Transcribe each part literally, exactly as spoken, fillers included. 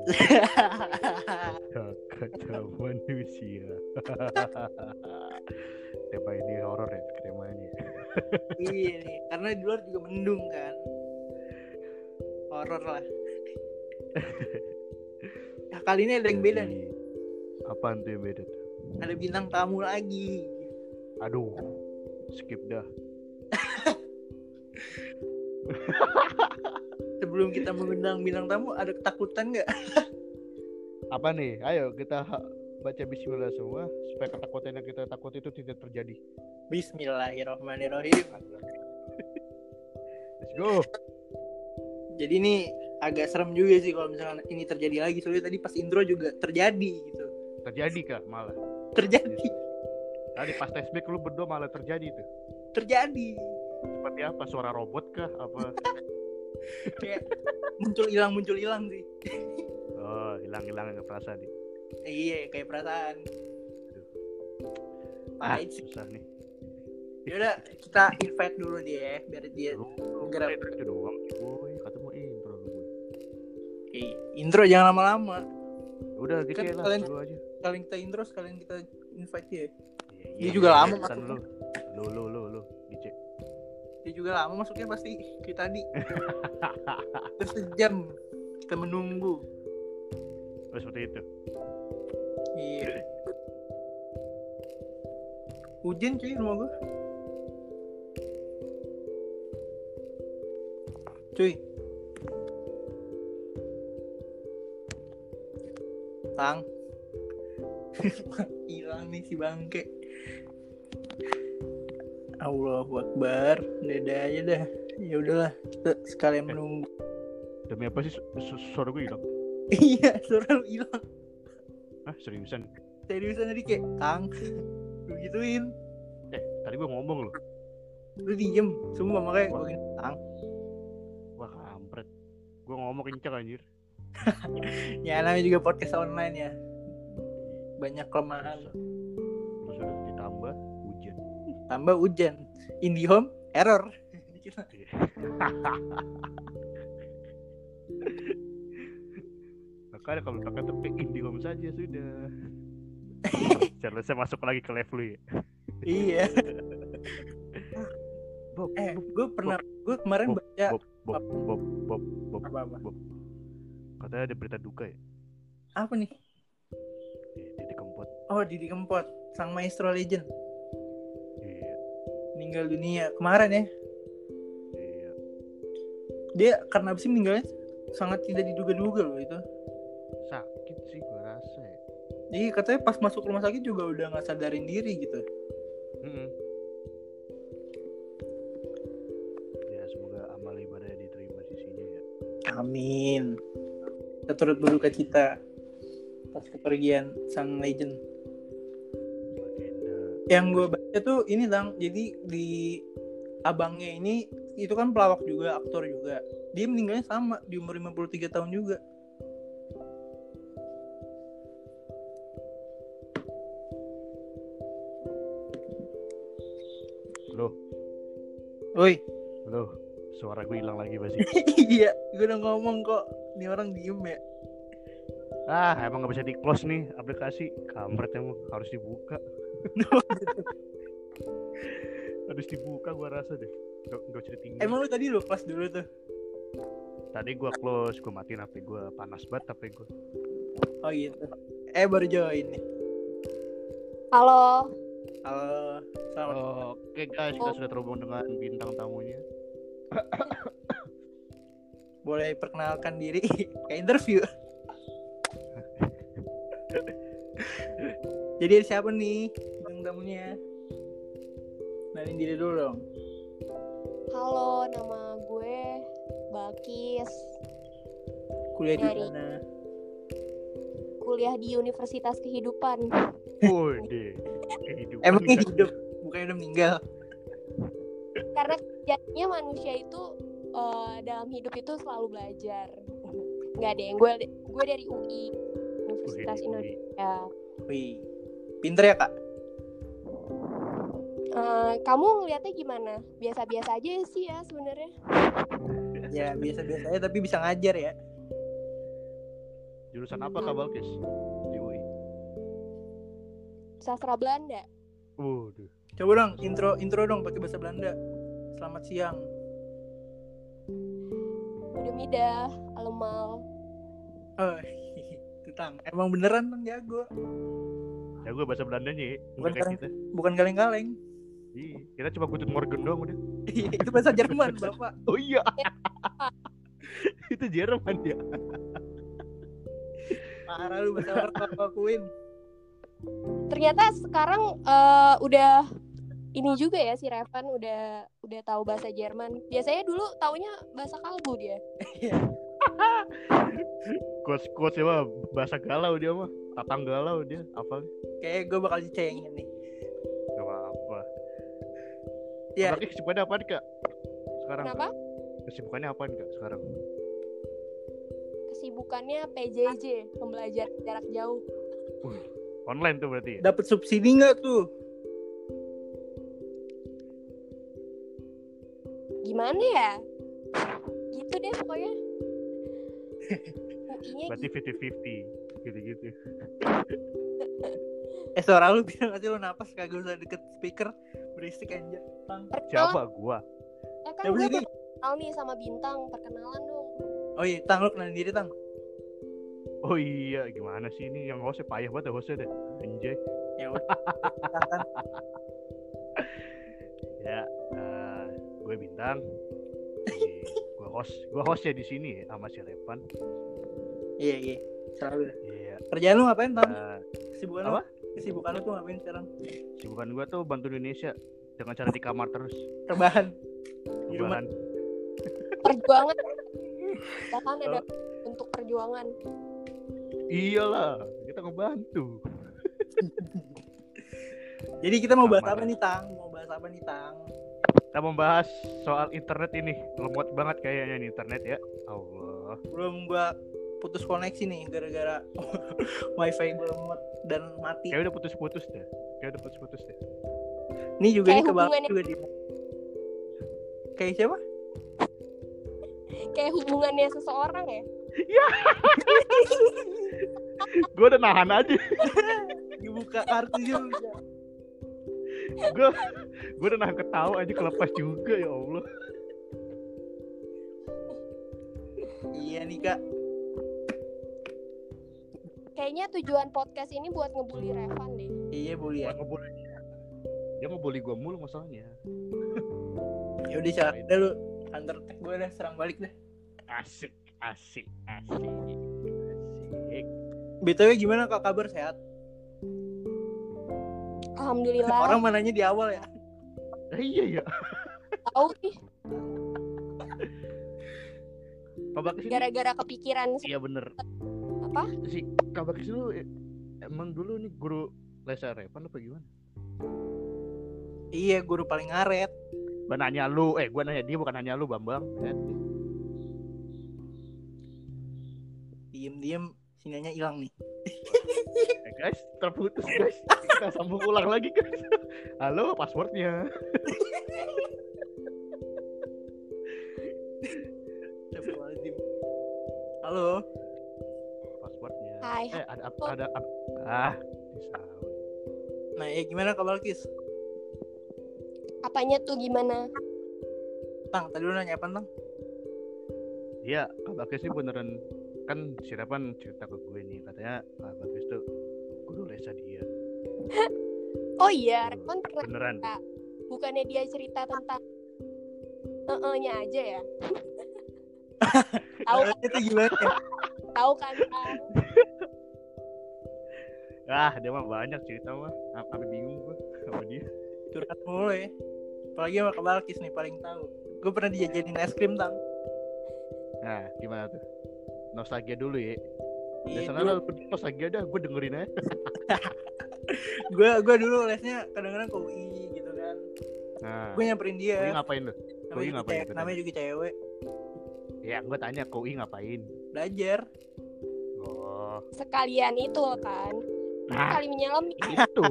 Kacau manusia. Tema ini horor ya temanya. Iya nih, karena di luar juga mendung kan. Horor lah. Nah, kali ini ada yang beda nih. Apaan tuh yang beda tuh? Ada bintang tamu lagi. Aduh, skip dah. Sebelum kita mengundang bintang tamu, ada ketakutan nggak? Apa nih? Ayo kita baca bismillah semua supaya ketakutan yang kita takut itu tidak terjadi. Bismillahirrahmanirrahim. Let's go. Jadi ini agak serem juga sih kalau misalkan ini terjadi lagi. Soalnya tadi pas intro juga terjadi gitu. Terjadi kak malah. Terjadi. Tadi pas flashback lu berdua malah terjadi tuh. Terjadi. Seperti apa? Suara robot kah? Apa? Kayak muncul hilang muncul hilang sih. Oh, hilang-hilang ke perasaan nih. Iya, kayak perasaan. Aduh. Ah, susah nih. Yaudah, kita invite dulu dia ya, biar dia gerak itu doang. Boy, kata mau intro lu. Oke, intro jangan lama-lama. Udah gitu kan ya lah, kalian, dulu aja. Kalian kita intro, sekalian kita invite dia. Iya, dia iya, juga iya, lama masuknya. masuknya. Lu, lu, lu, lu, dicek. Dia juga lama masuknya pasti kayak tadi. Terus sejam kita menunggu. Oh, seperti itu. Iya. Hujan cuy rumah gue. Cuy. Tang. Hilang nih si bangke. Allahu Akbar. Dadah aja dah. Ya udahlah, kita sekalian menunggu. Demi apa sih su- suara gue hilang? Iya, suara lu hilang. Ah, seriusan? Seriusan tadi kayak tang. Lu gituin. Eh, tadi gue ngomong loh. Lu diem, sumpah makanya gue gini tang. Wah, kampret. Gue ngomong kenceng anjir. Ya namanya juga podcast online ya. Banyak kelemahan. Terus udah ditambah hujan. Tambah hujan. IndiHome error. Makanya kalau pakai tapi IndiHome saja sudah. Jangan saya masuk lagi ke level ya. Iya. Bob, eh, Bob, gue pernah, gue kemarin Bob, baca. Bob, Bob, Bob, Bob, Bob, apa-apa. Bob. Katanya ada berita duka ya. Apa nih? Didi Kempot. Oh, Didi Kempot, sang maestro legend. Iya. Meninggal dunia kemarin ya. Iya. Dia karena apa sih meninggalnya? Sangat tidak diduga-duga loh itu. Sakit sih gue rasa ya. Jadi katanya pas masuk rumah sakit juga udah nggak sadarin diri gitu. Mm-hmm. Ya semoga amal ibadah diterima sisinya ya. Amin. Kita turut berduka cita pas kepergian sang legend. Legenda. Yang gue baca tuh ini Lang, jadi di abangnya ini itu kan pelawak juga, aktor juga. Dia meninggalnya sama di umur lima puluh tiga tahun juga. Loh. Oi. Loh, suara gue hilang lagi pasti. Iya, gue udah ngomong kok. Ini orang diem ya. Ah, emang gak bisa di close nih aplikasi. Kampret emang harus dibuka. Harus dibuka gue rasa deh. Gak, gak bisa ditinggal. Emang lu tadi lu close dulu tuh? Tadi gue close, gue matiin H P gue. Panas banget H P gue. Oh gitu. Eh baru join nih. Halo. Halo. Selamat. Oh, Oke okay guys, kita sudah terhubung dengan bintang tamunya. Boleh perkenalkan diri kayak interview. Jadi siapa nih bintang tamunya? Kenalin diri dulu dong. Halo, nama gue Balkis. Kuliah di Dari- mana? Kuliah di Universitas Kehidupan. Woi deh, kehidupan. Emang kan? hidup, bukannya udah meninggal. Karena jadinya manusia itu uh, dalam hidup itu selalu belajar. Nggak deh, gue gue dari U I Universitas Wih, Indonesia. Wih, pinter ya kak? Uh, kamu ngeliatnya gimana? Biasa-biasa aja sih ya sebenarnya. Ya biasa-biasa aja tapi bisa ngajar ya. Jurusan apa Kak Balkis di U I? Sastra Belanda. Waduh. Coba dong intro intro dong pakai bahasa Belanda. Selamat siang. Udah midah, alemal. Oh, itu Tang. Emang beneran Tang jago. Ya gue bahasa Belandanya ya. Bukan Kayak kaleng, kita. bukan kaleng-kaleng. Iya, kita cuma Guten Morgen doang udah. Itu bahasa Jerman, Bapak. Oh iya. Itu Jerman ya. Parah lu bahasa orang akuin. Ternyata sekarang eh, udah ini juga ya si Revan udah udah tahu bahasa Jerman. Biasanya dulu taunya bahasa kalbu dia. Quotes-quotes ya mah bahasa galau dia mah. Tatang galau dia, apa? Kayak gue bakal dicengin nih. Gak apa-apa. Ya, Berarti kesibukannya apaan Kak? Sekarang Kenapa? kesibukannya apaan Kak sekarang? Kesibukannya P J J, pembelajaran jarak jauh. Wih, online tuh berarti ya? dapat subsidi nggak tuh? Gimana ya? Gitu deh pokoknya. U I-nya Berarti gitu. fifty-fifty gitu-gitu. Eh suara lu biar nggak sih lu napas kagak usah deket speaker berisik aja. Tang. Siapa gua? Eh kan Siapa gue sih ini? kenal nih sama Bintang, perkenalan dong. Oh iya, Tang lu kenalin diri Tang. Oh iya, gimana sih ini yang hostnya payah banget ya hostnya deh. Anjay. Ya udah. Silakan. Ya, uh, gue Bintang. Jadi, gue host, gue hostnya di sini ya sama si Revan. Iya iya. Selalu. Iya. Kerjaan lu ngapain Tang? Uh, Kesibukan apa? lu? Kesibukan lu tuh ngapain sekarang? Sibukan gue tuh bantu Indonesia dengan cara di kamar terus. Rebahan. Di rumah. Rebahan. Perjuangan. Bahkan ada Oh. untuk perjuangan. Iyalah, kita ngebantu. Jadi kita mau bahas Kamar. apa nih Tang? Mau bahas apa nih Tang? Kita membahas soal internet ini. Lemot banget kayaknya nih internet ya. Allah. Belum gua putus koneksi nih gara-gara wifi gua lemot dan mati. Kayak udah putus-putus deh. Kayak udah putus-putus deh. Ini juga Kayak nih kebal hubungannya- juga dia. Kayak siapa? Kayak hubungannya seseorang ya. Gue udah nahan aja. Dibuka kartu juga. Gue gue udah nahan ketawa aja kelepas juga ya Allah. Iya nih Kak. Kayaknya tujuan podcast ini buat ngebully Revan deh. Iya boleh ya. Bukan ngebully dia. Dia ngebully gue mulu masalahnya. Ya udah cara dah lu counter attack gue dah serang balik dah. Asik, asik, asik, asik. B T W gimana Kak kabar sehat? Alhamdulillah. Orang mananya di awal ya. Eh, iya ya. Tahu nih Kabar kesini. gara-gara kepikiran Iya bener. apa? Si kabar kesini lu eh, emang dulu nih guru les Revan apa gimana? Iya guru paling ngaret. Gua nanya lu, eh gua nanya dia bukan nanya lu Bambang. Ya. Diem-diem sinyalnya hilang nih. Eh, guys, terputus guys. Kita sambung ulang lagi guys. Halo, passwordnya. Astagfirullahaladzim. Halo. Passwordnya. Hai. Eh ada ada, ada, ada ah bisa. Nah ya gimana Kak Balkis? Apanya tuh gimana? Tang tadi lu nanya apa Tang? Iya, Kak Bagus ini beneran kan si Revan cerita ke gue nih katanya Kak Bagus tuh guru lesnya dia. Oh iya, Revan pernah Beneran. cerita. Bukannya dia cerita tentang eh-nya aja ya? Tahu kan? Itu gimana ya? Tahu kan? Kang? Ah, dia mah banyak cerita mah. Sampai bingung gue sama dia. Curhat mulu ya. Apalagi sama Kak Balkis nih paling tahu. Gue pernah dijajanin es krim Tang. Nah, gimana tuh? Nostalgia dulu ya. Iya, Biasanya lah lu nostalgia dah, gue dengerin aja. gue gue dulu lesnya kadang-kadang ke U I gitu kan. Nah, Gue nyamperin Ui dia. ngapain lu? Namanya Ui juga ngapain cewek- tuh? namanya juga cewek. Ya, gue tanya ke Ui ngapain? Belajar. Oh, Sekalian itu kan. nah Kali menyelami. itu.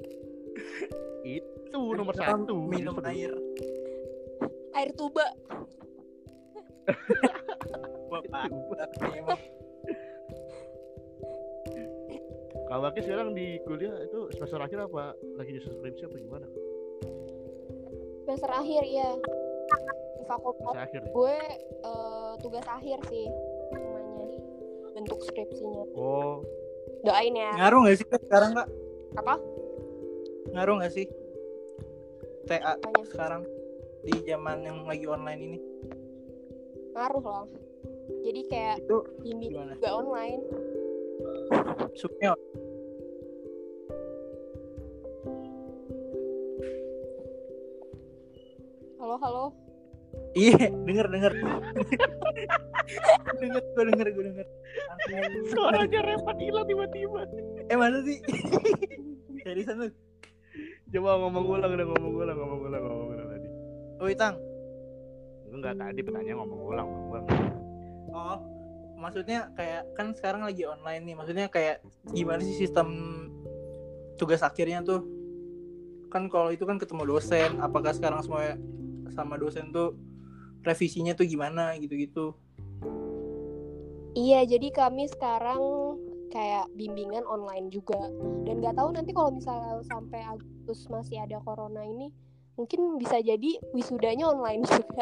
Itu nomor Kita satu. minum justru. air. Air tuba. Bapak. Emang. Kak Bakis sekarang di kuliah itu semester akhir apa? Lagi nyusun skripsi apa gimana? Semester akhir ya. Di fakultas Semester akhir. Ya? gue uh, tugas akhir sih namanya. Bentuk skripsinya. Oh. Doain ya. Ngaruh nggak sih Kak, sekarang Kak? Apa? Ngaruh nggak sih T A Apanya? sekarang di zaman yang lagi online ini? Ngaruh loh. Jadi kayak Itu bimbing gimana? juga online. Subnya Halo halo. iya, denger denger. denger gue denger gue denger. Suaranya Revan hilang tiba-tiba. Eh mana sih? Dari sana. Coba ngomong ulang, udah ngomong ulang, ngomong ulang, ngomong ulang tadi. Oh, Tang. Enggak, tadi pertanyaan ngomong ulang, ngomong ulang. Oh, maksudnya kayak kan sekarang lagi online nih. Maksudnya kayak gimana sih sistem tugas akhirnya tuh? Kan kalau itu kan ketemu dosen, apakah sekarang semua sama dosen tuh revisinya tuh gimana gitu-gitu? Iya, jadi kami sekarang kayak bimbingan online juga. Dan nggak tahu nanti kalau misalnya sampai Agustus masih ada corona ini, mungkin bisa jadi wisudanya online juga.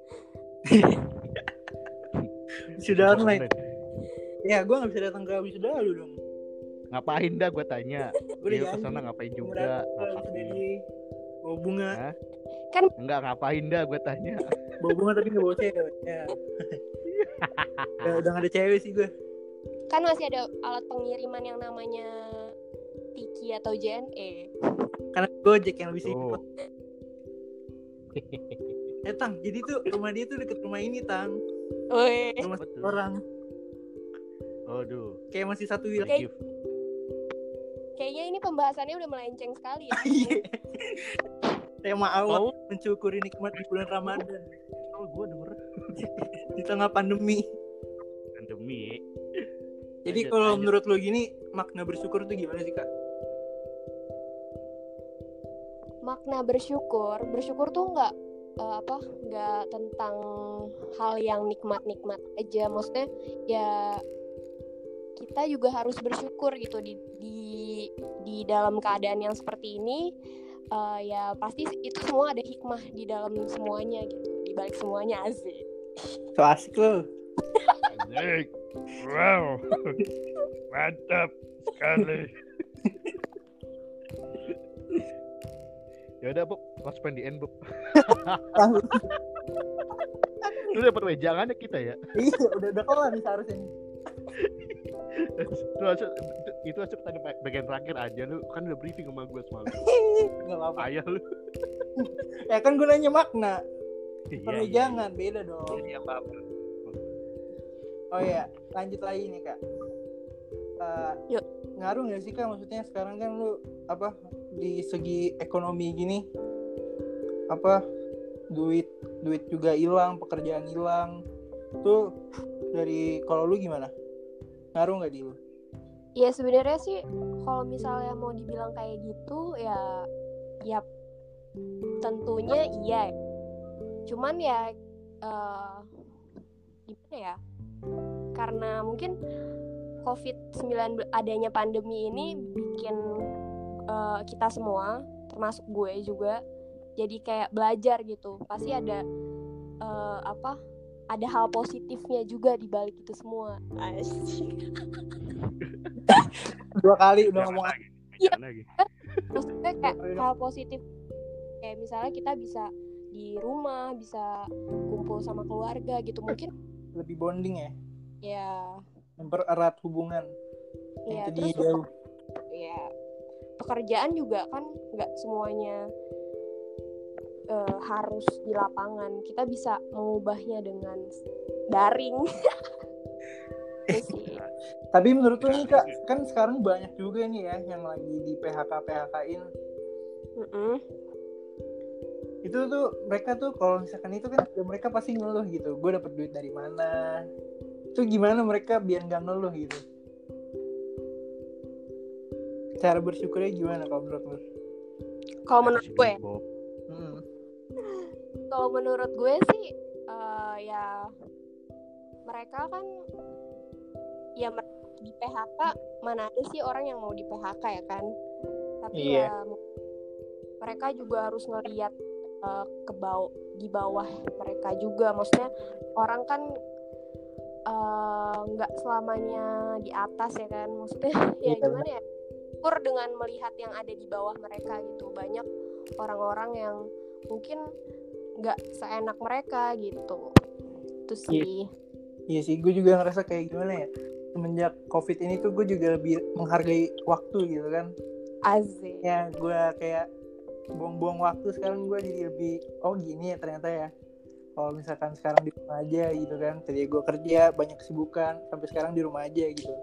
Sudah online. Ya, gue nggak bisa datang ke wisuda lu dong. Ngapain dah gue tanya. Gue Dia udah kesana janji. ngapain Gua juga? datang ke Ngapain? wisuda di bawa bunga. Hah? Kan Enggak, ngapain dah gue tanya. Bawa bunga tapi nggak bawa cewek. Ya. Ya, udah nggak ada cewek sih gue. kan masih ada alat pengiriman yang namanya Tiki atau J N E. Karena Gojek yang lebih Oh. simpel. Eh Tang, jadi tuh rumah dia tuh deket rumah ini Tang. Woi. Rumah Betul. orang. Aduh. Kayak masih satu wilayah. Kayak- Kayaknya ini pembahasannya udah melenceng sekali ya. Iya. Tema awal Tahu? mencukuri nikmat di bulan Ramadan Oh, gue denger di tengah pandemi. pandemi. Jadi Lanjut, kalau lanjut. menurut lo gini makna bersyukur tuh gimana sih Kak? Makna bersyukur, bersyukur tuh nggak eh, apa nggak tentang hal yang nikmat-nikmat aja. Maksudnya ya kita juga harus bersyukur gitu di di di dalam keadaan yang seperti ini. Eh, ya pasti itu semua ada hikmah di dalam semuanya gitu, di balik semuanya. Asik. So asik lo. Asik. Wow. Mantap sekali. Ya udah, Bob, pas pendian, Bob. Lu dapat wejangannya kita ya. Iya, udah udah kelar nih seharusnya nih. Itu aja itu aja tadi bagian terakhir aja, lu kan udah briefing sama gue semalam. Enggak apa-apa. Ayah lu. Ya kan gue nanya makna. Iya, Perlu iya, jangan beda dong. Iya, apa-apa. Oh iya, lanjut lagi nih Kak. Uh, Yuk. Ngaruh nggak sih Kak? Maksudnya sekarang kan lu apa di segi ekonomi gini apa duit duit juga hilang, pekerjaan hilang. Tuh dari kalau lu gimana? Ngaruh nggak di lu? Ya sebenarnya sih kalau misalnya mau dibilang kayak gitu ya ya tentunya iya. Cuman ya uh, gimana ya? Karena mungkin covid sembilan belas adanya pandemi ini bikin uh, kita semua termasuk gue juga jadi kayak belajar gitu. Pasti ada uh, apa? Ada hal positifnya juga di balik itu semua. Asik. Dua kali udah Jangan ngomong lagi. Iya. Jangan lagi. Maksudnya kayak hal positif kayak misalnya kita bisa di rumah, bisa kumpul sama keluarga gitu. Mungkin lebih bonding ya, ya mempererat hubungan. ya Yang tadi terus jauh. ya pekerjaan juga kan nggak semuanya eh, harus di lapangan. Kita bisa mengubahnya dengan daring. Itu sih. Tapi menurut lu nih Kak, kan sekarang banyak juga nih ya yang lagi di P H K P H K-in. Mm-mm. Itu tuh mereka tuh kalau misalkan itu kan mereka pasti ngeluh gitu. Gue dapet duit dari mana? Itu gimana mereka biar nggak ngeluh gitu? Cara bersyukurnya gimana kalau menurut lu? Kalau menurut gue, Bob. Hmm. kalau menurut gue sih eh, ya mereka kan ya mer- di P H K, mana ada sih orang yang mau di P H K ya kan? Tapi Iya. ya mereka juga harus ngelihat uh, ke bawah, di bawah mereka juga. Maksudnya orang kan nggak uh, selamanya di atas ya kan? Maksudnya ya Iya, gimana ya? Syukur dengan melihat yang ada di bawah mereka gitu. Banyak orang-orang yang mungkin nggak seenak mereka gitu. Itu sih. Iya sih, gue juga ngerasa kayak gimana ya, semenjak COVID ini tuh gue juga lebih menghargai waktu gitu kan. Asik. Ya gue kayak buang-buang waktu, sekarang gue jadi lebih, oh gini ya ternyata ya. Kalau misalkan sekarang di rumah aja gitu kan, tadi gue kerja banyak kesibukan, sampai sekarang di rumah aja gitu.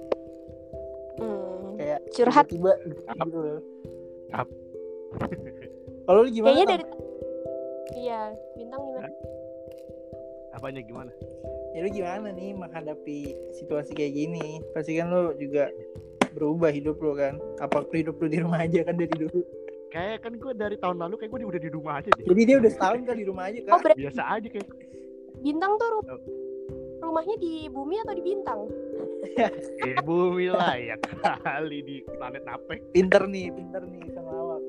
Hmm. Kayak curhat tiba-tiba gitu loh. Ap. Kalau lu gimana? Kayaknya Tam? dari iya, Bintang gimana? Apanya gimana? Ya lu gimana nih menghadapi situasi kayak gini? Pasti kan lu juga berubah hidup lu kan? Apa hidup lu di rumah aja kan dari dulu? Kayak kan gue dari tahun lalu kayak gue udah di rumah aja deh. Jadi dia udah setahun kan di rumah aja kan? Oh, berarti Biasa aja kayak. Bintang tuh ru- rumahnya di bumi atau di bintang? Eh bumi lah ya kali di planet Napek. Pinter nih, pinter nih sama awak.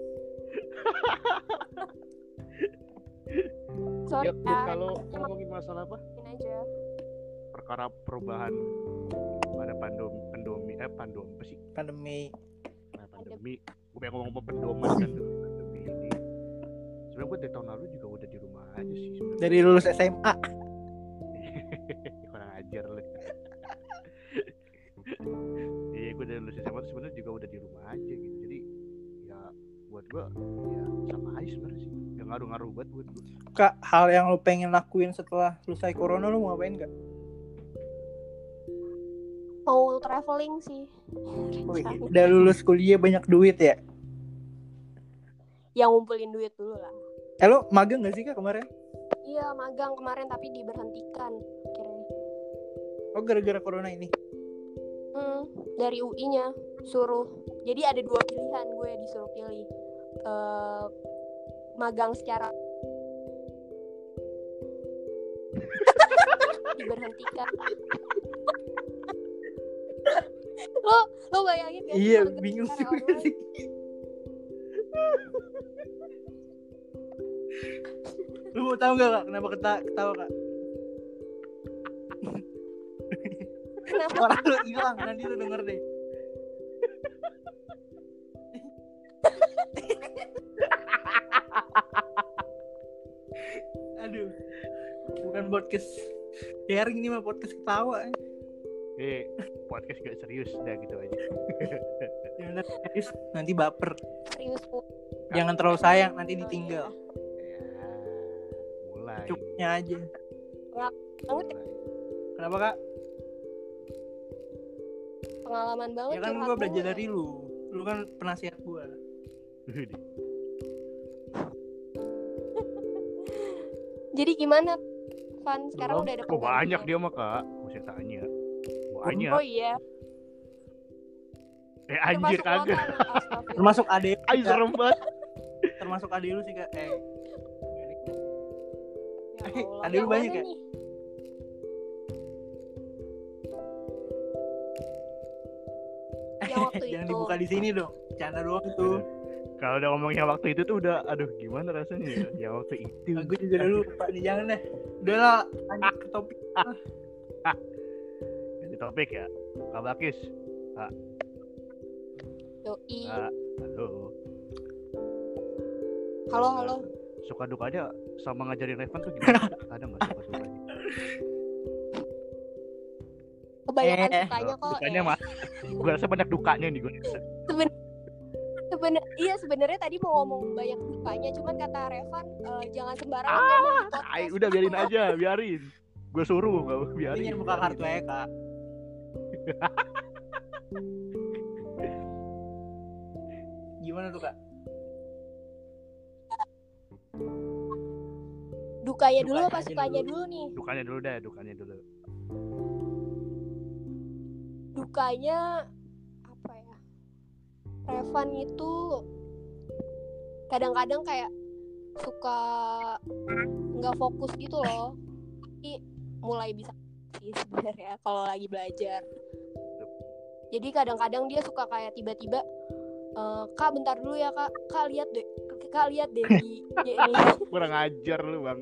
Sorry, Ya, ya, kalau ngomongin masalah apa? ini aja. Perkara perubahan pada pandemi, pandemi eh pandemi apa sih? Pandemi. Nah, pandemi. Gue pengen ngomong pendoman kan pandemi ini. Sebenarnya gue dari tahun lalu juga udah di rumah aja sih sebenarnya. Dari lulus S M A. Kurang ajar lu. Iya, gue dari lulus S M A tuh sebenarnya juga udah di rumah aja gitu. Jadi ya buat gue ya sama aja sebenarnya sih. Gak ngaruh-ngaruh buat buat gue. Kak, hal yang lu pengen lakuin setelah selesai corona lu mau ngapain gak? Mau traveling sih. Wih, udah lulus kuliah banyak duit ya? Yang ngumpulin duit dulu lah. Eh lu magang gak sih Kak kemarin? Iya, magang kemarin tapi diberhentikan akhirnya. Oh gara-gara corona ini? Hmm, dari U I-nya suruh. Jadi ada dua pilihan, gue disuruh pilih uh, magang secara diberhentikan. lo lo bayangin gak sih Iya, magang bingung secara juga online? sih. Lu mau tahu gak Kak kenapa keta- ketawa Kak? Kenapa? Suara lu hilang, nanti lu denger deh. Aduh, bukan podcast sharing ini mah podcast ketawa. Eh, podcast gak serius dah gitu aja. Ya bener, serius, nanti baper. Serius Bu. Jangan terlalu sayang, nanti Oh, ditinggal. Ya, mulai. Cukupnya aja. Banget ya, Kenapa Kak? pengalaman banget. Ya kan curhat gue belajar mulu. dari lu. Lu kan penasihat gue. Jadi gimana, Van? Sekarang Belum. udah ada Oh banyak penggantinya. dia mah kak, mau saya tanya. Banyak. Oh iya. Eh anjir Termasuk kagak. makan, astagfirullah. Termasuk adek. Ay serem banget. Termasuk adek lu sih Kak. Eh. Ya Eh, Allah. ada Yang lu banyak mana ya? nih? Yang waktu Jangan itu. dibuka di sini dong. Canda doang tuh. Kalau udah ngomongnya waktu itu tuh udah, aduh gimana rasanya ya? Ya waktu itu. Gue juga dulu Pak, nih jangan deh. Udah lah, lanjut ke topik. Ganti topik ya. Kak Bakis. Yoi. Kak, halo. Halo, halo. Suka dukanya sama ngajarin Revan tuh gimana? Ada nggak suka dukanya? Kebanyakan Eh, sukanya kok. Dukanya eh. mah. Gue rasa banyak dukanya nih gue. Seben- Sebener- iya sebenarnya tadi mau ngomong banyak dukanya, cuman kata Revan eh, jangan sembarangan ngomong di podcast. Ay, udah biarin aja, biarin. Gue suruh, gak Ini biarin. yang buka kartu ya Kak. Gimana tuh Kak? Dukanya dulu Dukanya apa aja sukanya dulu. dulu nih? Dukanya dulu deh, dukanya dulu. Dukanya apa ya? Revan itu kadang-kadang kayak suka nggak fokus gitu loh. Tapi mulai bisa sih sebenarnya kalau lagi belajar. Jadi kadang-kadang dia suka kayak tiba-tiba, "Eh, Kak bentar dulu ya kak, kak lihat deh, kak lihat deh di ya ini." Kurang ajar lu bang.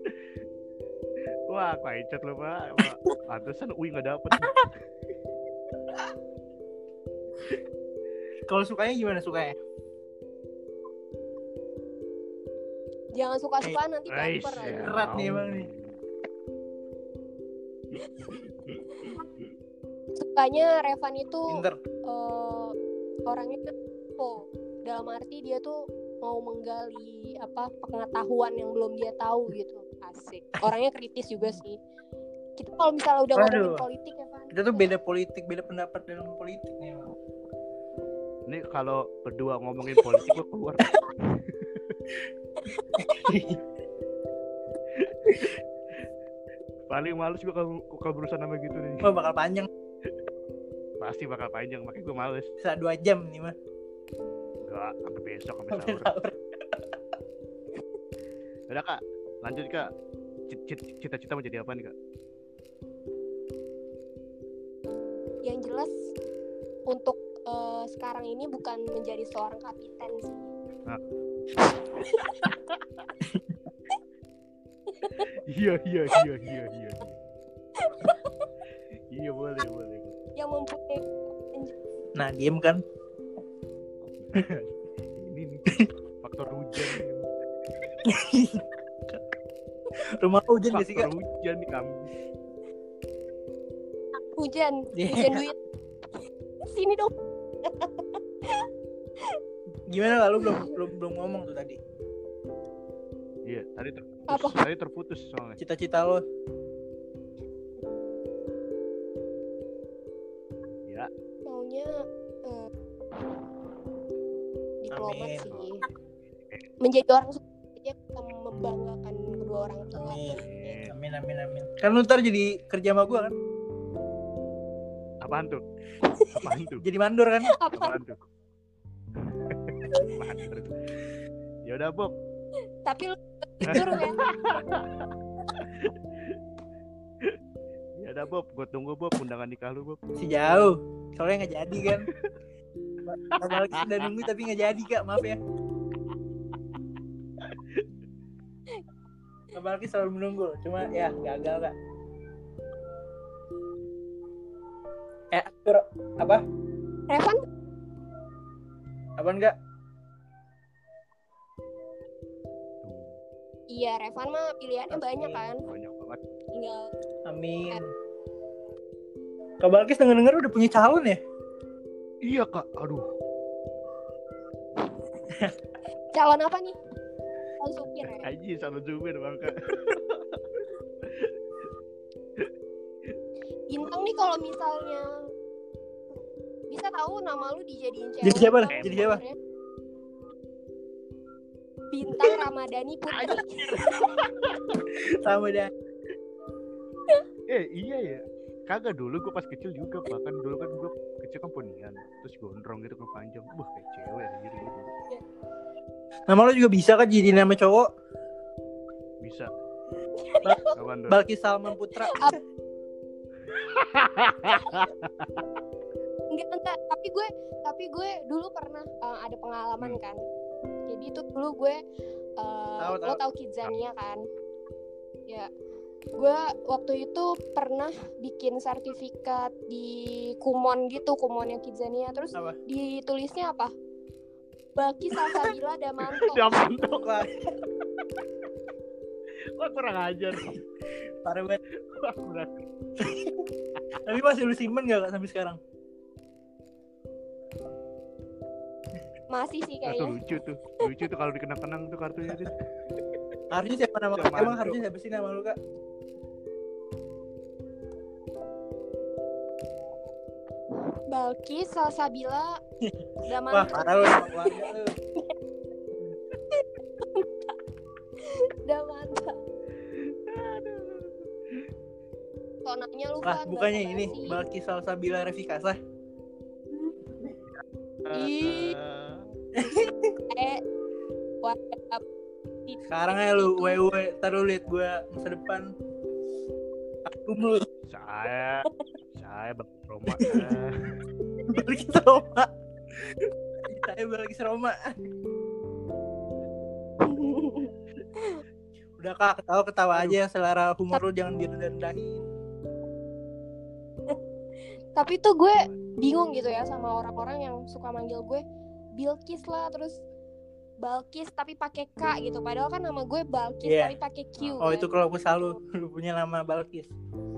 Wah kecet lu pak. Pantesan Ui nggak dapet. Kalau sukanya gimana sukanya? Jangan suka-suka nanti Ais, baper aja. ya. Berat nih emang nih. Sukanya Revan itu Pinter. eh, orangnya oh, dalam arti dia tuh mau menggali apa pengetahuan yang belum dia tahu gitu. Asik. Orangnya kritis juga sih. Kita kalau misalnya udah Waduh. ngomongin politik ya Van. Kita tuh beda politik, beda pendapat dalam politik nih. Emang. Ini kalau berdua ngomongin politik gua keluar. Paling males gua kalau kalau berusaha sama gitu nih. Wah bakal panjang. Pasti bakal panjang, makanya gua males. Bisa dua jam nih mah. Enggak, sampai besok sampai Sampai sahur. sahur. Udah kak, lanjut kak. Cit- Cita-cita mau jadi apa nih kak? Yang jelas untuk eh, sekarang ini bukan menjadi seorang kapiten sih. Nah. Iya iya iya iya iya. Iya boleh boleh. Yang mempunyai Nah diem kan. Ini nih faktor hujan. Rumah lu hujan gak sih kak? Faktor hujan nih kamu. hujan, Yeah. hujan duit. Sini dong. Gimana lah lu belum belum belum ngomong tuh tadi. Iya tadi terputus. Apa? Tadi terputus soalnya. Cita-cita lo. Ya. Maunya eh, diplomat Amin. sih. Menjadi orang sukses aja bisa membanggakan kedua orang tua. Amin. Eh, Amin amin amin. Kan lu ntar jadi kerja sama gua kan? apaan tuh? Apaan tuh? Jadi mandor kan? Apa? Apaan tuh? Apaan tuh? Ya udah Bob. Tapi lu tidur ya. Ya udah Bob, gue tunggu Bob undangan nikah lu Bob. Si jauh. Soalnya nggak jadi kan. Apalagi udah nunggu tapi nggak jadi kak, maaf ya. Apalagi selalu menunggu, cuma ya gagal kak. Eh, Tur- apa? Revan Apaan kak? iya Revan mah pilihannya Oke. banyak kan. Banyak banget. Tinggal Amin. Kak Balkis denger-denger udah punya calon ya? Iya kak, aduh. calon apa nih? Calon supir ya. Aji sama Zubir bang kak. Bintang nih kalau misalnya bisa tahu nama lu dijadiin cewek. Jadi siapa lah? apa Jadi siapa? sebenarnya? Bintang Ramadhani Putri. Sama dah. Eh iya ya. Kagak dulu gue pas kecil juga bahkan dulu kan gue kecil kan ponian terus gondrong gitu kan panjang. Wah kayak cewek anjir gitu. Nama lo juga bisa kan jadi nama cowok? Bisa. Ba- Kapan tuh? Balkis Salman Putra. Enggak enggak, tapi gue tapi gue dulu pernah uh, ada pengalaman kan. Jadi itu dulu gue uh, Tahu, lo tahu. tau Kidzania kan? Ya. Gue waktu itu pernah bikin sertifikat di Kumon gitu, Kumonnya Kidzania. Terus Apa? ditulisnya apa? Baki Salsabila Damanto. Damanto. Wah, Wah kurang ajar. parah banget. Wah kurang. Tapi masih lu simpen gak kak sampai sekarang? Masih sih Itu kayaknya. lucu tuh. Lucu tuh kalau dikenang-kenang tuh kartunya tuh. Harusnya siapa nama Damanto. Emang harusnya siapa sih nama lu kak? Balki Salsabila Wah Damanto. parah lu sama keluarga lu. Damanto. Tonanya lu Ah kan. bukannya ini basa-basi. Balkis Salsabila Revikasa. Ih, eh WhatsApp. Sekarang aja lu W W taruh liat gue masa depan. Aku lu. Saya saya Bang Roma. Balkis Roma. Saya Balkis Roma. Udah Kak, ketawa-ketawa aja, selera humor lu jangan direndah-rendahin. Tapi tuh gue bingung gitu ya sama orang-orang yang suka manggil gue Bilkis lah, terus Balkis tapi pakai K gitu. Padahal kan nama gue Balkis Yeah. tapi pakai Q. Oh, kan? itu kalau kesal lu, lu punya nama Balkis.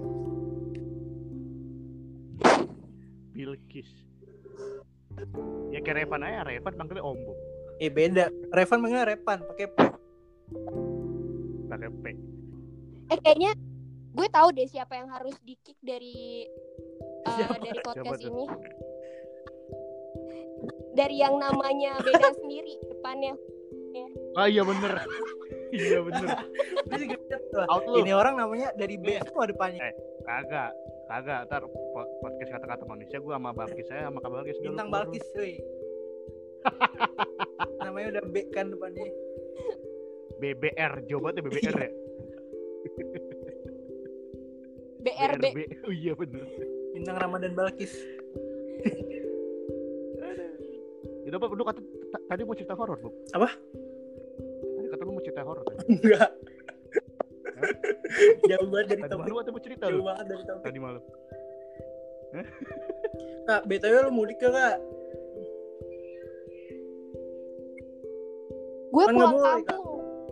Bilkis. Ya kayak Revan aja, Revan panggilnya Ombo. Eh beda. Revan manggilnya Repan, pakai P. Pakai P. Eh kayaknya gue tahu deh siapa yang harus di-kick dari uh, Siapa? dari podcast Siapa tuh? ini. Dari yang namanya beda sendiri depannya. Ah iya bener. Iya bener. Dia juga lihat tuh. Out lu. Ini orang namanya dari B semua depannya. Eh. Kagak, kagak. Ntar po- podcast kata-kata manusia gue sama Balkis saya sama Kak Balkis dulu. Bintang Balkis, woi. Namanya udah B kan depannya. B B R, coba tuh B B R ya. B R B. B. Oh iya bener. Bintang Ramadan Balkis. Ya apa lu kata t- tadi mau cerita horor, Bu? Apa? Tadi kata lu mau cerita horor tadi. Enggak. Jauh banget dari Tadi topik. malu atau mau cerita Jauh lu? banget dari topik. Tadi malu. Kak, B T W lu mudik gak, Kak? Gue Kan nggak pulang boleh, kampung.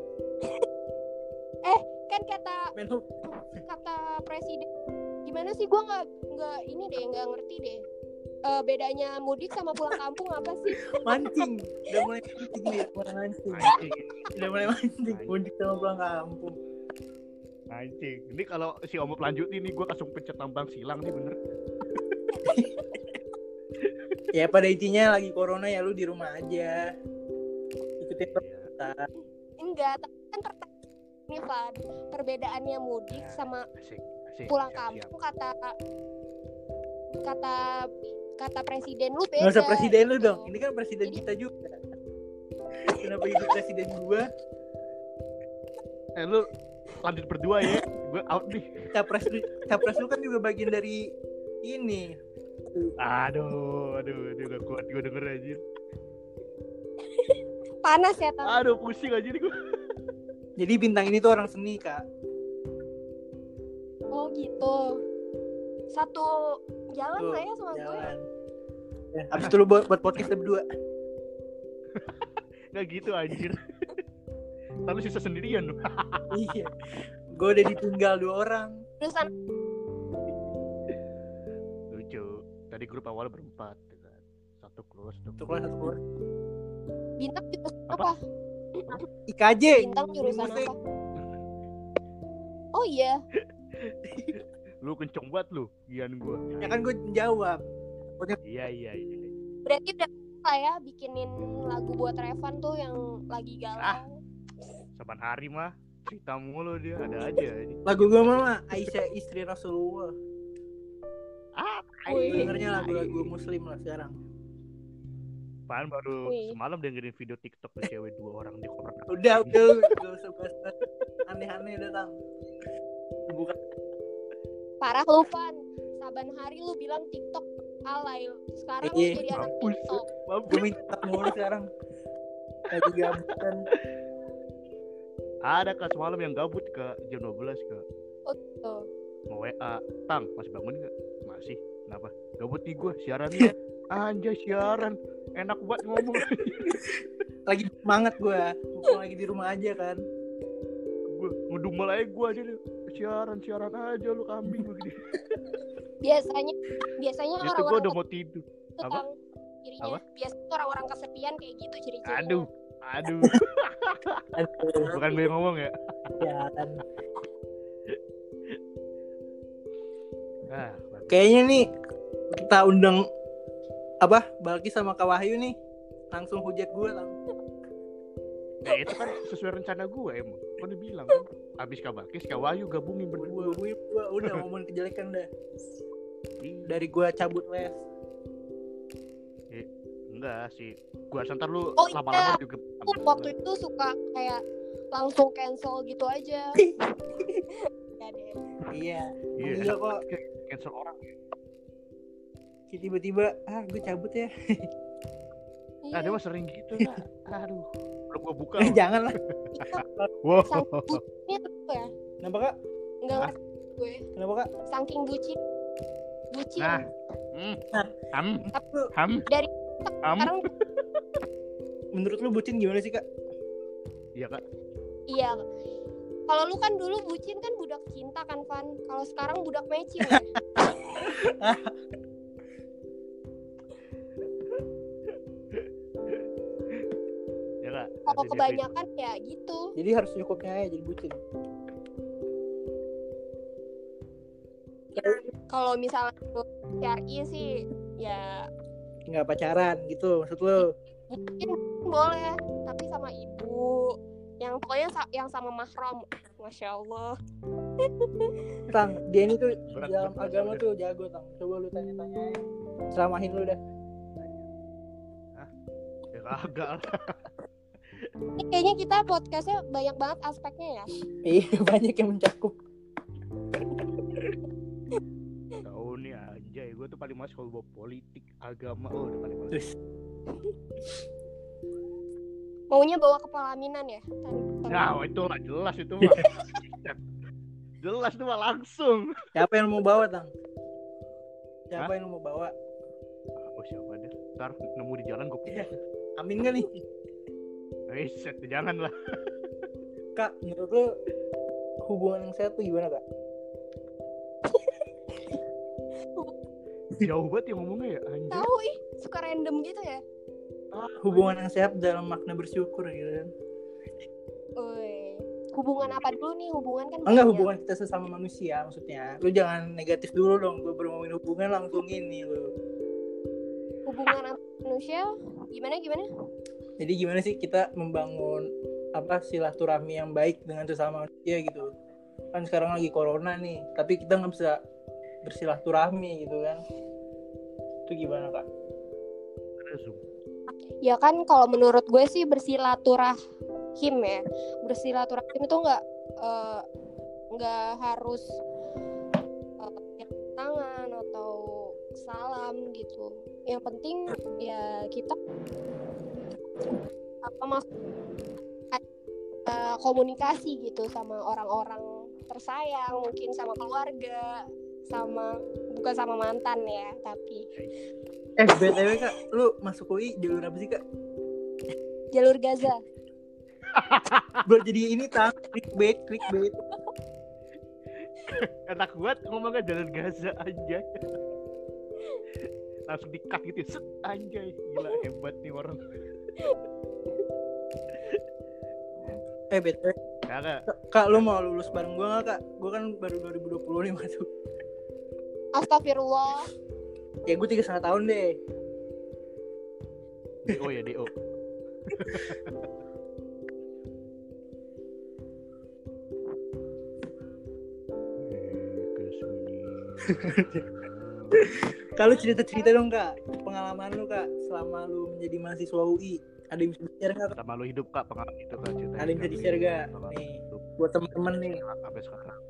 eh kan kata Menhu. kata presiden gimana sih, gue nggak nggak ini deh nggak ngerti deh. Eh, bedanya mudik sama pulang kampung apa sih? Mancing. Udah mulai mancing nih, mulai mancing. Anjing. Udah mulai mancing. Mudik sama pulang kampung. Anjing. Ini kalau si Omop lanjutin nih gue langsung pencet tambang silang nih bener. Ya pada intinya lagi corona ya lu di rumah aja. Ikutin kita. Enggak, tapi kan pertanyaan ini Van, perbedaannya mudik sama Asik, asik. pulang siap, siap. kampung kata kata kata presiden lu beda. Nggak usah presiden lu gitu. dong. Ini kan presiden Jadi- kita juga. Kenapa jadi presiden gua? Eh lu lanjut berdua ya. Gue out nih. Capres lu, capres lu kan juga bagian dari ini. Aduh, aduh, aduh gak kuat gue denger aja. Panas ya Tam. Aduh, pusing aja nih gue. Jadi bintang ini tuh orang seni, Kak. Oh gitu. Satu jalan Tuh, lah ya sama gue. jalan. Ya, abis itu lu buat, buat podcast berdua. Gak gitu anjir. Lalu sisa sendirian lu. Iya. Gue udah ditinggal dua orang. Terusan Lucu. Tadi grup awal berempat ya kan. Satu keluar, satu Satu kelas satu keluar. bintang jurusan Apa? apa? I K J. Bintang jurusan Musik. apa? Oh iya. Lu kenceng banget lu, gian gue. Ya kan gue jawab. Iya, iya, iya. Berarti udah lah ya bikinin lagu buat Revan tuh yang lagi galau. Ah. Saban hari mah cerita mulu dia, ada aja. Lagu gue mah Aisyah istri Rasulullah. Ah, Wih. Dengernya lagu-lagu muslim lah sekarang. Pan baru Wih. semalam dengerin video TikTok tuh cewek dua orang di koper. Udah, udah lu gak usah bahas aneh-aneh datang. Bukan Parah lu Van. Saban hari lu bilang TikTok alay. Sekarang lu Iya, jadi anak mampus. TikTok. gue minta mulu sekarang. Lagi gabutan. Ada kak semalam yang gabut ke jam dua belas ke Oh gitu. mau W A, Tang masih bangun nggak? Masih. Kenapa? Gabut nih gue siaran nih. Anjay siaran, enak banget ngomong. Lagi semangat gue. Mumpung lagi di rumah aja kan. Gue ngedumel aja gue aja deh. Siaran siaran aja lu kambing begini. Biasanya biasanya Itu gue orang-orang udah mau tidur. itu Apa? Tang, cirinya. Apa? Biasanya orang-orang kesepian kayak gitu ciri-cirinya. Aduh, aduh. Aduh, Bukan gue yang ngomong ya. ya kan. Ah, Kayaknya nih kita undang apa Balkis sama Kak Wahyu nih langsung hujat gue lang. ya itu kan sesuai rencana gue emang. Gue udah bilang kan. Abis Kak Bakis, Kak Wahyu gabungin berdua. Gue gue udah ngomongin kejelekan dah. Ih, Dari gue cabut les. enggak sih. Gua ntar lu Oh, lama-lama iya. juga. Aku waktu itu suka kayak langsung cancel gitu aja. Ya deh. Iya. Iya, Iya kok. cancel orang. Kayak tiba-tiba ah gue cabut ya. Nah, Iya. dia mah sering gitu kak. Aduh, belum gua buka. Eh, loh. jangan lah. Wow. Saking bucinnya tuh ya. Kenapa kak? Enggak Hah? ngerti gue. Kenapa kak? Saking bucin. Bucin. Nah, hmm, Nah. ham, Tapi lu, ham, Dari ham. sekarang menurut lu bucin gimana sih kak? Iya kak. iya. Kalau lu kan dulu bucin kan budak cinta kan, Van. Kalau sekarang budak mecin ya. Ya kak. Kalau Nanti kebanyakan ya gitu. Jadi harus cukupnya aja jadi bucin. Kalau misalnya lu syar'i sih ya Nggak pacaran gitu maksud lu? mungkin boleh, tapi sama ibu. Yang pokoknya sa- yang sama mahram. Masya Allah. Tang, dia ini tuh Berat, dalam berat, agama berat. tuh jago tang. Coba lu tanya-tanya. Selamahin lu dah. Ya kagak lah. Ini kayaknya kita podcastnya banyak banget aspeknya ya. Iya banyak yang mencakup. Tahu nih anjay, gue tuh paling males kalau bawa politik, agama, oh udah paling males. Terus Maunya bawa kepelaminan ya. Tan- Nah, itu lah jelas itu mah. Jelas tuh mah langsung. siapa yang lu mau bawa tang? Siapa Hah? yang lu mau bawa? Oh siapa deh? Ntar nemu di jalan gue punya. Amin gak nih? Eh, set, jangan lah. Kak, menurut lu hubungan yang sehat tuh gimana kak? Jauh banget yang ngomongnya ya anjir. Tahu ih, suka random gitu ya. Hubungan yang sehat dalam makna bersyukur gitu kan? Woi. Hubungan apa dulu nih? Hubungan kan Enggak, banyak. hubungan kita sesama manusia maksudnya. Lu jangan negatif dulu dong. Gue baru ngomongin hubungan langsung ini lu. Hubungan antar manusia gimana gimana? Jadi gimana sih kita membangun apa silaturahmi yang baik dengan sesama manusia gitu? Kan sekarang lagi corona nih, tapi kita nggak bisa bersilaturahmi gitu kan? Itu gimana kak? Ada Zoom. Ya kan kalau menurut gue sih bersilaturahim ya. Bersilaturahim itu nggak eh, nggak harus eh, tangan atau salam gitu. Yang penting ya kita apa maksud eh, komunikasi gitu sama orang-orang tersayang, mungkin sama keluarga, sama bukan sama mantan ya, tapi Eh B T W kak, lu masuk U I jalur apa sih kak? jalur Gaza. Buat jadi ini tang, clickbait, clickbait. Enak banget ngomongnya jalan Gaza anjay. Langsung di-cut gitu ya. Set, anjay. Gila hebat nih orang. Eh B T W Kagak. kak, lu mau lulus bareng gua nggak kak? Gua kan baru dua ribu dua puluh nih masuk. Astagfirullah. Ya gue tiga setengah tahun deh. D O ya D O. Kalau cerita-cerita dong kak, pengalaman lu kak selama lu menjadi mahasiswa U I, ada yang bisa di-share nggak kak? Sama lu hidup kak pengalaman itu kak cerita. Ada yang bisa di-share nggak? Nih, buat temen-temen nih. Sampai sekarang.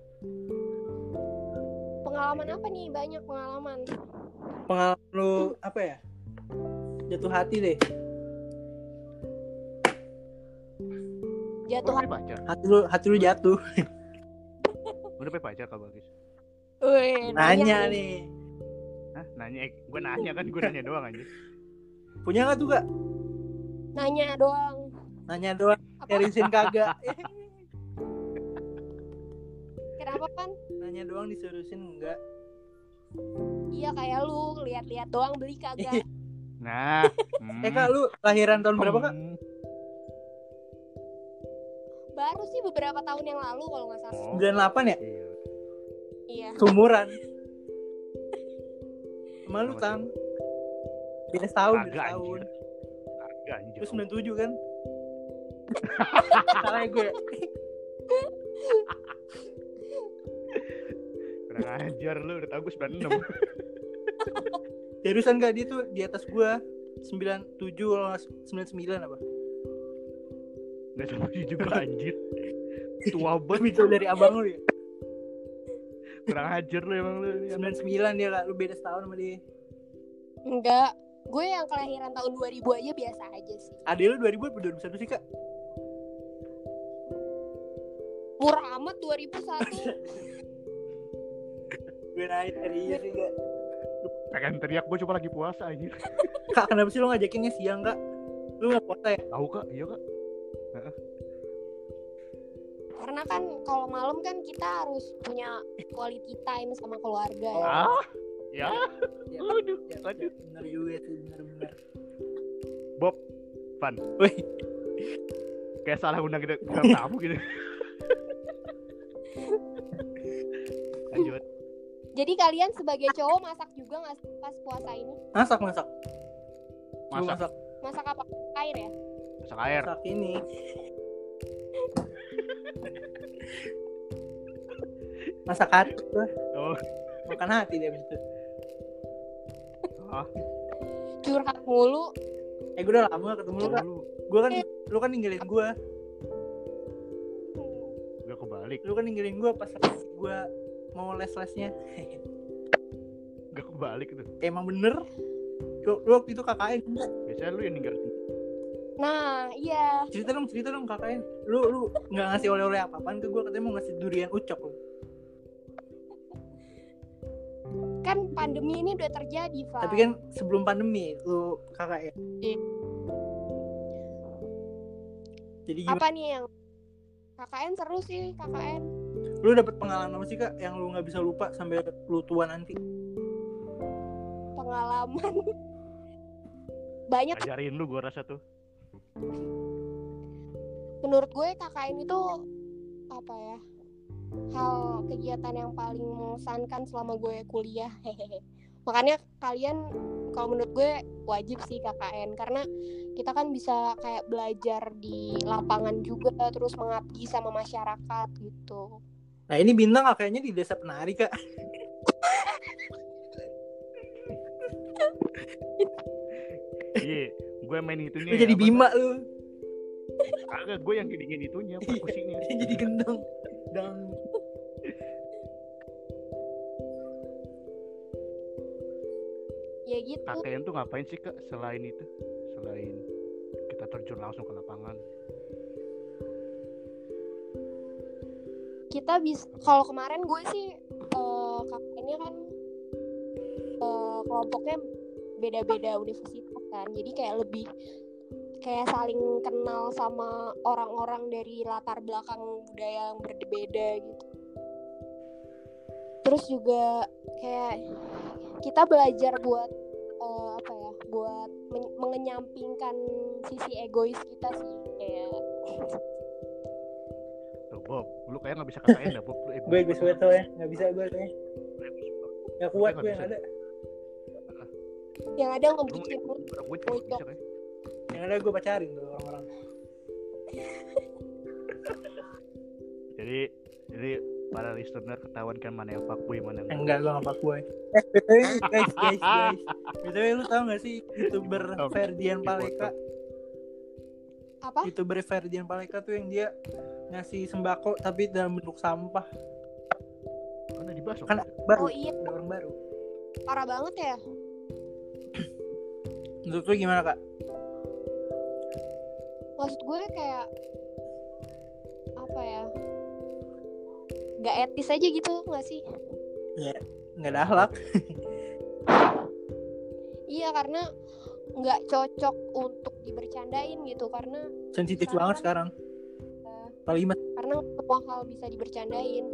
Pengalaman apa nih? Banyak pengalaman. Pengalaman lu apa ya? Jatuh hati deh. Jatuh Udah hati. punya pacar? Hati lu, hati lu jatuh. Udah punya pacar kak Bagus? Wih, Nanya nih. Hah? Nanya? Eh, gue nanya kan, gue nanya doang aja. Punya nggak tuh kak? Nanya doang. Nanya doang. Apa? Seriusin kagak? Kenapa kan? Nanya doang diseriusin enggak? Iya kayak lu lihat-lihat doang beli kagak. Nah. Hmm. Eh kak, lu lahiran tahun berapa kak? Hmm. Baru sih beberapa tahun yang lalu kalau nggak salah. Oh. sembilan puluh delapan ya? Iya. Iya. Sumuran. Sama lu Sama tang. Beda setahun, beda Kagak setahun. anjir. Kagak anjir. Lu sembilan puluh tujuh kan? Salah ya gue. Kurang ajar lu, udah tau gue sembilan puluh enam. Seriusan gak dia tuh di atas gue sembilan puluh tujuh atau sembilan puluh sembilan apa? Gak sampai juga anjir. Tua banget. Lebih jauh dari abang lu ya? Kurang ajar lu emang lu. sembilan puluh sembilan dia kak, lu beda setahun sama dia. Enggak, gue yang kelahiran tahun dua ribu aja biasa aja sih. Adek lu dua ribu atau dua ribu satu sih, Kak? Murah amat dua ribu satu. Gue naik dari iya sih, Kak. Pengen teriak, gue cuma lagi puasa anjir. Kak, kenapa sih lo ngajakinnya siang, Kak? Lu gak puasa ya? Tahu Kak? Iya Kak. Karena kan kalau malam kan kita harus punya quality time sama keluarga. Oh. Ah, ya. Ya, Aduh, ya, aduh. ya, bener juga sih, bener-bener. Bob, Van, Wih, kayak salah undang kita bintang tamu gitu. Lanjut. Jadi kalian sebagai cowok masak juga nggak sih pas puasa ini? masak, masak. Lu Masak, masak. Masak apa? Air ya? masak air. Masak ini. Masak hati gua. Oh, Makan hati dia abis itu. ah, Curhat mulu. Eh, gue udah lama gak ketemu lu, Kak. lu, Gue kan, lu kan ninggalin gue. gue kebalik, Lu kan ninggalin gue pas gue mau les-lesnya. gue kebalik tuh. Emang bener. Lu, lu waktu itu K K N enggak? Biasanya lu yang ninggal. Nah, iya. Cerita dong, cerita dong K K N. Lu lu enggak ngasih oleh-oleh apa-apaan ke gue, katanya mau ngasih durian ucok lu. Kan pandemi ini udah terjadi, Pak. Tapi kan sebelum pandemi lu K K N. Iya. Jadi gimana? Apa nih yang K K N seru sih, K K N. Lu dapet pengalaman apa sih, Kak, yang lu nggak bisa lupa sampai lu tua nanti? Pengalaman. Banyak Ajarin lu gue rasa tuh. menurut gue K K N itu apa ya? Hal kegiatan yang paling mengesankan selama gue kuliah. Hehehe. Makanya kalian kalau menurut gue wajib sih K K N karena kita kan bisa kayak belajar di lapangan juga terus mengabdi sama masyarakat gitu. Nah, ini Bintang kayaknya di Desa Penari, Kak. Iya, gue main itunya. Lu jadi apa, Bima lu. Kagak, gue yang gini itunya, perkusinya. Jadi gendong. Dan Ya gitu. K K N tuh ngapain sih Kak selain itu? Selain kita terjun langsung ke lapangan. Kita bisa kalau kemarin gue sih uh, K K N-nya kan uh, kelompoknya beda-beda universitas kan. Jadi kayak lebih kayak saling kenal sama orang-orang dari latar belakang budaya yang berbeda gitu. Terus juga kayak kita belajar buat uh, apa ya? Buat men- mengenyampingkan sisi egois kita sih kayak Tuh Bob, lu kayak nggak bisa K K N dah Bob. Lu egois gue gue banget. suwe ya, nggak bisa gue kayaknya. Lu egois banget. Nggak kuat Nggak gue bisa. yang ada. yang ada Lu ngebikin mood. orang gue juga nggak bisa kan? Yang ada gue pacarin tuh orang-orang. Jadi jadi para listener ketahuan kan mana yang fuckboy mana yang Enggak, gue nggak pak gue. Eh, B T W guys, guys, guys. B T W lu tau nggak sih youtuber Oh, Ferdian di Paleka? Apa? Youtuber Ferdian Paleka tuh yang dia ngasih sembako tapi dalam bentuk sampah. Mana dibahas Kan waktu itu? baru, Oh iya, ada orang baru. parah banget ya. Menurut lu gimana, Kak? Maksud gue kayak apa ya? Gak etis aja gitu gak sih? Nggak ada akhlak. Iya karena nggak cocok untuk dibercandain gitu karena Sensitif Sekarang banget kan- sekarang. uh, Kalimat. karena semua hal bisa dibercandain.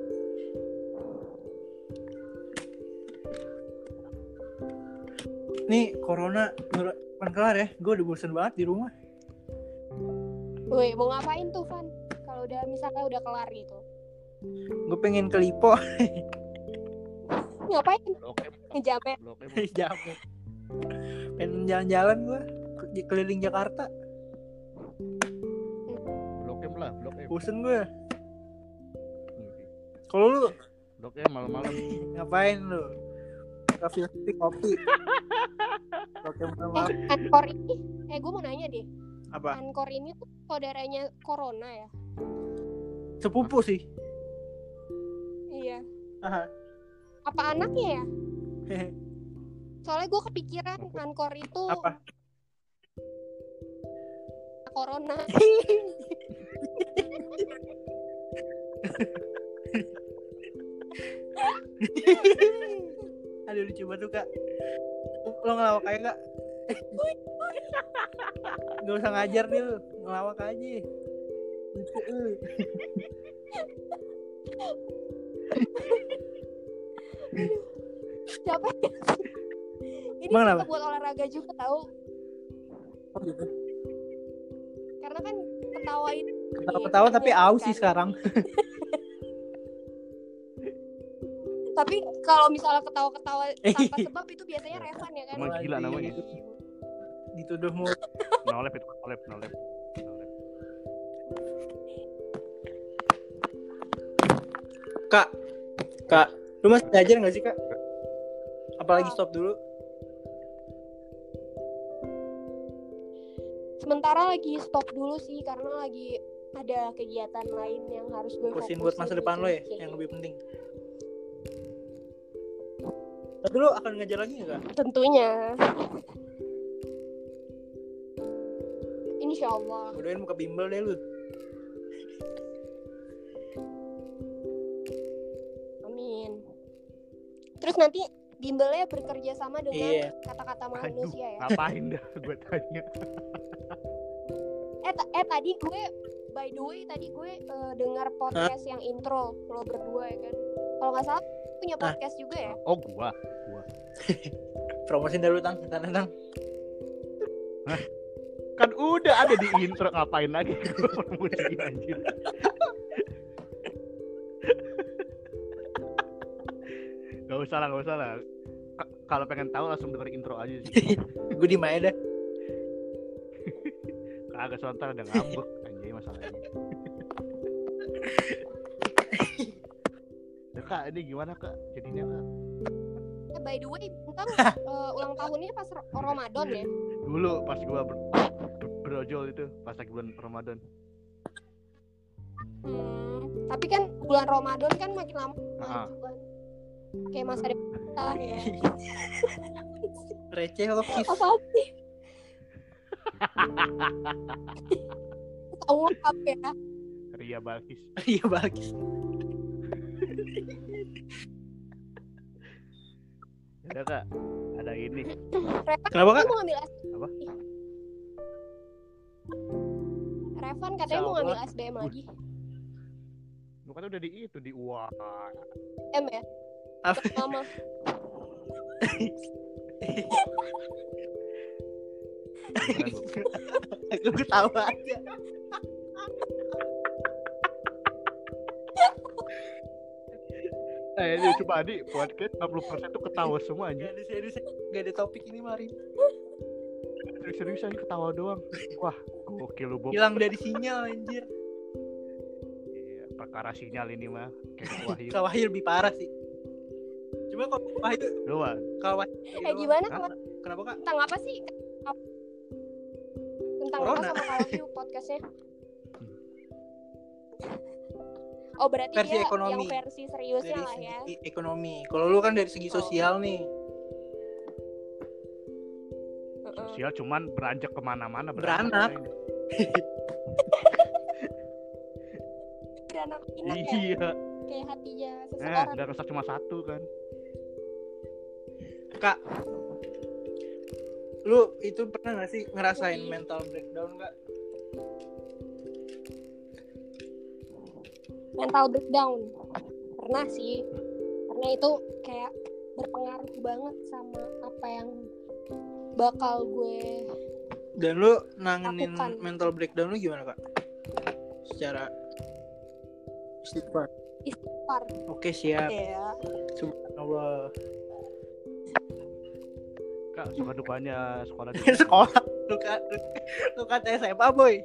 Nih corona menurut kan kelar ya. Gue udah bosan banget di rumah. Woi mau ngapain tuh Van? Kalau udah misalnya udah kelar gitu, Gue pengen ke Lipo. ngapain? Blok M, Ngejamet. Blok M. Jamet. Pengen jalan-jalan gue keliling Jakarta. Blok M lah, Blok M. Bosen gue. Kalau lu Blok M malam-malam. ngapain lu? Kafe kopi. Oke, Eh malam. Ankor ini, eh gue mau nanya deh. Apa? Ankor ini tuh saudaranya Corona ya? Sepupu sih. Iya. Aha. Apa anaknya ya? Soalnya gue kepikiran Anchor itu Apa? corona. Aduh lucu banget tuh Kak. Lo ngelawak aja Kak. Gak usah ngajar nih lu, ngelawak aja. Lucu lu. Siapa ya? Ini Emang suka kenapa? buat olahraga juga tahu. Oh gitu. Karena kan ketawain. Ketawa-ketawa tapi aus sih sekarang. Tapi kalau misalnya ketawa-ketawa tanpa sebab itu biasanya Revan ya kan. Emang gila namanya. Dituduh mulu. Nolep itu nolep nolep. Nolep. Kak, Kak, lu masih belajar nggak sih Kak? Apalagi stop dulu? Sementara lagi stop dulu sih karena lagi ada kegiatan lain yang harus gue Fokusin fokusin buat masa depan gitu. lo ya, yang lebih penting. Tapi lo akan ngajar lagi nggak Kak? Tentunya. Insya Allah. Mudah-mudahan buka bimbel deh lu. Amin. Terus nanti bimbelnya bekerja sama dengan Iya. kata-kata Aduh, manusia ya. ngapain dah gue tanya. Eh, ta- eh tadi gue by the way tadi gue uh, dengar podcast yang intro lo berdua ya kan. Kalau nggak salah punya podcast juga ya. Oh gua, gua. Promosin dulu Tang, Tang, Tang. Kan udah ada di intro, ngapain lagi gua promosiin anjir. Gak usah lah, gak usah lah. K- kalau pengen tahu langsung denger intro aja sih. Gue di mana dah? Kagak sontar ada ngambek anjay masalahnya. Ya Kak, ini gimana Kak? Jadinya Kak? Eh, by the way, bentar uh, ulang tahunnya pas Ro- Ramadan ya. Dulu pas gua ber- berojol itu, pas lagi bulan Ramadan. Hmm, tapi kan bulan Ramadan kan makin lama Ah. maju kan. Kayak masa depan kita ya. Receh lo kis. Apa sih? Tahu apa ya? Ria Balkis. Iya bagus. Ya Kak, ada ini. Revan Kenapa, Kak? katanya mau ngambil S B M. Apa? Revan katanya mau Insya ngambil Allah. S B M lagi. Lu kan udah di itu di U A. M ya? Apa? Mama. Aku ketawa aja. Eh ini coba di podcast enam puluh persen tuh ketawa semua anjir. Gak ada serius, gak ada topik ini mari. Serius-seriusan ini ketawa doang. Wah, gokil lu Bob. Hilang dari sinyal anjir. Iya, perkara sinyal ini mah kayak Wahyu. Kalau Wahyu lebih parah sih. Cuma kalau Wahyu, Doang. kalau Wahyu Eh gimana? Hah? Kenapa Kak? Tentang apa sih? Tentang Corona. apa sama Kak Wahyu podcastnya? Oh berarti Versi dia ekonomi. yang versi seriusnya Dari lah ya. segi ekonomi. Kalau lu kan dari segi Oh. sosial nih. Heeh. Sosial cuman beranjak kemana-mana. Beranak. Beranak pinak ya. Iya. Kayak hatinya Eh, seseorang. udah rusak cuma satu kan. Kak, lu itu pernah gak sih ngerasain Wih. mental breakdown Kak? Mental breakdown pernah sih, karena itu kayak berpengaruh banget sama apa yang bakal gue Dan lu nanganin Lakukan. mental breakdown lu gimana Kak? Secara istighfar. istighfar Oke siap. ya. Subhanallah. Kak, suka dukanya sekolah di Sekolah. Lu kan lu, lu kata S M A boy.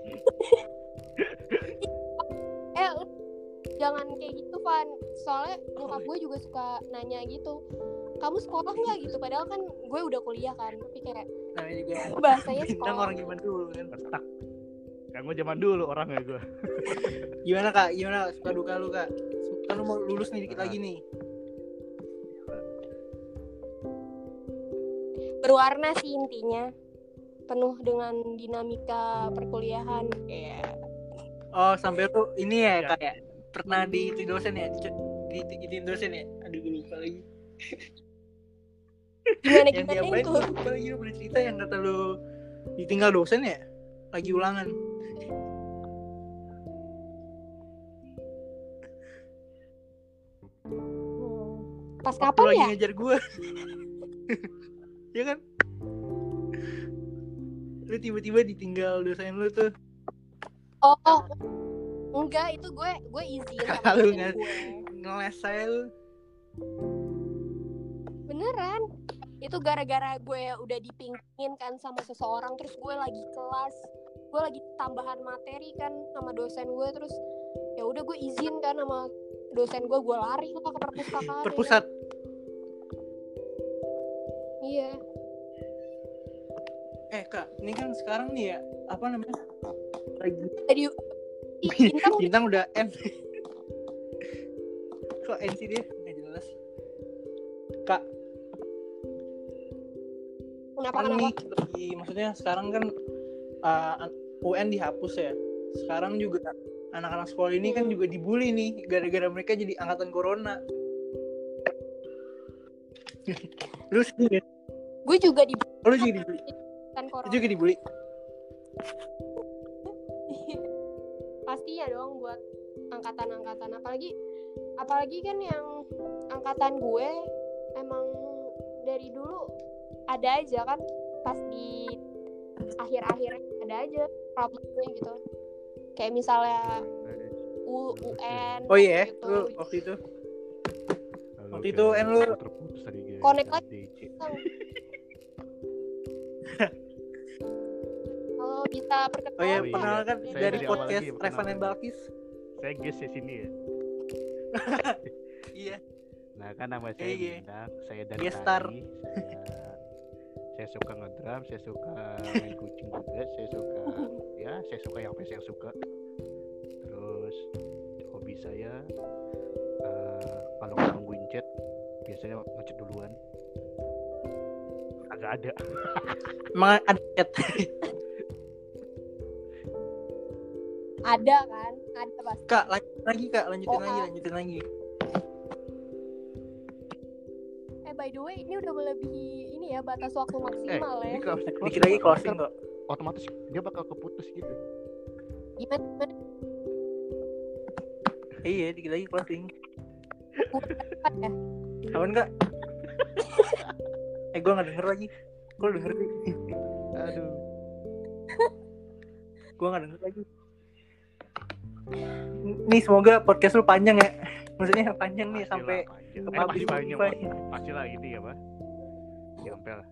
Eh lu jangan kayak gitu Van, soalnya nyokap gue juga suka nanya gitu, kamu sekolah nggak gitu, padahal kan gue udah kuliah kan, tapi kayak Namanya juga bahasanya bintang sekolah. orang gimana dulu kan. Retak. Kan gue zaman dulu orangnya gue. Gimana Kak? Gimana suka duka lu Kak? Kan lu mau lulus nih dikit lagi nih. berwarna sih intinya, penuh dengan dinamika perkuliahan kayak. Oh, sampai lu ini ya Ya. kayak pernah di itu dosen ya, di di, di, di dosen ya. Aduh gue lupa lagi. Gimana Yang gimana diapain itu? gue lupa lagi, lu pernah cerita yang kata lu ditinggal dosen ya, lagi ulangan. Hmm. Pas Waktu kapan lagi ya? ngajar gue. Ya kan? Lu tiba-tiba ditinggal dosen lu tuh. Oh, oh. Enggak, itu gue gue izin sama Lu dosen nggak gue. ngeles saya lu. Beneran. Itu gara-gara gue udah dipingin kan sama seseorang, terus gue lagi kelas, gue lagi tambahan materi kan sama dosen gue, terus ya udah gue izin kan sama dosen gue, gue lari lah ke perpustakaan. Perpusat. Ya. Iya. Eh kak, ini kan sekarang nih ya, apa namanya? Lagi Jadi ih, bintang bintang udah N. Kok N sih dia? Nggak jelas. Kak, kenapa kan kenapa? nih lagi, maksudnya sekarang kan uh, U N dihapus ya. Sekarang juga anak-anak sekolah ini kan juga dibully nih gara-gara mereka jadi angkatan corona. Lu sedih ya? Gue juga di Lu juga dibully? kan Lu corona. juga dibully? Pastinya dong buat angkatan-angkatan, apalagi apalagi kan yang angkatan gue emang dari dulu ada aja kan, pas di akhir-akhir ada aja problemnya gitu, kayak misalnya U, UN Oh iya, gitu. lu waktu itu. Halo, Waktu itu, kira En, lu- terputus tadi guys. Connect lagi. D C. Kalau bisa perkenalan Oh iya, Oh iya. perkenalkan Saya dari dari awal podcast lagi ya, Revan perkenalan. and Balkis. Saya guys di sini ya. Iya. Nah kan nama saya Iya, iya. Bintang, saya dari Guest star. tadi. Saya, saya suka ngedrum, saya suka main kucing juga, saya suka ya, saya suka yang apa yang suka. Terus hobi saya eh, kalau nungguin chat biasanya ngechat duluan. Agak ada. Emang ada chat. ada kan, ada pasti. Kak, lanjut lagi Kak, lanjutin Oh, lagi, ah. lanjutin lagi. Eh by the way, ini udah melebihi ini ya batas waktu maksimal eh, ya. ini kalau Dikit lagi closing kok. otomatis dia bakal keputus gitu. Gimana? gimana? Iya, dikit lagi closing. Bukan ya? Kapan Kak? Eh, gue nggak denger lagi. Gue denger sih. Aduh. Gue nggak denger lagi. Nih semoga podcast lu panjang ya. Maksudnya panjang nih Pastilah, sampai panjang. ke Eh, public pasti panjang, Spotify. Pak. Pastilah ini ya Pak. Nyampe lah.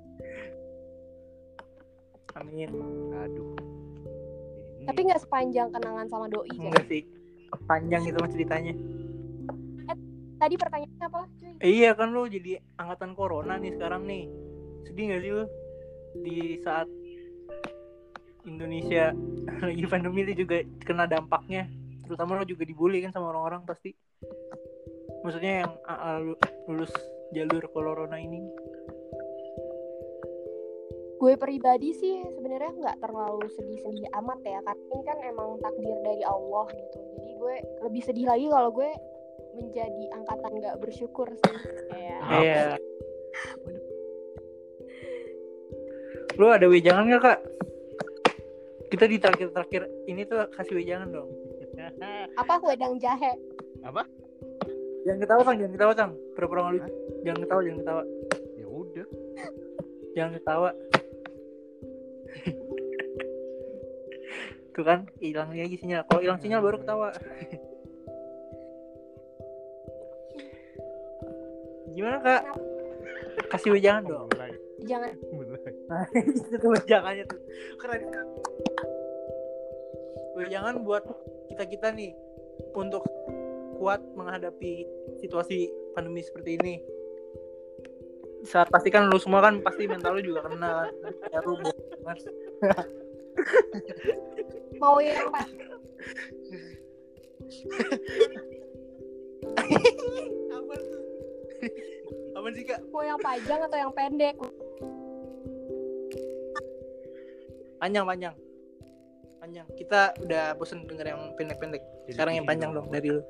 Amin. Aduh. Ini Tapi nggak sepanjang kenalan sama doi kan? Enggak sih. Panjang itu mah ceritanya. Tadi pertanyaannya apa, cuy? Eh, iya kan lu jadi angkatan corona nih sekarang nih. Sedih gak sih lu? Di saat Indonesia lagi pandemi lu juga kena dampaknya. Terutama lu juga dibully kan sama orang-orang pasti. Maksudnya yang uh, uh, lulus jalur corona ini. Gue pribadi sih sebenarnya nggak terlalu sedih-sedih amat ya, karena ini kan emang takdir dari Allah gitu. Jadi gue lebih sedih lagi kalau gue menjadi angkatan nggak bersyukur sih. Kayak Iya. Lu ada wejangan gak Kak? Kita di terakhir-terakhir ini tuh kasih wejangan dong. apa wedang jahe? apa? Jangan ketawa Tang, jangan ketawa Tang. Pura-pura nggak lucu. Hah? Jangan ketawa, jangan ketawa. Ya udah. Jangan ketawa. Tuh kan, hilang lagi sinyal. Kalau hilang sinyal baru ketawa. Gimana Kak? Kasih wejangan dong. Mulai, Jangan. mulai. Nah, itu tuh wejangannya tuh. Keren. Wejangan buat kita-kita nih untuk kuat menghadapi situasi pandemi seperti ini. Saat pastikan lu semua kan pasti mental lu juga kena kan. Ya lu banget. Mau yang apa? Apa tuh? Apa sih Kak? Mau yang panjang atau yang pendek? Panjang panjang. Panjang. Kita udah bosen denger yang pendek-pendek. Sekarang yang panjang dong dari lu.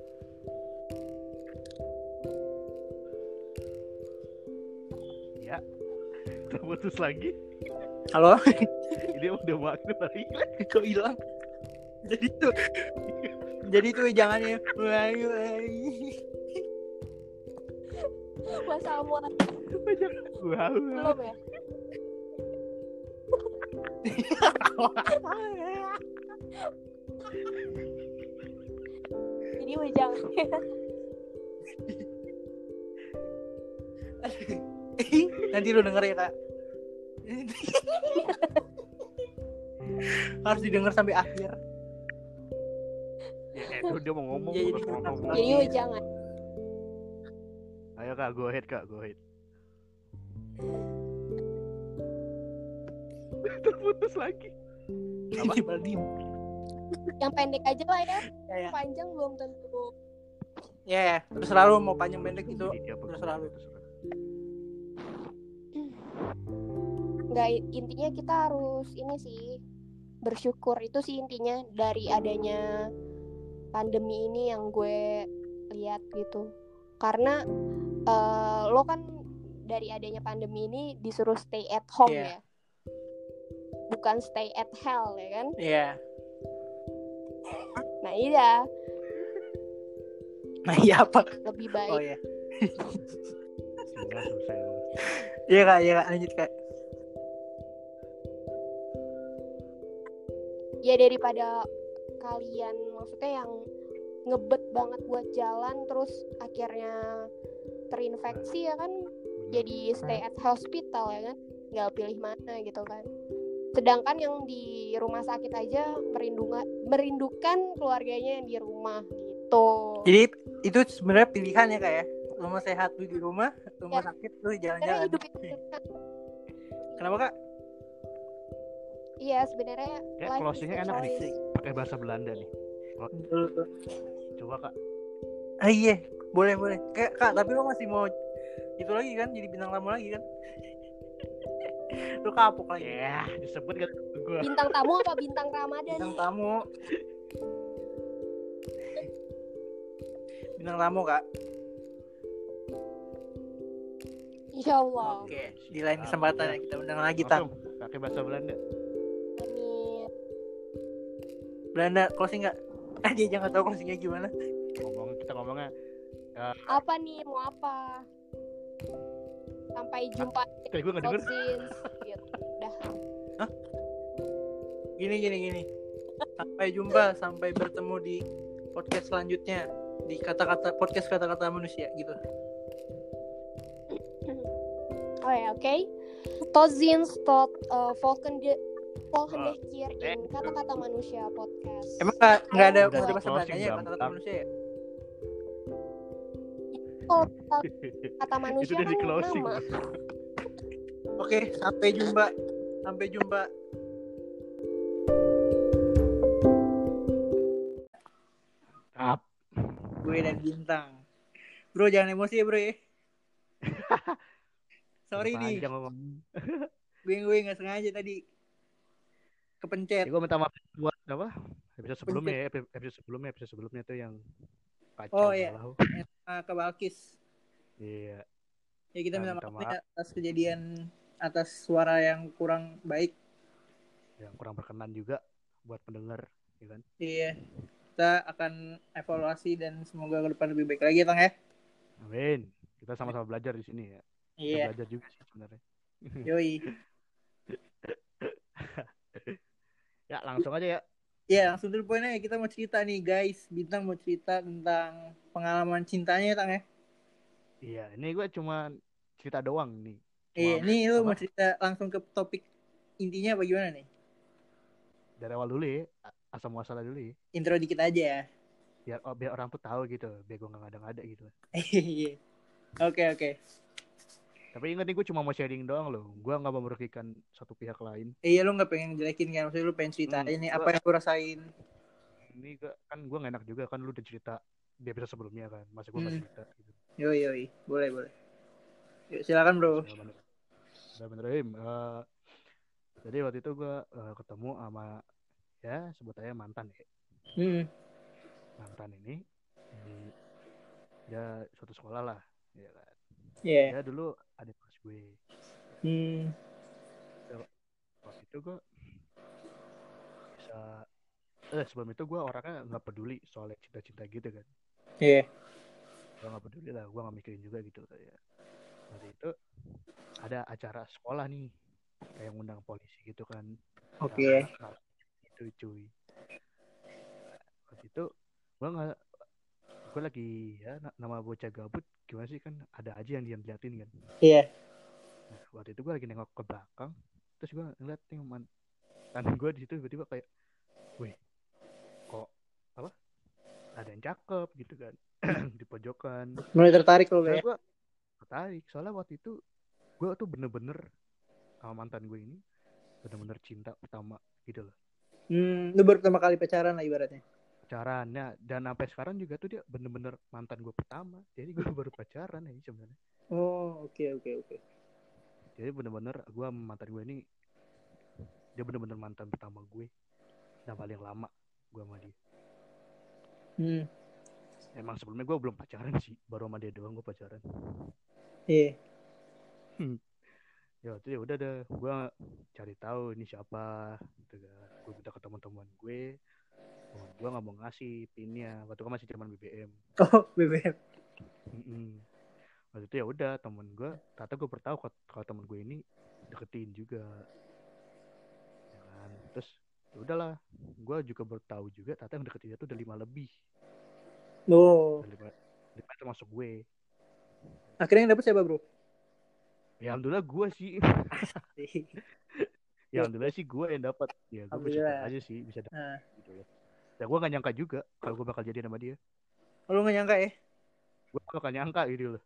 Ya. Terputus lagi. Halo? Ini udah waktu lagi. Kok hilang? Jadi tuh. Jadi tuh jangan ya. Wassalamualaikum. Wow. Belum ya? Jadi jangan. Nanti lu denger ya kak. Harus didengar sampai akhir. Ya, eh, dia mau ngomong. Ya, terus jadi- ngomong. Jadi jangan. Ayo kak, go ahead kak, go ahead. Terputus lagi. Apa? Ini Baldim. Yang pendek aja lah ya. Ya ya. Panjang belum tentu. Ya ya. Terus selalu mau panjang pendek gitu. Jadi dia Terus selalu. terserah. Nggak, intinya kita harus ini sih, bersyukur. Itu sih intinya dari adanya pandemi ini yang gue lihat gitu. Karena eh, lo kan dari adanya pandemi ini disuruh stay at home Iya. ya, bukan stay at hell ya kan. Iya. Nah iya, Nah iya apa? lebih baik. Oh iya. Iya, selesai. Iya kak, iya kak, lanjut kak. Ya daripada kalian maksudnya yang ngebet banget buat jalan terus akhirnya terinfeksi ya kan, jadi stay at hospital ya kan, nggak pilih mana gitu kan. Sedangkan yang di rumah sakit aja merindukan merindukan keluarganya yang di rumah gitu. Jadi itu sebenarnya pilihan ya kak ya. Lu mau sehat lu di rumah, lu mau Ya. sakit lu Karena jalan-jalan. hidup itu pilihan. Kenapa kak? Iya sebenarnya Kayak life is closingnya a enak nih. choice. Pakai bahasa Belanda nih. Coba kak. Ah iya, boleh boleh. Kak, kak, tapi lu masih mau itu lagi kan, jadi bintang tamu lagi kan? Lu kapok lagi. Ya, disebut gak gue. Bintang tamu apa bintang Ramadan? Bintang tamu. Bintang tamu kak. Insya Allah. Oke, di lain kesempatan ya kita undang lagi Tang. Langsung pakai bahasa Belanda. Amin. Belanda closing nggak? Eh dia jangan tahu closingnya gimana. Ngomong kita ngomongnya Apa nih mau apa? Sampai jumpa kayak gue nggak denger. Cousins. Gitu. Udah. Gini gini gini. Sampai jumpa, sampai bertemu di podcast selanjutnya di kata-kata podcast kata-kata manusia gitu. Oh ya, oke. Tozins tot uh, Volken de Volken de Kier in kata-kata manusia podcast. Emang nggak nggak ada Udah, nggak ada bahasa closing, Belandanya ya Bang. kata-kata manusia ya? Kalau kata manusia Itu udah di kan closing. nama. Oke, sampai jumpa. Sampai jumpa. Up. Gue dan Bintang. Bro jangan emosi ya bro ya. Sorry nih, Panjang ngomong. gue gue nggak sengaja tadi kepencet. Ya, gue minta maaf buat apa? Episode sebelumnya ya, episode sebelumnya, episode sebelumnya tuh yang Oh, kacau. iya. galau. Uh, ke Balkis. Iya. Ya kita minta Nah, minta maaf nih maaf. atas kejadian, atas suara yang kurang baik. Yang kurang berkenan juga buat pendengar, ya kan? Iya. Kita akan evaluasi dan semoga ke depan lebih baik lagi, Tang ya. Amin. Kita sama-sama belajar di sini ya. Kita Iya. belajar juga sih sebenarnya. Yoi. Ya, langsung aja ya. Ya, langsung to the point aja. Kita mau cerita nih, guys. Bintang mau cerita tentang pengalaman cintanya, Tang ya. Iya, ini gue cuma cerita doang nih. Cuma, Iya, nih lu apa? mau cerita langsung ke topik intinya apa gimana nih? Dari awal dulu ya, asal muasalah dulu ya. Intro dikit aja ya. Biar oh, biar orang tuh tahu gitu, biar gue nggak ngada-ngada gitu. Iya. Oke, oke. Tapi ingat nih, gue cuma mau sharing doang loh. Gue nggak mau merugikan satu pihak lain. Iya, lu nggak pengen jelekin kan? Maksudnya lu pengen cerita Hmm, aja nih gua- apa yang lu rasain. Ini gua, kan gue nggak enak juga kan, lu udah cerita di episode sebelumnya kan, masa gue nggak Hmm. cerita gitu. Yoi, yoi. Boleh, boleh. Yuk, silakan bro. Bismillahirrahmanirrahim. Eh, Jadi waktu itu gue uh, ketemu sama ya sebut aja mantan ya. Hmm. Mantan ini di dia suatu sekolah lah, ya kan. Iya. Dia dulu adik kelas gue. Hmm. Ya, waktu itu gue bisa eh sebelum itu gue orangnya nggak peduli soal cinta-cinta gitu kan. Iya. Gue nggak peduli lah, gue nggak mikirin juga gitu kayak. Waktu itu ada acara sekolah nih, kayak ngundang polisi gitu kan. Oke. Sama itu cuy. Waktu itu gue nggak gue lagi ya nama bocah gabut gimana sih kan ada aja yang dia liatin kan. Iya. Nah, waktu itu gue lagi nengok ke belakang, terus gue ngeliat nih mantan gue di situ tiba-tiba kayak, wih, kok apa? Ada yang cakep gitu kan di pojokan. Mulai tertarik lo Soalnya ya? gue tertarik, soalnya waktu itu gue tuh bener-bener sama mantan gue ini bener-bener cinta pertama gitu loh. Hmm, lu baru pertama kali pacaran lah ibaratnya. Pacarannya dan sampai sekarang juga tuh dia bener-bener mantan gue pertama, jadi gue baru pacaran ya sebenarnya. Oh, oke okay, oke okay, oke. Okay. Jadi bener-bener gue sama mantan gue ini dia bener-bener mantan pertama gue dan paling lama gue sama dia. Hmm. Emang sebelumnya gue belum pacaran sih, baru sama dia doang gue pacaran. Iya. Yeah. Ya waktu itu udah deh, gue cari tahu ini siapa, gitu kan. Gue minta ke teman-teman gue, teman gue nggak mau ngasih pinnya, waktu itu masih zaman B B M. Oh, B B M. Mm-mm. Waktu itu ya udah temen gue, ternyata gue bertahu kalau temen gue ini deketin juga, ya kan. Terus ya udahlah, gue juga bertahu juga ternyata yang deketin dia tuh udah lima lebih. Oh. Udah lima, lima termasuk gue. Akhirnya yang dapet siapa bro? Ya alhamdulillah gue sih. Ya alhamdulillah sih gue yang dapat. Ya gue bersyukur aja sih bisa dapet nah. gitu loh. Ya gue gak nyangka juga kalau gue bakal jadi sama dia. Lu gak nyangka ya? Gue gak bakal nyangka gitu loh.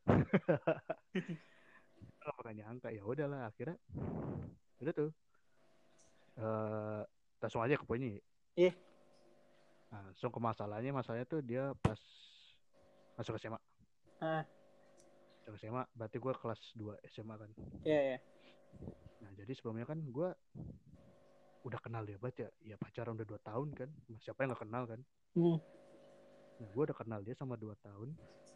Gue gak bakal nyangka. Ya udahlah akhirnya udah tuh uh, langsung aja ke poinnya. Iya. Nah, langsung ke masalahnya. Masalahnya tuh dia pas masuk S M A. Ah. Masuk S M A berarti gue kelas dua S M A kan. Iya iya. Nah jadi sebelumnya kan gue udah kenal dia banget ya. Ya pacaran udah dua tahun kan. Siapa yang gak kenal kan. Hmm. Nah gue udah kenal dia sama dua tahun.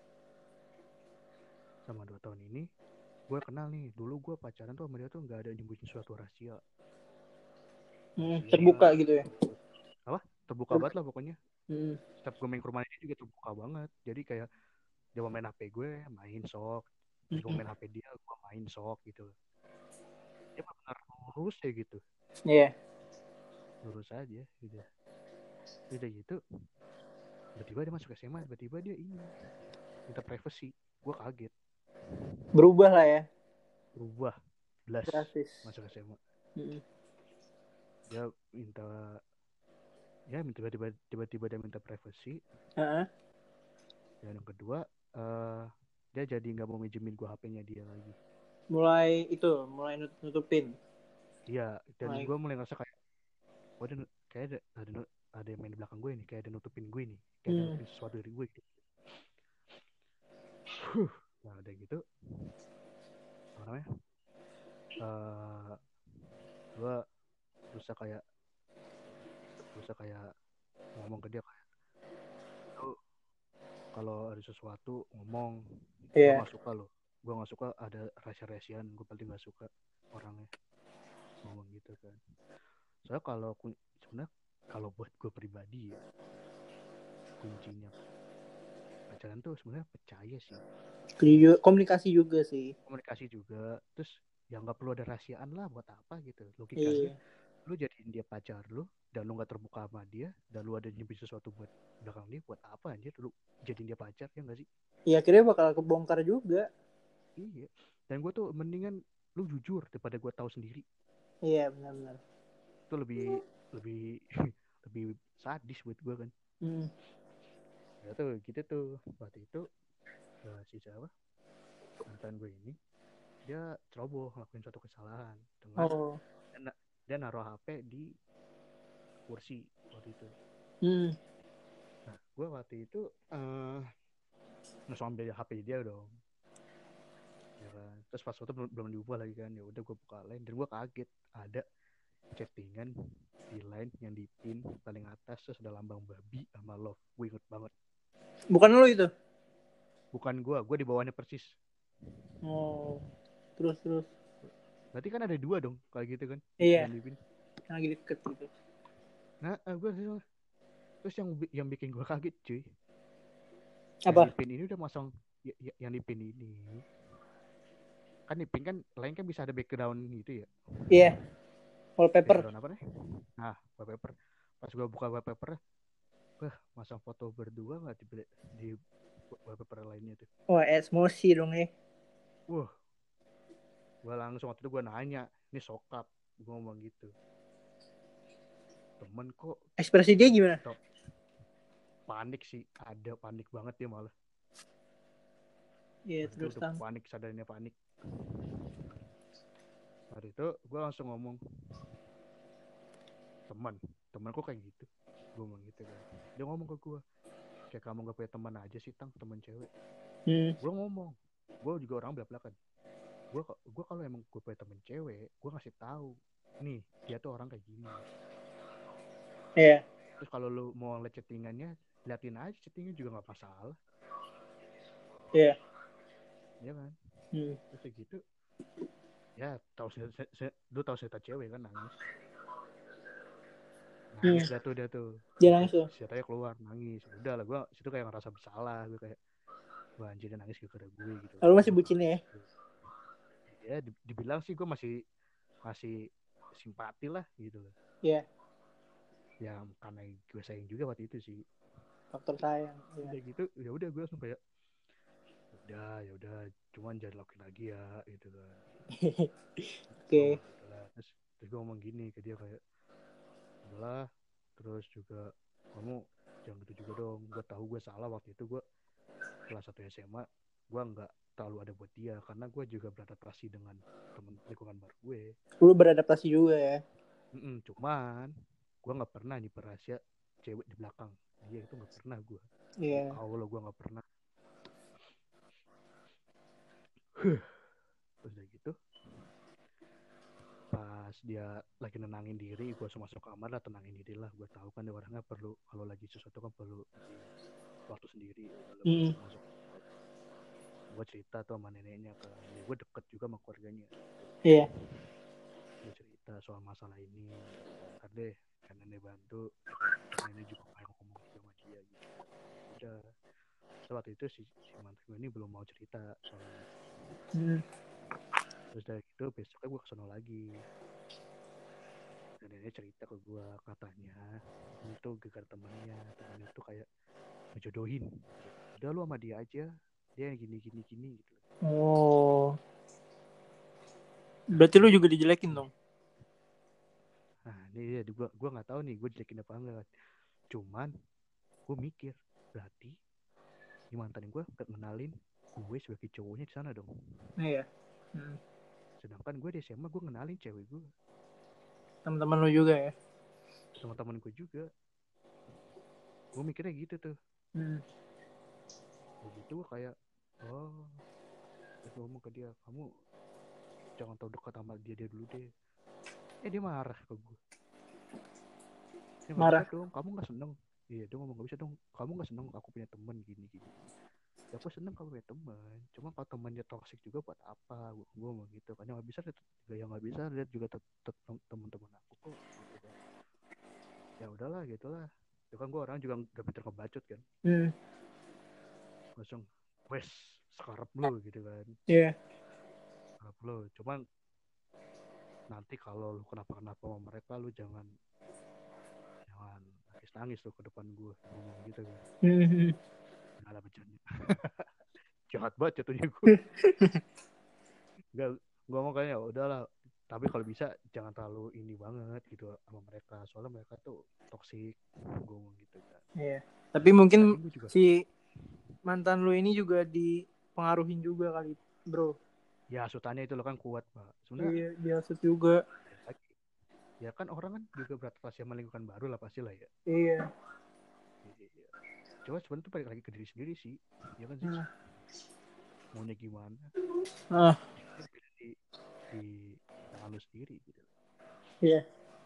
Sama dua tahun ini gue kenal nih, dulu gue pacaran tuh sama dia tuh nggak ada nyembunyi suatu rahasia. Hmm, rahasia terbuka gitu ya? Apa? Terbuka banget lah pokoknya. Hmm. Setiap gue main ke rumahnya juga terbuka banget. Jadi kayak dia mau main H P gue, main sok. Terus gue main H P dia, gue main sok gitu. Dia benar lurus ya gitu. Iya. Yeah. Lurus aja gitu. Udah gitu, tiba-tiba dia masuk S M A, tiba-tiba dia ini minta privacy. Gue kaget. Berubah lah ya? Berubah. Belas. Gratis. Masuk S M A. Mm-hmm. Dia minta ya tiba-tiba tiba-tiba dia minta privacy. Uh-huh. Dan yang kedua uh, dia jadi nggak mau minjemin gue H P-nya dia lagi. Mulai itu mulai nutupin. Iya, dan mulai... gue mulai ngerasa kayak oh ada kayak ada ada ada yang main di belakang gue nih, kayak ada nutupin gue nih, kayak hmm. ada nutupin sesuatu dari gue gitu. Huh. Nah udah gitu apa namanya uh, gue berusaha kayak berusaha kayak ngomong ke dia kayak lu kalau ada sesuatu ngomong. Yeah. Gue nggak suka loh, gue nggak suka ada rahasia-rahasiaan, gue paling nggak suka orangnya ngomong gitu kan. Soalnya kalau sebenarnya kalau buat gue pribadi ya kuncinya pacaran tuh sebenarnya percaya sih. Komunikasi juga sih. Komunikasi juga, terus ya nggak perlu ada rahasiaan lah, buat apa gitu logikanya. Iya. Lu jadiin dia pacar lu dan lu nggak terbuka sama dia dan lu ada nyimpen sesuatu buat belakang dia, buat apa anjir lu jadiin dia pacar, ya nggak sih? Iya, akhirnya bakal kebongkar juga. Iya, dan gue tuh mendingan lu jujur daripada gue tahu sendiri. Iya, benar-benar. Itu lebih lebih lebih sadis buat gue kan. Hmm. Ya tuh gitu tuh waktu itu uh, si siapa mantan gue ini dia ceroboh ngelakuin suatu kesalahan dengan oh. dia, dia naruh H P di kursi waktu itu. Hmm. Nah gue waktu itu uh, langsung ambil H P dia dong, ya kan. Terus pas waktu belum belum diubah lagi kan, ya udah gue buka lain dan gue kaget ada chattingan di line yang di pin paling atas terus ada lambang babi sama love. Gue inget banget. Bukan lu itu? Bukan gue, gue di bawahnya persis. Oh, terus terus. Berarti kan ada dua dong kayak gitu kan? Iya. Yang di pin. Lagi deket gitu. Nah, uh, gue terus yang yang bikin gue kaget cuy. Apa? Yang di pin ini udah masang ya, ya, yang di pin ini. Kan di pin kan lain kan bisa ada background gitu ya. Iya. Wallpaper. Background apa nih? Nah, wallpaper. Pas gue buka wallpaper, wah, masang foto berdua nggak di, di wallpaper lainnya tuh. Wah, emosi dong ya. Wah, gue langsung waktu itu gue nanya, ini sokap, gue ngomong gitu. Temen kok. Ekspresi dia gimana? Top. Panik sih, ada panik banget dia malah. Iya, terus kan. Panik, sadarnya panik. Hari itu gue langsung ngomong, teman, teman kok kayak gitu. Gue ngomong gitu kan. Dia ngomong ke gue, kayak kamu gak punya teman aja sih, Tang, teman cewek. Hmm. Gue ngomong, gue juga orang belak-belakan. Gue gue kalau emang gue punya temen cewek, gue ngasih tahu, nih dia tuh orang kayak gini. Iya. Yeah. Terus kalau lu mau lihat chattingannya, liatin aja chattingnya juga nggak masalah. Iya. Yeah. Iya kan. Hmm. Terus kayak gitu, ya tahu saya, saya, lu tahu cerita cewek kan nangis. Nangis hmm. dah tuh dia tuh. Dia nangis tuh. Ceritanya keluar nangis. Udah lah, gue situ kayak ngerasa bersalah, gue kayak, wah anjir dia nangis gara-gara gue gitu. Lalu masih bucin ya? Ya dibilang sih gue masih masih simpati lah gitu loh. Iya. Yeah. Ya karena gue sayang juga waktu itu sih. Faktor sayang. Udah ya. Gitu, ya udah gue langsung kayak, udah ya udah, cuman jangan lakuin lagi ya gitu kan. Oke. Okay. Oh, terus, terus gue ngomong gini ke dia kayak, udahlah, terus juga kamu jangan gitu juga dong. Gue tahu gue salah waktu itu, gue kelas satu S M A gue nggak terlalu ada buat dia karena gue juga beradaptasi dengan teman lingkungan baru gue. Lu beradaptasi juga ya? Mm-mm, cuman gue nggak pernah nih rahasia cewek di belakang dia, itu nggak pernah gue. Iya. Yeah. Kalau gue nggak pernah. Terus udah gitu, pas dia lagi nenangin diri, gue langsung masuk kamar lah, tenangin diri lah. Gue tahu kan dia orangnya perlu, kalau lagi sesuatu kan perlu waktu sendiri. Mm. Masuk, gue cerita tuh sama neneknya kan, ya, gue deket juga sama keluarganya. Iya. Yeah. Gue cerita soal masalah ini, ntar deh kan nenek bantu, kan nenek juga kayak ngomong sama dia gitu. Udah, so, waktu itu si, si mantan gue ini belum mau cerita soalnya. Mm. Terus dari itu besoknya gue kesana lagi. Dan dia cerita ke gue, katanya itu gara-gara temennya, temennya tuh kayak ngejodohin. Udah lu sama dia aja, dia gini gini gini gitu. Oh. Berarti lu juga dijelekin dong? Nah ini ya, gue gue nggak tahu nih gue dijelekin apa enggak. Cuman gue mikir, berarti di mantan gue kenalin gue sebagai cowoknya di sana dong. Iya. Hmm. Sedangkan gue di S M A gue kenalin cewek gue. Teman-teman lu juga ya? Teman-teman gue juga. Gue mikirnya gitu tuh. Hmm. Begitu gue kayak, oh, terus gue ngomong ke dia, kamu jangan tau dekat sama dia dia dulu deh. Eh dia marah ke gue. Dia marah dong, kamu nggak seneng? Iya dia ngomong nggak bisa dong, kamu nggak seneng aku punya teman gini gini. Ya aku seneng kamu punya teman, cuma kalau temannya toksik juga buat apa? Gue ngomong gitu, kan yang nggak bisa juga yang nggak bisa lihat juga teman-teman aku kok. Gitu kan. Ya udahlah gitulah. Itu kan gue orang juga gak pinter ngebacot kan. Hmm. Langsung, wes sekarap lo gitu kan. Iya. Yeah. Sekarap lo, cuman nanti kalau lu kenapa-kenapa sama mereka, lu jangan jangan nangis-nangis lu ke depan gue, ngomong gitu kan. Mm-hmm. Nggak ada bercanda. Jahat banget jatuhnya gue. Gak, gue ngomong kayaknya udahlah, tapi kalau bisa jangan terlalu ini banget gitu sama mereka, soalnya mereka tuh toksik, gue ngomong gitu kan. Iya. Tapi mungkin si mantan lu ini juga dipengaruhin juga kali, bro. Ya asutannya itu lo kan kuat pak. Sebenarnya iya dia asut juga. Ya kan orang kan juga beradaptasi sama lingkungan baru lah pasti lah ya. Iya. Iya. Coba sebenarnya tuh balik lagi ke diri sendiri sih, ya kan sih. Hmm. Maunya gimana? Ah. Di di tangan lu sendiri gitu. Iya.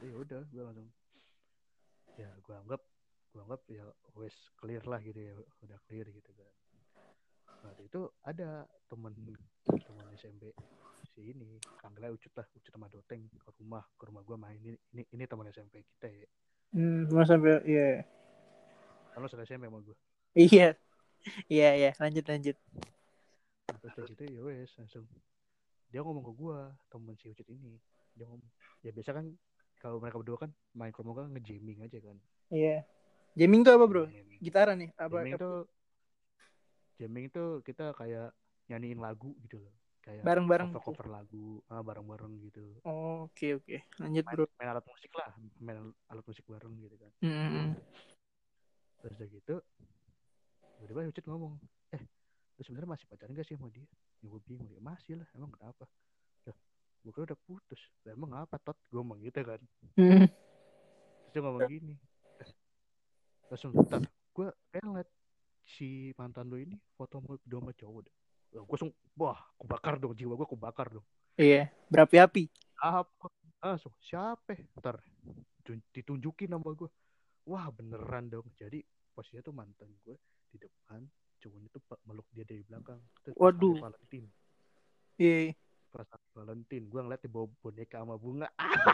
ya udah gue langsung ya gue anggap gue anggap ya wes clear lah gitu ya, udah clear gitu kan. Waktu itu ada temen temen S M P si ini panggilnya Ucut lah, Ucut sama Doteng ke rumah ke rumah gue main. Ini ini, ini teman S M P kita ya. Hmm, cuma sampai iya. Kan lo sudah S M P sama gue. Iya. Iya, iya, lanjut lanjut. Nah, terus dari situ ya wes langsung dia ngomong ke gue, temen si Ucut ini. Dia ngomong, ya biasa kan kalau mereka berdua kan main ke rumah kan nge-jamming aja kan. Iya. Jamming tuh apa, Bro? Jamming. Gitaran nih? Apa? Jamming tuh jamming tuh kita kayak nyanyiin lagu gitu loh. Kayak bareng-bareng gitu. cover-cover lagu, ah, bareng-bareng gitu. Oh, oke oke. Lanjut, Main, Bro. main alat musik lah, main alat musik bareng gitu kan. Hmm. Terus udah gitu tiba-tiba Ucut ngomong, eh lu sebenarnya masih pacaran gak sih sama dia? Ya gue bingung, ya masih lah, emang kenapa? Ya gue kira udah putus, lah emang apa tot? Gue ngomong gitu kan. Hmm. Terus dia ngomong gini, eh, langsung bentar, gue kayak ngeliat si mantan lu ini foto sama video sama cowok deh. Gue langsung, wah kebakar dong, jiwa gue kebakar dong. Iya, berapi-api. Apa? Langsung, siapa? Ntar ditunjukin nama gue. Wah beneran dong. Jadi posisinya tuh mantan gue di depan, cowoknya tuh meluk dia dari belakang. Itu pas Waduh. hari Valentine. Iya. Pas hari Valentine, gue ngeliat di bawa boneka sama bunga.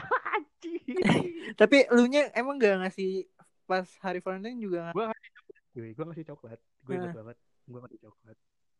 Tapi lu nya emang gak ngasih pas hari Valentine juga nggak? Gue ngasih coklat. Gue ngasih coklat. Gue ingat Nah. banget. Gue ngasih coklat.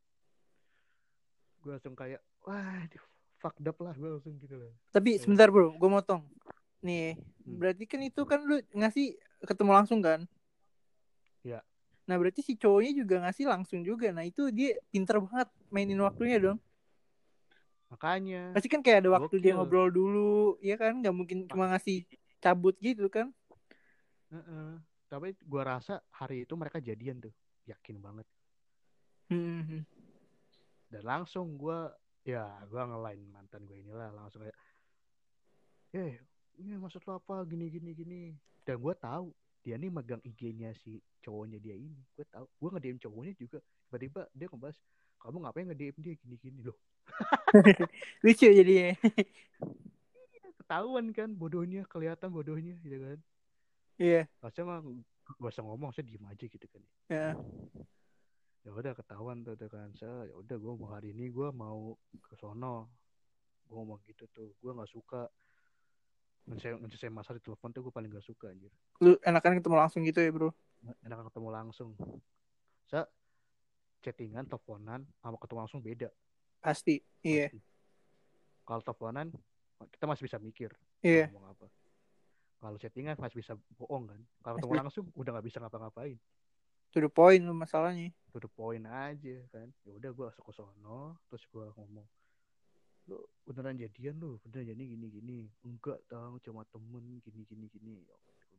Gue langsung kayak, wah, fucked up lah gue langsung gitu lah. Tapi sebentar, Bro, gue motong. Nih, hmm. berarti kan itu kan lu ngasih ketemu langsung kan? Iya. Nah, berarti si cowoknya juga ngasih langsung juga. Nah, itu dia pinter banget mainin waktunya dong. Makanya. Pasti kan kayak ada waktu gokil. dia ngobrol dulu, ya kan? Gak mungkin cuma ngasih cabut gitu kan? Uh-uh. Tapi gue rasa hari itu mereka jadian tuh, yakin banget. Hmm. Dan langsung gue, ya gue ngelain mantan gue inilah, langsung kayak, eh, ini maksud lo apa? Gini gini gini. Dan gue tahu dia nih megang I G-nya si cowoknya dia ini. Gue tahu, gue nge-D M cowoknya juga. Tiba-tiba dia ngebahas, kamu ngapain nge-D M dia gini gini loh. Lucu jadinya. Ketahuan kan bodohnya, kelihatan bodohnya gitu kan. Iya. Harusnya mah gak usah ngomong, saya diem aja gitu kan. Ya. Ya udah ketahuan tuh, tuh kan. Saya ya udah gue mau hari ini gue mau ke sono. Gue ngomong gitu tuh, gue nggak suka menyelesaikan masalah di telepon tuh, gue paling gak suka anjir. Lu enakan ketemu langsung gitu ya, Bro? Enakan ketemu langsung. Saya chattingan, teleponan sama ketemu langsung beda. Pasti, iya. Pasti. Kalau teleponan kita masih bisa mikir iya. ngomong apa. Kalau chattingan masih bisa bohong kan. Kalau ketemu langsung udah nggak bisa ngapa-ngapain. To the point lu masalahnya. To the point aja kan. Ya udah gue masuk ke sono, terus gue ngomong, lu beneran jadian lu, beneran jadi gini gini. Enggak tau, cuma temen gini gini gini. Ya,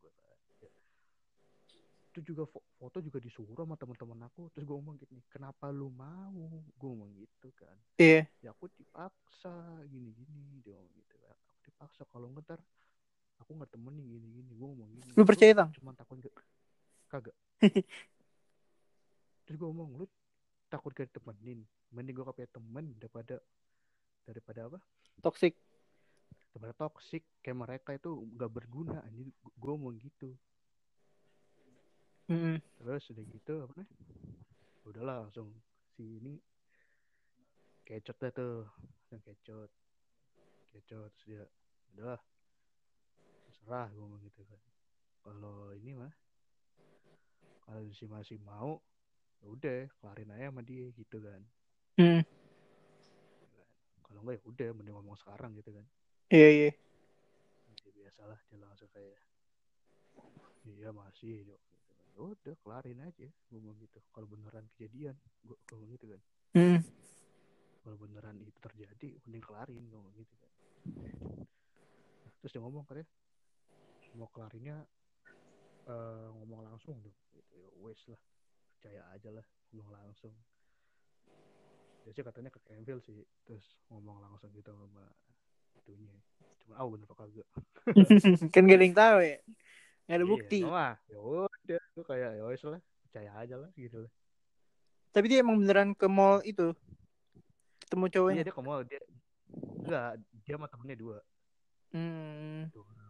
itu juga foto juga disuruh sama teman-teman aku. Terus gue ngomong gini, kenapa lu mau? Gue ngomong gitu kan. Iya. Ya aku dipaksa gini-gini. Dia ngomong gitu kan. Aku dipaksa, kalau ngetar aku nggak temenin gini-gini. Gue ngomong gini. Lu percaya Tang? Cuma takut gak? Kagak. Terus gue ngomong, lu takut gak temenin? Mending gue kayak temen daripada daripada apa? Toxic. Daripada toxic kayak mereka itu gak berguna. Anjir, gue ngomong gitu. Mm-hmm. Terus udah gitu apa nih? Udahlah langsung si ini kecot dah tuh, yang kecot, kecot terus dia udahlah terserah gue ngomong gitu kan. Kalau ini mah, kalau si masih mau, ya udah kelarin aja sama dia gitu kan. Mm. Kalau enggak ya udah mending ngomong sekarang gitu kan. Iya iya. Ya biasalah dia langsung kayak, iya masih yuk. Udah kelarin aja ngomong gitu. Kalau beneran kejadian gue ngomong gitu kan. Mm. Kalau beneran itu terjadi mending kelarin ngomong gitu kan. Nah, terus dia ngomong katanya mau kelarinnya uh, ngomong langsung dong gitu. Ya wes lah, percaya aja lah ngomong langsung. Dia sih katanya ke Kenville sih, terus ngomong langsung gitu sama itunya. Cuma ah oh, bener apa kagak. Kan gak ada yang tahu ya. Gak ada bukti. Iya, mah ya udah, gue kayak ya wes lah, percaya aja lah gitu lah. Tapi dia emang beneran ke mall itu, ketemu cowoknya? Iya dia ke mall, dia enggak, dia sama temennya dua. Hmm.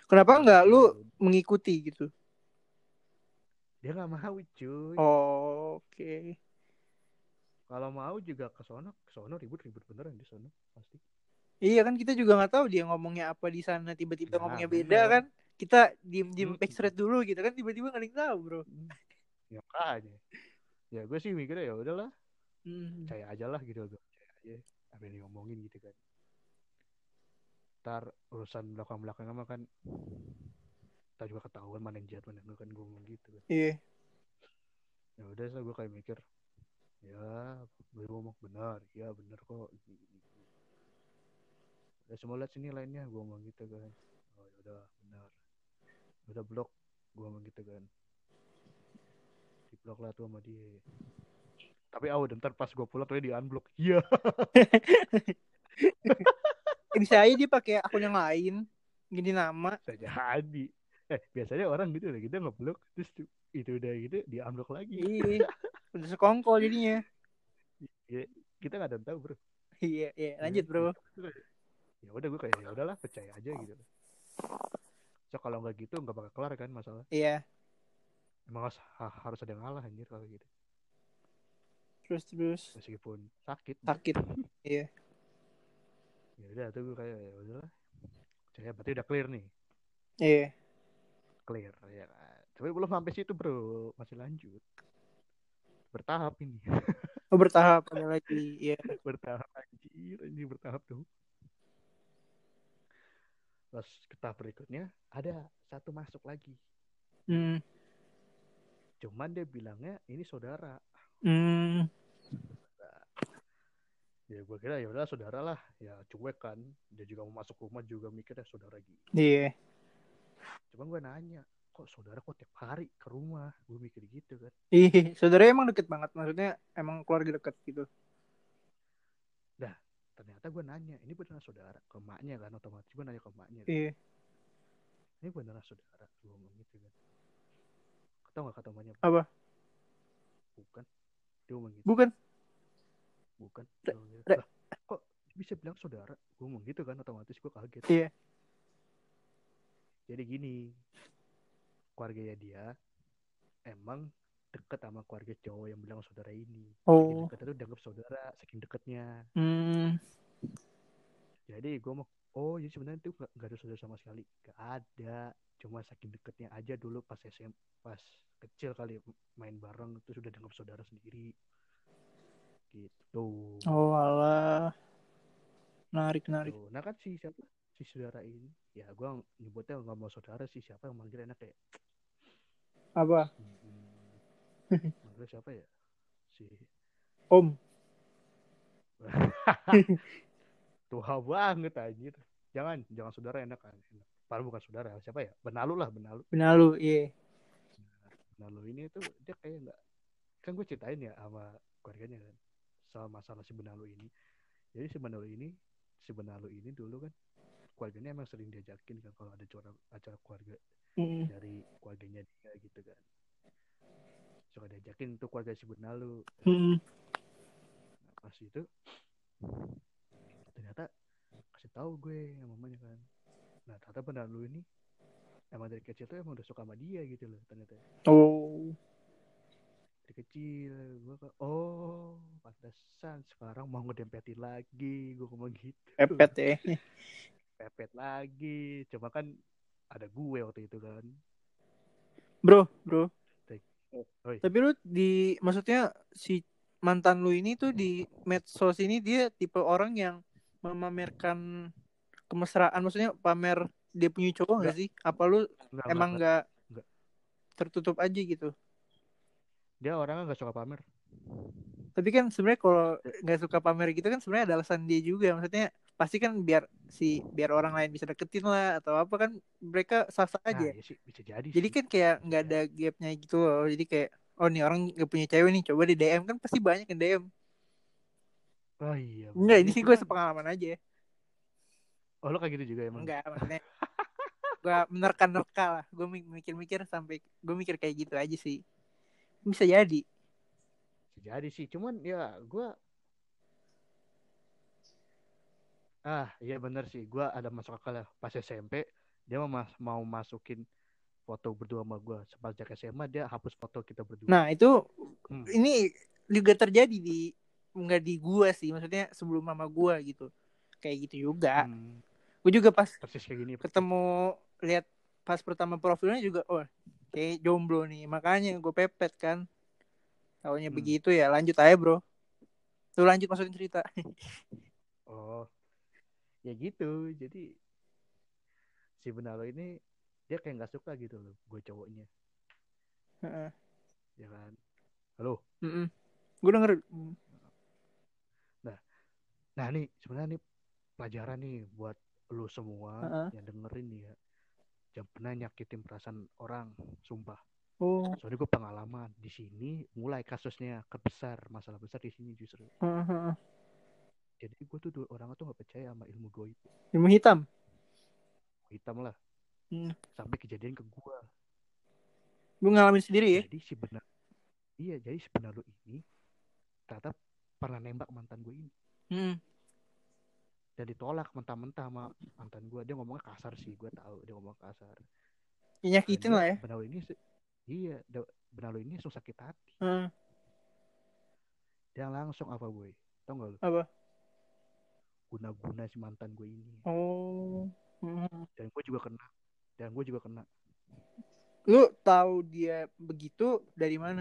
Kenapa Terus nggak akhirnya lu ya udah. mengikuti gitu? Dia nggak mau cuy. Oh, oke. Okay. Kalau mau juga ke sono, ke sono ribut-ribut beneran di sono pasti. Iya kan kita juga nggak tahu dia ngomongnya apa di sana, tiba-tiba Nah, ngomongnya beda bener. kan. Kita diem-diem Mm-mm. backstreet dulu gitu kan, tiba-tiba nggak ada yang tahu, Bro. Mm. Ya aja. Ya gue sih mikirnya ya udahlah, Hmm. percaya aja lah gitu, gue percaya aja apa yang diomongin gitu kan. Ntar urusan belakang-belakang mah kan kita juga ketahuan mana yang jahat mana yang enggak kan, gue ngomong gitu kan. Iya. Ya udah so gue kayak mikir, ya gue ngomong benar, ya benar kok. Udah semua lihat sini lainnya, gue ngomong gitu kan. Oh ya udah benar, udah blok, gue ngomong gitu kan. Di blok lah tuh sama dia. Tapi awal ntar pas gue pulang tuh dia di unblock. Iya. Ini saya dia pakai akun yang lain, gini nama. Saya jadi. Eh biasanya orang gitu lah, kita ngeblok terus itu udah gitu di unblock lagi. Iya. Udah sekongkol jadinya. Ya, kita nggak ada yang tahu bro. Iya, iya. Ya, Lanjut, Bro. ya udah gue kayak ya udahlah percaya aja gitu. So kalau nggak gitu nggak bakal kelar kan masalah. Iya. Emang harus, ha- harus ada yang ngalah anjir kalau gitu. Terus terus Meskipun sakit. sakit. Iya. Ya udah tuh gue kayak ya udahlah. Saya berarti udah clear nih. Iya. Clear ya kan. Tapi belum sampai situ bro, masih lanjut. Bertahap ini. Oh, bertahap ada lagi. Iya. bertahap anjir, ini bertahap tuh. Terus ke tahap berikutnya ada satu masuk lagi. Hmm. Cuman dia bilangnya ini saudara. Hmm. Ya gue kira ya udah saudara lah, ya cuek kan. Dia juga mau masuk rumah juga mikirnya saudara gitu. Iya. Cuman gue nanya, kok saudara kok tiap hari ke rumah? Gue mikir gitu kan. Ih, saudaranya emang deket banget. Maksudnya emang keluarga deket gitu. Dah, ternyata gue nanya, ini beneran saudara? Ke emaknya kan, otomatis gue nanya ke emaknya. Kan? Iya. Ini beneran saudara? Gue ngomong gitu kan. Tau gak kata emaknya? Apa? Bukan. Dia ngomong gitu. Bukan. Bukan. Re- Gitu. re- Lah, kok bisa bilang saudara? Gue ngomong gitu kan, otomatis gue kaget. Iya. Jadi gini, keluarganya dia emang deket sama keluarga cowok yang bilang saudara ini. Saking Oh. deketnya tuh dianggap saudara, saking deketnya. Hmm. Jadi gue mau, oh jadi sebenarnya tuh gak, gak ada saudara sama sekali. Gak ada, cuma saking deketnya aja dulu pas S M P, pas kecil kali main bareng itu sudah dianggap saudara sendiri. Gitu. Oh alah. Menarik, menarik. Tuh. Nah kan si siapa? Si saudara ini. Ya gue nyebutnya gak mau saudara sih, siapa yang manggil enak kayak. Apa? Hmm, manggil siapa ya? Si Om. tua banget anjir. Jangan, jangan saudara enak kan. Padahal bukan saudara, siapa ya? Benalu lah, Benalu. Benalu, iya. Nah, Benalu ini tuh dia kayak enggak, kan gue ceritain ya sama keluarganya kan soal masalah si Benalu ini. Jadi si Benalu ini, si Benalu ini dulu kan keluarganya emang sering diajakin kan kalau ada acara acara keluarga Mm. dari keluarganya dia gitu kan. Suka diajakin tuh keluarga si Benalu. Mm. Nah, pas itu ternyata kasih tahu gue sama mamanya kan. Nah ternyata Benalu ini emang dari kecil tuh emang udah suka sama dia gitu loh ternyata. Oh. Dari kecil gue kan, oh pantesan sekarang mau ngedempetin lagi, gue ngomong gitu. Pepet ya. Pepet lagi, cuma kan ada gue waktu itu kan. Bro, bro. Oi. Tapi lu di, maksudnya si mantan lu ini tuh di medsos ini dia tipe orang yang memamerkan kemesraan, maksudnya pamer dia punya cowok nggak sih? Apa lu Enggak, emang enggak, nggak tertutup aja gitu? Dia orangnya nggak suka pamer. Tapi kan sebenarnya kalau nggak suka pamer gitu kan sebenarnya ada alasan dia juga, maksudnya pasti kan biar si biar orang lain bisa deketin lah atau apa kan, mereka sah-sah aja. Nah ya sih bisa jadi. Jadi sih. kan kayak Bisa nggak ada jadi. gapnya gitu loh. Jadi kayak oh nih orang nggak punya cewek nih, coba di D M, kan pasti banyak yang D M. Oh iya. Enggak, ini Ya, sih gue cuman... sepengalaman aja. Oh lo kayak gitu juga emang? Enggak, maksudnya gue menerka-nerka lah. Gue mikir-mikir sampai gue mikir kayak gitu aja sih. Bisa jadi. Bisa jadi sih. Cuman ya gue ah iya bener sih. Gue ada masuk akal ya pas S M P. Dia mau mas- mau masukin foto berdua sama gue. Sepanjang S M A dia hapus foto kita berdua. Nah itu Hmm. ini juga terjadi di nggak di gua sih, maksudnya sebelum mama gua gitu, kayak gitu juga. Hmm. Gue juga pas Persis kayak gini. ketemu lihat pas pertama profilnya juga, oh kayak jomblo nih, makanya gue pepet kan. Taunya Hmm. begitu ya, lanjut aja bro. Tuh lanjut masukin cerita. Oh, ya gitu. Jadi si Benalo ini dia kayak nggak suka gitu loh, gue cowoknya, Heeh. ya kan? Halo. Mm-mm. Gue denger. Nah, nah nih sebenarnya nih pelajaran nih buat lu semua Heeh. yang dengerin nih ya, jangan pernah nyakitin perasaan orang, sumpah. Oh. Soalnya gue pengalaman di sini mulai kasusnya kebesar, masalah besar di sini justru. Heeh. Jadi gue tuh dulu orang tuh nggak percaya sama ilmu goib, Ilmu hitam. hitam lah, Hmm. sampai kejadian ke gue. Gue ngalamin sendiri ya. Jadi si benar, iya jadi si benar lu ini ternyata pernah nembak mantan gue ini. Hmm. Dan ditolak mentah-mentah sama mantan gue. Dia ngomongnya kasar sih, gue tahu dia ngomong kasar. Ya, Dan nyakitin dia lah ya. benar ini, iya benar ini langsung sakit hati. Hmm. Dia langsung apa boy, tau gak lu? Apa? Guna-guna si mantan gue ini. Oh. Hmm. Dan gue juga kena. Dan gue juga kena. Lu tahu dia begitu dari mana?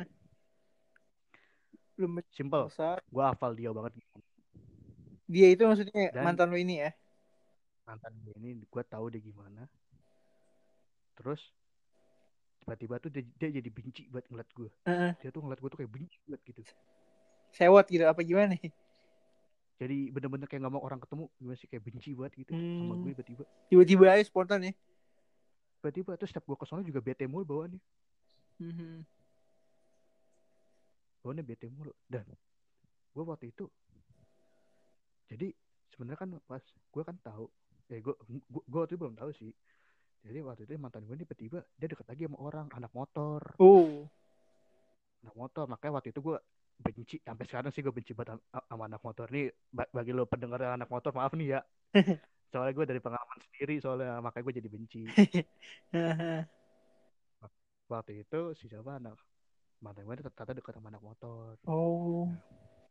Lu Simple. besar. Gue hafal dia banget. Dia itu maksudnya Dan mantan lu ini ya? mantan gue ini gue tahu dia gimana. Terus tiba-tiba tuh dia, dia jadi benci buat ngeliat gue. Uh-uh. Dia tuh ngeliat gue tuh kayak benci banget gitu. Sewot gitu apa gimana? Jadi bener-bener kayak gak mau orang ketemu. Gimana sih, kayak benci banget gitu Hmm. sama gue tiba-tiba. Tiba-tiba aja spontan ya? Tiba-tiba terus setiap gue kesana juga bete mulu bawaannya. Hmm. Bawaannya bete mulu. Dan gue waktu itu, jadi sebenarnya kan pas gue kan tahu, ya gue gue waktu itu belum tahu sih. Jadi waktu itu mantan gue ini tiba-tiba dia deket lagi sama orang anak motor. Oh. Anak motor, makanya waktu itu gue benci, sampai sekarang sih gue benci banget sama anak motor nih. Bagi lo pendengar anak motor, maaf nih ya. Soalnya gue dari pengalaman sendiri, soalnya makanya gue jadi benci. Waktu itu si siapa anak mantan gue ternyata dekat sama anak motor. Oh. Nah,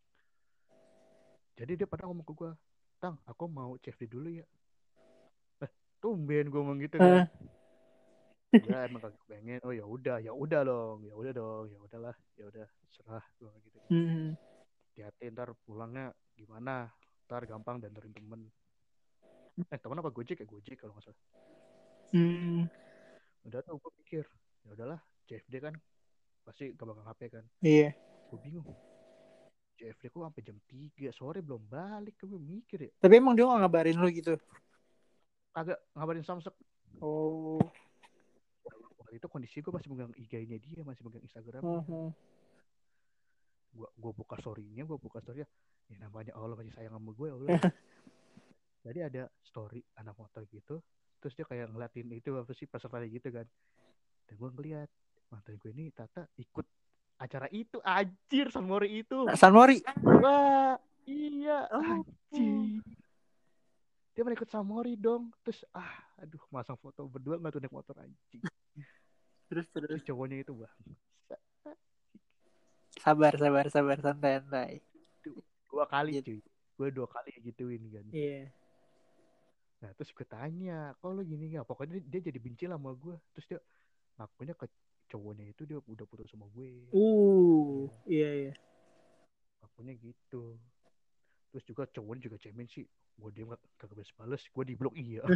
jadi dia pernah ngomong ke gue, Tang, aku mau C F D dulu ya. Eh, tumben gue ngomong gitu kan. Gue emang kagak pengen. Oh ya udah, ya udah dong, ya udah dong, ya udahlah, ya udah serah gue gitu. Hmm. Hati-hati ntar pulangnya gimana? Ntar gampang dan dari temen. Eh temen apa Gojek ya, Gojek kalau nggak salah. Hmm. Udah tuh gue pikir, ya udahlah C F D kan pasti gak bakal H P kan. Iya. Gue bingung. C F D kok sampai jam tiga sore belum balik, gue mikir ya. Tapi emang dia gak ngabarin lu gitu? Agak ngabarin Samsek. Oh. Waktu itu kondisi gue masih megang I G-nya dia, masih megang Instagramnya. Uh-huh. Gue gue buka story-nya, gue buka story-nya. Ya namanya Allah masih sayang sama gue, Allah. Jadi ada story anak motor gitu, terus dia kayak ngeliatin itu apa sih peserta gitu kan. Dan gue ngeliat mantan gue ini Tata ikut acara itu, anjir, San Mori itu. San Mori. Wah, iya, Oh. anjir. Dia mau ikut San Mori dong. Terus ah, aduh, masang foto berdua nggak tuh naik motor, anjing. Terus terus. Terus cowoknya itu bang. Sabar sabar sabar santai santai. Dua kali cuy, gue dua kali gituin kan. Iya. Yeah. Nah terus gue tanya, kok lu gini gak? Pokoknya dia, dia jadi benci lah sama gue. Terus dia ngakunya ke cowoknya itu dia udah putus sama gue. Uh, iya iya. Ngakunya gitu. Terus juga cowoknya juga cemen sih. Gue dia gak kagak bales-bales, gue di blok iya.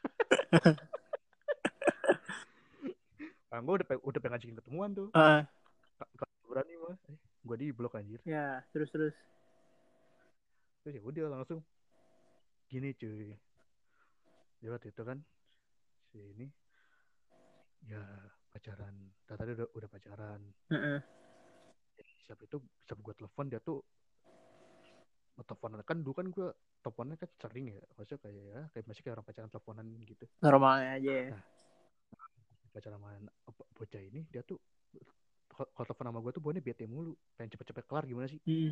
Nah, gue udah udah pengen ngajakin ketemuan tuh. Uh. Gak berani mah. Eh, gue di blok anjir. Ya terus terus. Terus ya udah langsung gini cuy. Dia waktu itu kan si ini ya pacaran, tadi udah udah pacaran. Uh-uh. Siapa itu bisa gue telepon dia tuh teleponan kan dulu kan gue teleponnya kan sering ya, maksudnya kayak ya kayak masih kayak orang pacaran teleponan gitu. Normalnya aja ya. Nah, pacaran sama bocah ini dia tuh kalau telepon sama gue tuh bawanya bete mulu, pengen cepet-cepet kelar gimana sih? Hmm.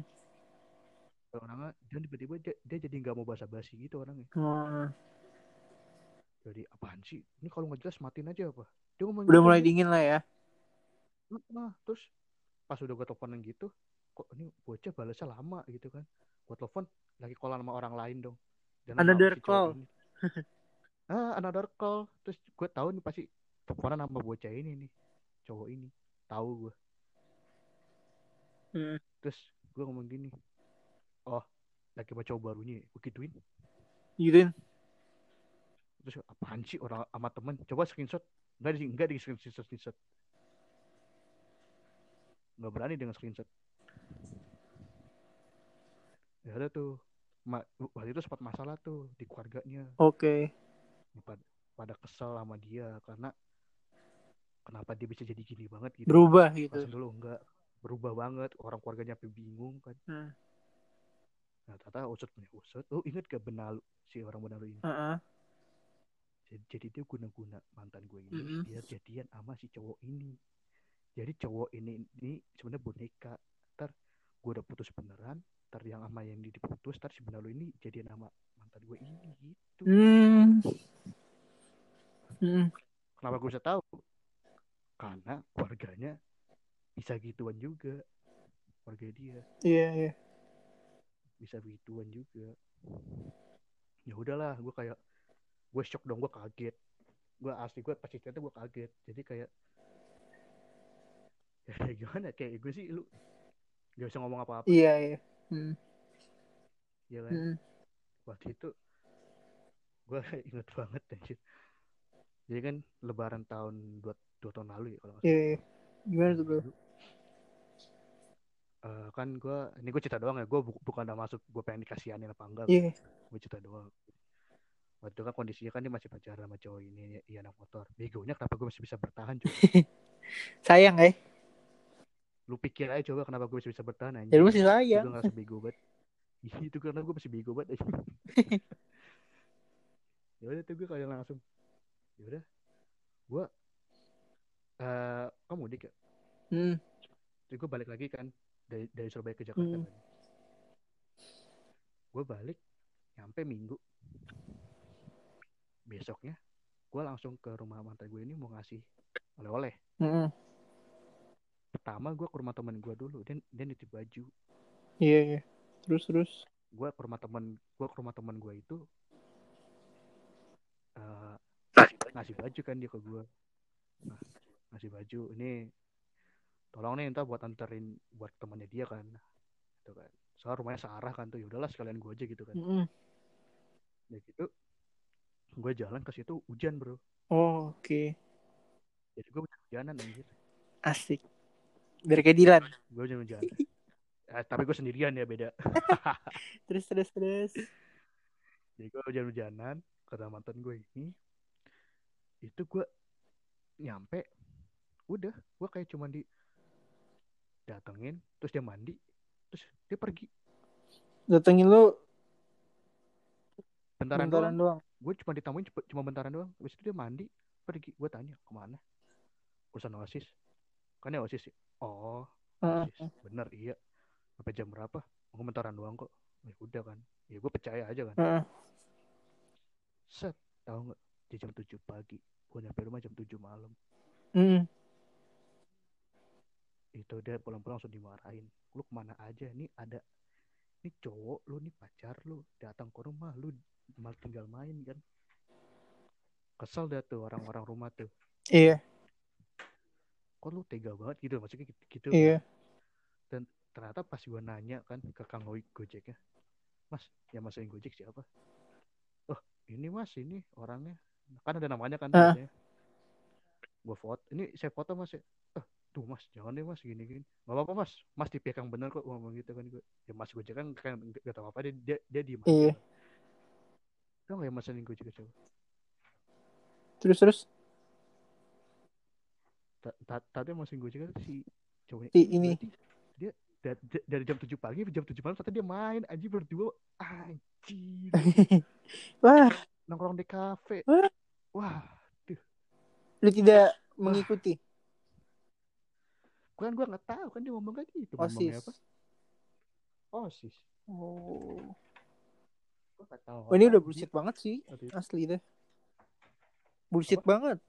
Orangnya dan tiba-tiba dia, dia jadi nggak mau basa-basi gitu orangnya. Hmm. Jadi apaan sih? Ini kalau nggak jelas matiin aja apa? Dia ngomong Udah gitu mulai anjir. dingin lah ya. Nah, terus pas udah gue teleponan gitu, kok ini bocah balasnya lama gitu kan. Gue telepon lagi callan sama orang lain dong. Dan nama Another si cowok call. ini. Ah, another call. Terus gue tahu nih pasti teleponan sama bocah ini nih. Cowok ini. Tahu gue. Hmm. Terus gue ngomong gini. Oh, lagi sama cowok barunya. Gue gituin. Gituin. Terus apaan sih orang sama temen? Coba screenshot. Enggak di enggak di screenshot screenshot. Enggak berani dengan screenshot. Ya ada tuh. Ma, waktu itu sempat masalah tuh di keluarganya. Oke. Pada, pada kesel sama dia karena kenapa dia bisa jadi gini banget gitu. Berubah Kan. gitu. Pas dulu enggak berubah banget, orang keluarganya sampai bingung kan. Hmm. Nah, ternyata usut punya usut. Oh, ingat gak Benalu si orang Benalu ini? Uh-uh. Jadi, jadi dia guna-guna mantan gue ini Mm-hmm. biar jadian sama si cowok ini. Jadi cowok ini ini sebenarnya boneka. Ntar gue udah putus beneran, ntar yang sama yang diputus, ntar si Benalu ini jadian sama mantan gue ini gitu. Hmm. Hmm. Kenapa gue bisa tahu? Karena keluarganya bisa gituan juga, keluarga dia. Iya yeah, iya. Yeah. Bisa gituan juga. Ya udahlah, gue kayak gue shock dong, gue kaget. Gue asli gue pas cerita gue kaget. Jadi kayak ya kayak gimana? Kayak gue sih lu gak bisa ngomong apa-apa. Iya iya. Hmm. Iya kan? Hmm. Waktu itu gue inget banget anjir. Jadi kan lebaran tahun dua, dua tahun lalu ya kalau nggak salah. Iya iya. Gimana tuh bro? Uh, kan gue ini gue cerita doang ya, gue bu- bukan ada maksud gue pengen dikasihanin apa enggak. Iya. Gue cerita doang. Waktu itu kan kondisinya kan dia masih pacaran sama cowok ini, iya anak motor. Begonya kenapa gue masih bisa bertahan coba? Sayang eh. Lu pikir aja coba kenapa gue masih bisa bertahan anjir. Ya lu masih sayang. Gue ngerasa bego banget. Itu karena gue masih bego banget aja. Ya udah tuh gue kayak langsung. Ya udah. Gue uh, kamu mudik ya? Hmm. Terus gue balik lagi kan dari dari Surabaya ke Jakarta Hmm. kan. Gue balik nyampe Minggu. Besoknya gue langsung ke rumah mantan gue ini mau ngasih oleh-oleh. Hmm. Pertama gue ke rumah teman gue dulu, dan dia nitip baju. Iya iya. Terus terus. Gue ke rumah teman gue ke rumah teman gue itu uh, ngasih baju kan dia ke gue. Nah, ngasih baju ini tolong nih, entah buat anterin buat temannya dia kan, gitu kan. Soalnya rumahnya searah kan tuh, yaudahlah sekalian gue aja gitu kan. Hmm. Ya gitu, gue jalan ke situ hujan bro. Oh oke. Okay. Jadi gue hujanan anjir. Asik. Biar kayak Dilan. Gue hujan-hujanan. Eh, tapi gue sendirian ya, beda. Terus terus terus. Jadi gue hujan-hujanan ke mantan gue ini. Itu gue nyampe, udah gue kayak cuma di datengin, terus dia mandi, terus dia pergi. Datengin lu Bentaran, bentaran doang. doang. Gue cuma ditamuin cuma bentaran doang. Habis itu dia mandi, pergi. Gue tanya kemana? Urusan OSIS. Kan ya OSIS. Oh, OSIS. Uh-huh. Bener iya. Sampai jam berapa? Gue bentaran doang kok. Ya udah kan. Ya gue percaya aja kan. Uh-huh. Set, tahu nggak? Di jam tujuh pagi. Gue nyampe rumah jam tujuh malam. Mm. Itu dia pulang-pulang langsung dimarahin. Lu kemana aja? Nih ada, nih cowok lu, nih pacar lu datang ke rumah lu malah tinggal main kan. Kesel dah tuh orang-orang rumah tuh. Iya. Kok lu tega banget gitu, maksudnya gitu, gitu iya. Kan. Dan ternyata pas gue nanya kan ke Kang Gojeknya, Mas yang masukin Gojek siapa? Oh ini mas, ini orangnya kan ada namanya kan uh. biasanya. Gue foto, ini saya foto mas ya. Oh tuh mas, jangan deh mas, gini-gini. Gak apa-apa mas, mas tipe yang bener kok, ngomong gitu kan gue. Ya mas Gojek kan kan gak tau apa, dia dia, dia diem aja. Iya. Kan gak yang masukin Gojek coba. Terus terus. Tadi masukin Gojek kan si cowoknya si ini. Dia dari jam tujuh pagi sampai jam tujuh malam ternyata dia main anjir berdua, anjir. Wah, nongkrong di kafe. Wah. Wah, tuh. Lu tidak Wah. mengikuti? Kan gue nggak tahu kan dia ngomong kayak gitu. OSIS. Apa? OSIS. Oh. Gue nggak tahu. Oh, ini udah bullshit banget sih, asli deh. Bullshit Apa? banget.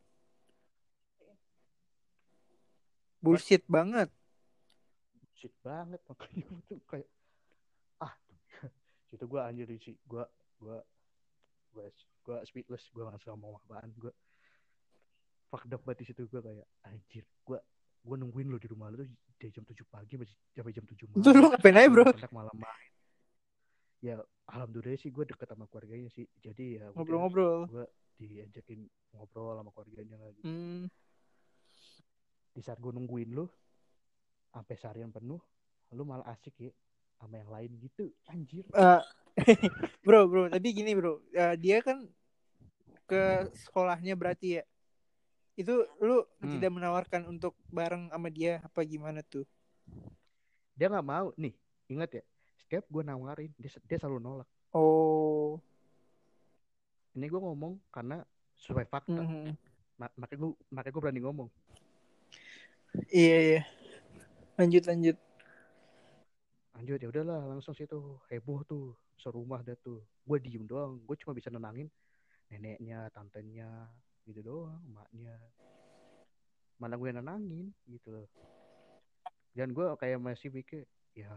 Bullshit banget. Shit banget makanya gue tuh kayak ah situ gue anjir sih gue gue gue gue speechless gue nggak mau apaan gue fucked up banget di situ gue kayak anjir gue gue nungguin lo di rumah lo tuh dari jam tujuh pagi sampai jam tujuh Itu lu malam ngapain aja, lo bro? anak-anak malam main ya alhamdulillah sih gue deket sama keluarganya sih jadi ya udah Ngobrol-ngobrol. gue diajakin ngobrol sama keluarganya lagi Hmm. di saat gue nungguin lo sampai seharian penuh lo malah asik ya sama yang lain gitu anjir. Uh, bro, bro, tapi gini bro, uh, dia kan ke sekolahnya berarti ya. Itu lu hmm. tidak menawarkan untuk bareng sama dia apa gimana tuh? Dia nggak mau nih, ingat ya, setiap gue nawarin dia, dia selalu nolak. Oh. Ini gue ngomong karena sesuai fakta. Mm-hmm. Ma- makanya gue makanya gue berani ngomong. Iya iya. Lanjut lanjut. Lanjut ya udahlah langsung situ heboh tuh serumah dah tuh. Gue diem doang, gue cuma bisa nenangin neneknya, tantenya, gitu doang, emaknya. Mana gue nenangin gitu loh. Dan gue kayak masih mikir ya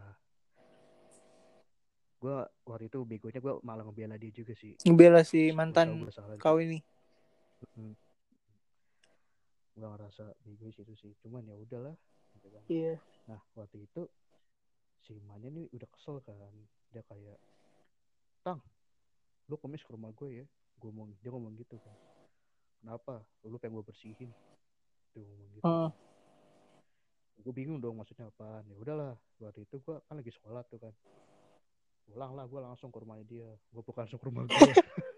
gue waktu itu begonya gue malah ngebela dia juga sih. Ngebela si Gue tahu mantan gue salah kau gitu. ini. Hmm. Gue ngerasa bego situ sih, cuman ya udahlah gitu kan. Iya. Nah waktu itu si emaknya nih udah kesel kan, dia kayak Tang lu komis ke rumah gue ya, gue ngomong dia ngomong gitu kan, kenapa lu pengen gue bersihin, dia ngomong gitu Uh. kan. Gue bingung dong maksudnya apaan. Ya udahlah waktu itu gue kan lagi sholat tuh kan, pulang lah gue langsung ke rumahnya dia, gue bukan langsung ke rumah gue.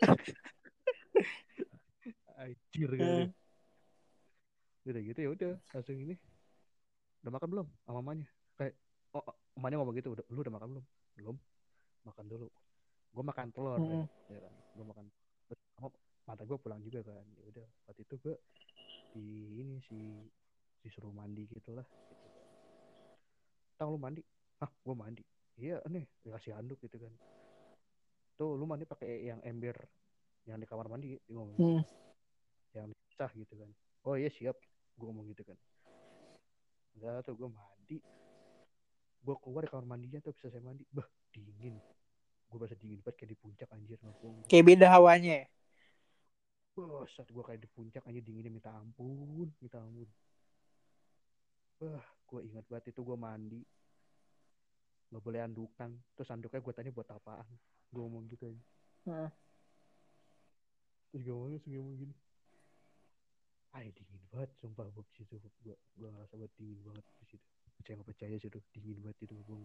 Anjir kan Uh. dia udah gitu ya udah langsung ini udah makan belum sama mamanya kayak oh mamanya ngomong gitu udah lu udah makan belum belum makan dulu gue makan telur Mm-hmm. ya, ya kan gue makan oh, mata gue pulang juga kan. Ya udah waktu itu gue di ini si disuruh mandi gitulah gitu kan. Tang lu mandi ah gue mandi iya nih dikasih handuk gitu kan, tuh lu mandi pakai yang ember yang di kamar mandi dia ngomong gitu Mm. kan, yang pisah gitu kan. Oh iya siap gue ngomong gitu kan. Udah tuh gue mandi, gue keluar di kamar mandinya tuh bisa saya mandi bah dingin, gue berasa dingin banget kayak di puncak anjir ngomong. Kayak beda hawanya ya. Wah, saat gue kayak di puncak aja dinginnya minta ampun, minta ampun. Wah, gue ingat banget itu gue mandi, nggak boleh andukan. Terus anduknya gue tanya buat apaan? Gue ngomong gitu aja. Uh. Terus gue ngomong, terus gue ngomong gini. Ay dingin banget, sumpah gue di situ. Gue gue ngerasa banget dingin banget di situ. Percaya nggak percaya sih tuh, dingin banget itu gue.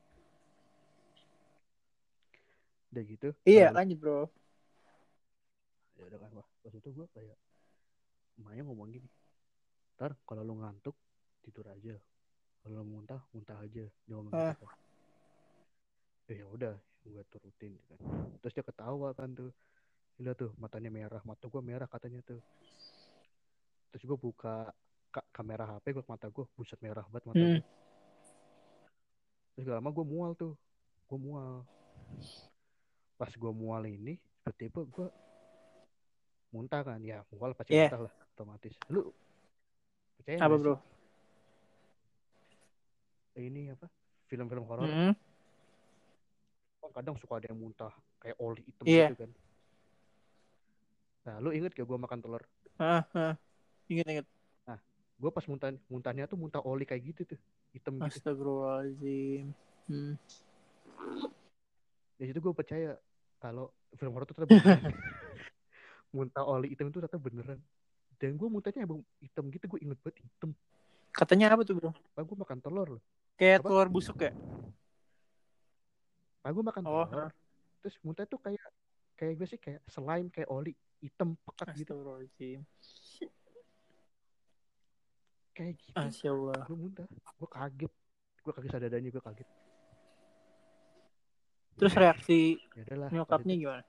Udah gitu. Iya Uh, lanjut bro. ya udah kan wah. Pas itu gue kayak emaknya ngomong gini. Ntar kalau lu ngantuk tidur aja. Kalau lu muntah muntah aja. Dia ngomong Uh. gitu kan. Ya udah gue turutin kan. Terus dia ketawa kan tuh, lihat tuh matanya merah, mata gue merah katanya tuh. Terus gue buka ka- kamera H P gue, mata gue buset merah banget mata Hmm. gue. Terus gak lama gue mual tuh, gue mual. Pas gue mual ini tiba-tiba gue muntah kan, ya mual pasti Yeah. muntah lah otomatis. Lu percaya Apa gak bro? sih ini apa film-film horor Mm-hmm. kadang suka ada yang muntah kayak oli hitam Iya. gitu kan. Nah lu inget gak gue makan telur? Ah, ah. Ingat ingat. Nah gue pas muntah muntahnya tuh muntah oli kayak gitu tuh, hitam gitu. Astagfirullahaladzim. Hmm. Dari situ gue percaya kalau film horor itu ternyata beneran. Muntah oli hitam itu ternyata beneran. Dan gue muntahnya emang hitam gitu, gue inget banget hitam. Katanya apa tuh bro? Pak gue makan telur loh. Kayak Apa? telur busuk ya? Pak gue makan Oh, telur. ah. Terus muntah tuh kayak kayak gue sih kayak slime, kayak oli hitam pekat gitu. Astagfirullahaladzim. Kayak gitu. Masya Allah. Gue muntah. Gue kaget. Gue kaget sadadanya, gue kaget. Terus reaksi Ya udahlah, nyokapnya gimana?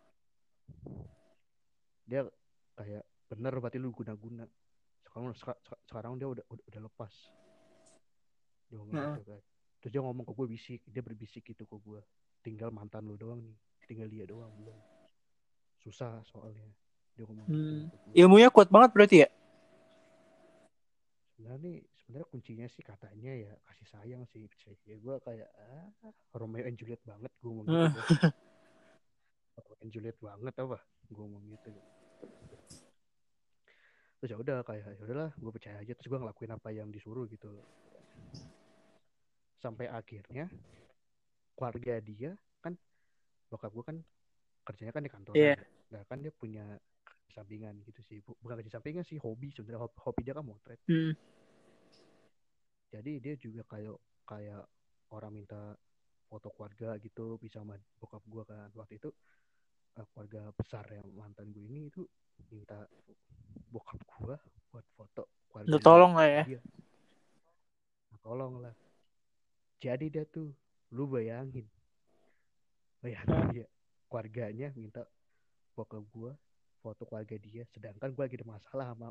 Dia kayak bener berarti lu guna-guna. Sekarang sekarang dia udah udah, udah lepas. Dia ngomong Nah. gitu kan. Terus dia ngomong ke gue bisik, dia berbisik gitu ke gue. Tinggal mantan lu doang nih, tinggal dia doang belum. Susah soalnya. Dia ngomong Hmm. gitu ke gue. Ilmunya kuat banget berarti ya? Sebenarnya nih, sebenarnya kuncinya sih katanya ya kasih sayang sih. Ya gue kayak ah, Romeo and Juliet banget gue ngomong gitu kan. Romeo and Juliet banget apa? Gue ngomong gitu kan. Terus ya udah kayak ya udahlah, gue percaya aja. Terus gue ngelakuin apa yang disuruh gitu loh. Sampai akhirnya keluarga dia kan, bokap gue kan kerjanya kan di kantoran Iya. ya. Nah kan dia punya sampingan gitu sih. Bukan kerja sampingan sih, hobi sebenarnya. Hobi, hobi dia kan motret. Hmm. Jadi dia juga kayak kayak orang minta foto keluarga gitu, bisa sama bokap gue kan. Waktu itu uh, keluarga besar yang mantan gue ini itu minta bokap gue buat foto Udah keluarganya tolong lah ya. dia. Nah, tolong lah. Jadi dia tuh, lu bayangin, bayangin ya, keluarganya minta bokap gue foto keluarga dia, sedangkan gue lagi ada masalah sama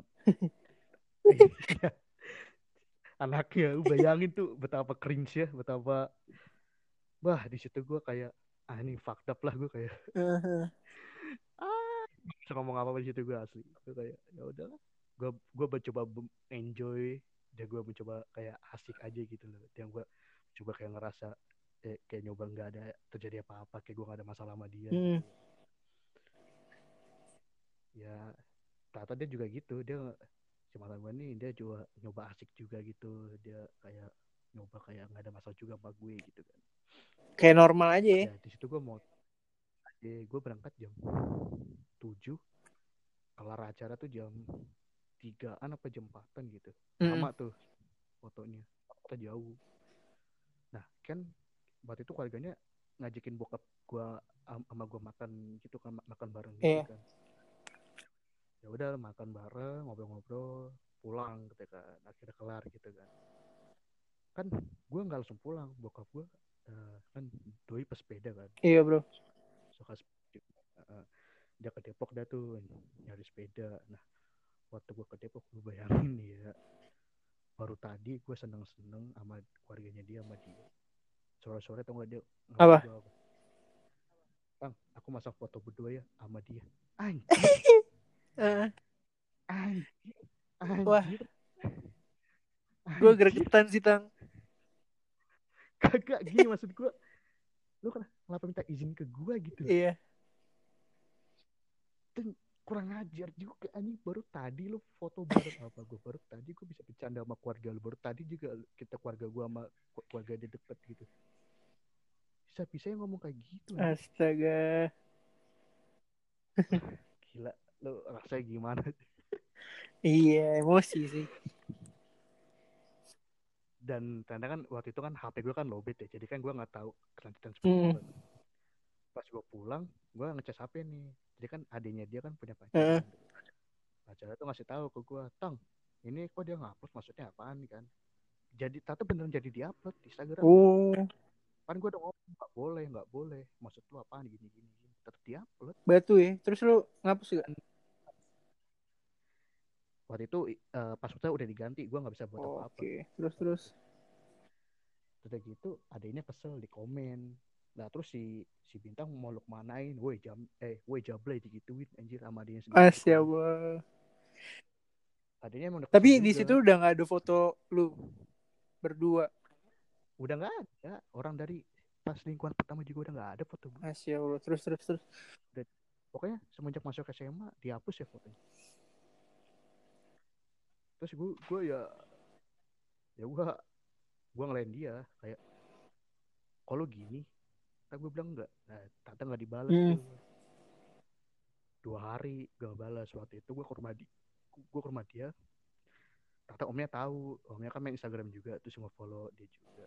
anaknya. Lu bayangin tuh betapa cringe ya, betapa, bah di situ gue kayak ah ini fucked up lah, gue kayak ah bisa ngomong apa di situ gue asli. Gue kayak ya udahlah, gue gue mencoba enjoy, dan gue mencoba kayak asik aja gitu loh. Dan gue coba kayak ngerasa eh, kayak nyoba nggak ada terjadi apa-apa, kayak gue nggak ada masalah sama dia Hmm. gitu. Ya ternyata dia juga gitu, dia si mantan gue nih dia juga nyoba asik juga gitu, dia kayak nyoba kayak nggak ada masalah juga sama gue gitu kan. Kayak normal aja ya. Ya di situ gue mau eh, gue berangkat jam tujuh, kelar acara tuh jam tigaan apa jam empatan gitu. Lama Hmm. tuh fotonya, kita jauh. Nah kan waktu itu keluarganya ngajakin bokap gua sama gua makan gitu kan, makan bareng gitu Iya. kan. Ya udah makan bareng, ngobrol-ngobrol, pulang gitu kan. Akhirnya kelar gitu kan. Kan gua nggak langsung pulang, bokap gua uh, kan doi pesepeda kan. Iya bro. Suka sepeda. Uh, dia ke Depok dah tuh nyari sepeda. Nah waktu gua ke Depok, lu bayangin ya, baru tadi gue seneng-seneng sama keluarganya dia sama dia. Sore-sore tau gak dia ngabarin Apa? gue apa? Bang, aku masang foto berdua ya sama dia. Anjir, Uh, anjir, wah, anjir, gue anjir. gregetan sih Tang. Kagak gini maksud gue. Lu kan kenapa minta izin ke gue gitu? Iya. Dan kurang ajar juga anjing. Baru tadi lu foto bareng apa gue. Baru tadi gue bisa bercanda sama keluarga lu. Baru tadi juga kita keluarga gue sama keluarga dia deket gitu. Bisa-bisa yang ngomong kayak gitu anjing. Astaga. Gila, lu rasanya gimana? Iya, emosi sih. Dan ternyata kan waktu itu kan H P gue kan lowbat ya, jadi kan gue nggak tahu kelanjutan seperti Hmm. apa. Pas gue pulang, gue ngecas H P nih, jadi kan adiknya dia kan punya pacar Uh. kan. Pacarnya tuh ngasih tahu ke gue, Tang, ini kok dia ngupload, maksudnya apaan kan? Jadi ternyata beneran jadi diupload di Instagram. Oh. Kan gue udah ngomong nggak boleh, nggak boleh, maksud lu apaan gini gini, gini. Tetap diupload. Batu ya, terus lu ngapus gak? Waktu itu uh, passwordnya udah diganti, gue nggak bisa buat Oh, apa-apa. oke, okay. terus terus. Udah gitu adiknya kesel di komen. Nah terus si si bintang mau lu kemanain, woi jam eh woi jablay digituin anjir sama adiknya sendiri. Asya Allah. Adiknya emang udah kesel Tapi juga. di situ udah nggak ada foto lu berdua. Udah nggak ada, orang dari pas lingkungan pertama juga udah nggak ada foto gue. Asya Allah, terus terus terus. Udah, pokoknya semenjak masuk S M A dihapus ya fotonya. Terus gue gue ya ya gue gue ngelain dia kayak kalau gini, kan gue bilang enggak. Nah ternyata nggak dibalas Hmm. tuh. Dua hari gak balas. Waktu itu gue ke rumah di gue ke rumah dia. Ternyata omnya tahu, omnya kan main Instagram juga, terus nge-follow dia juga.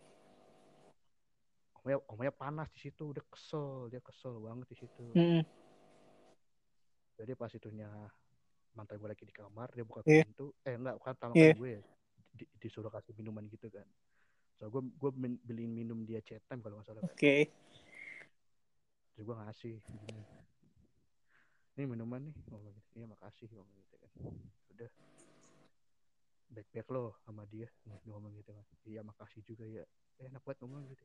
Omnya omnya panas di situ, udah kesel, dia kesel banget di situ. Hmm. Jadi pas itunya mantan gue lagi di kamar, dia buka Yeah. pintu, eh enggak, kan pertama Yeah. kali gue ya di, disuruh kasih minuman gitu kan. So gue gue beliin minum dia chat time kalau nggak salah kan. Oke. Okay. Terus gue ngasih gini, ini minuman nih, ngomong gitu. Iya makasih, ngomong gitu kan. Udah baik-baik lo sama dia, ngomong gitu kan. Iya makasih juga ya, eh, enak banget ngomong gitu.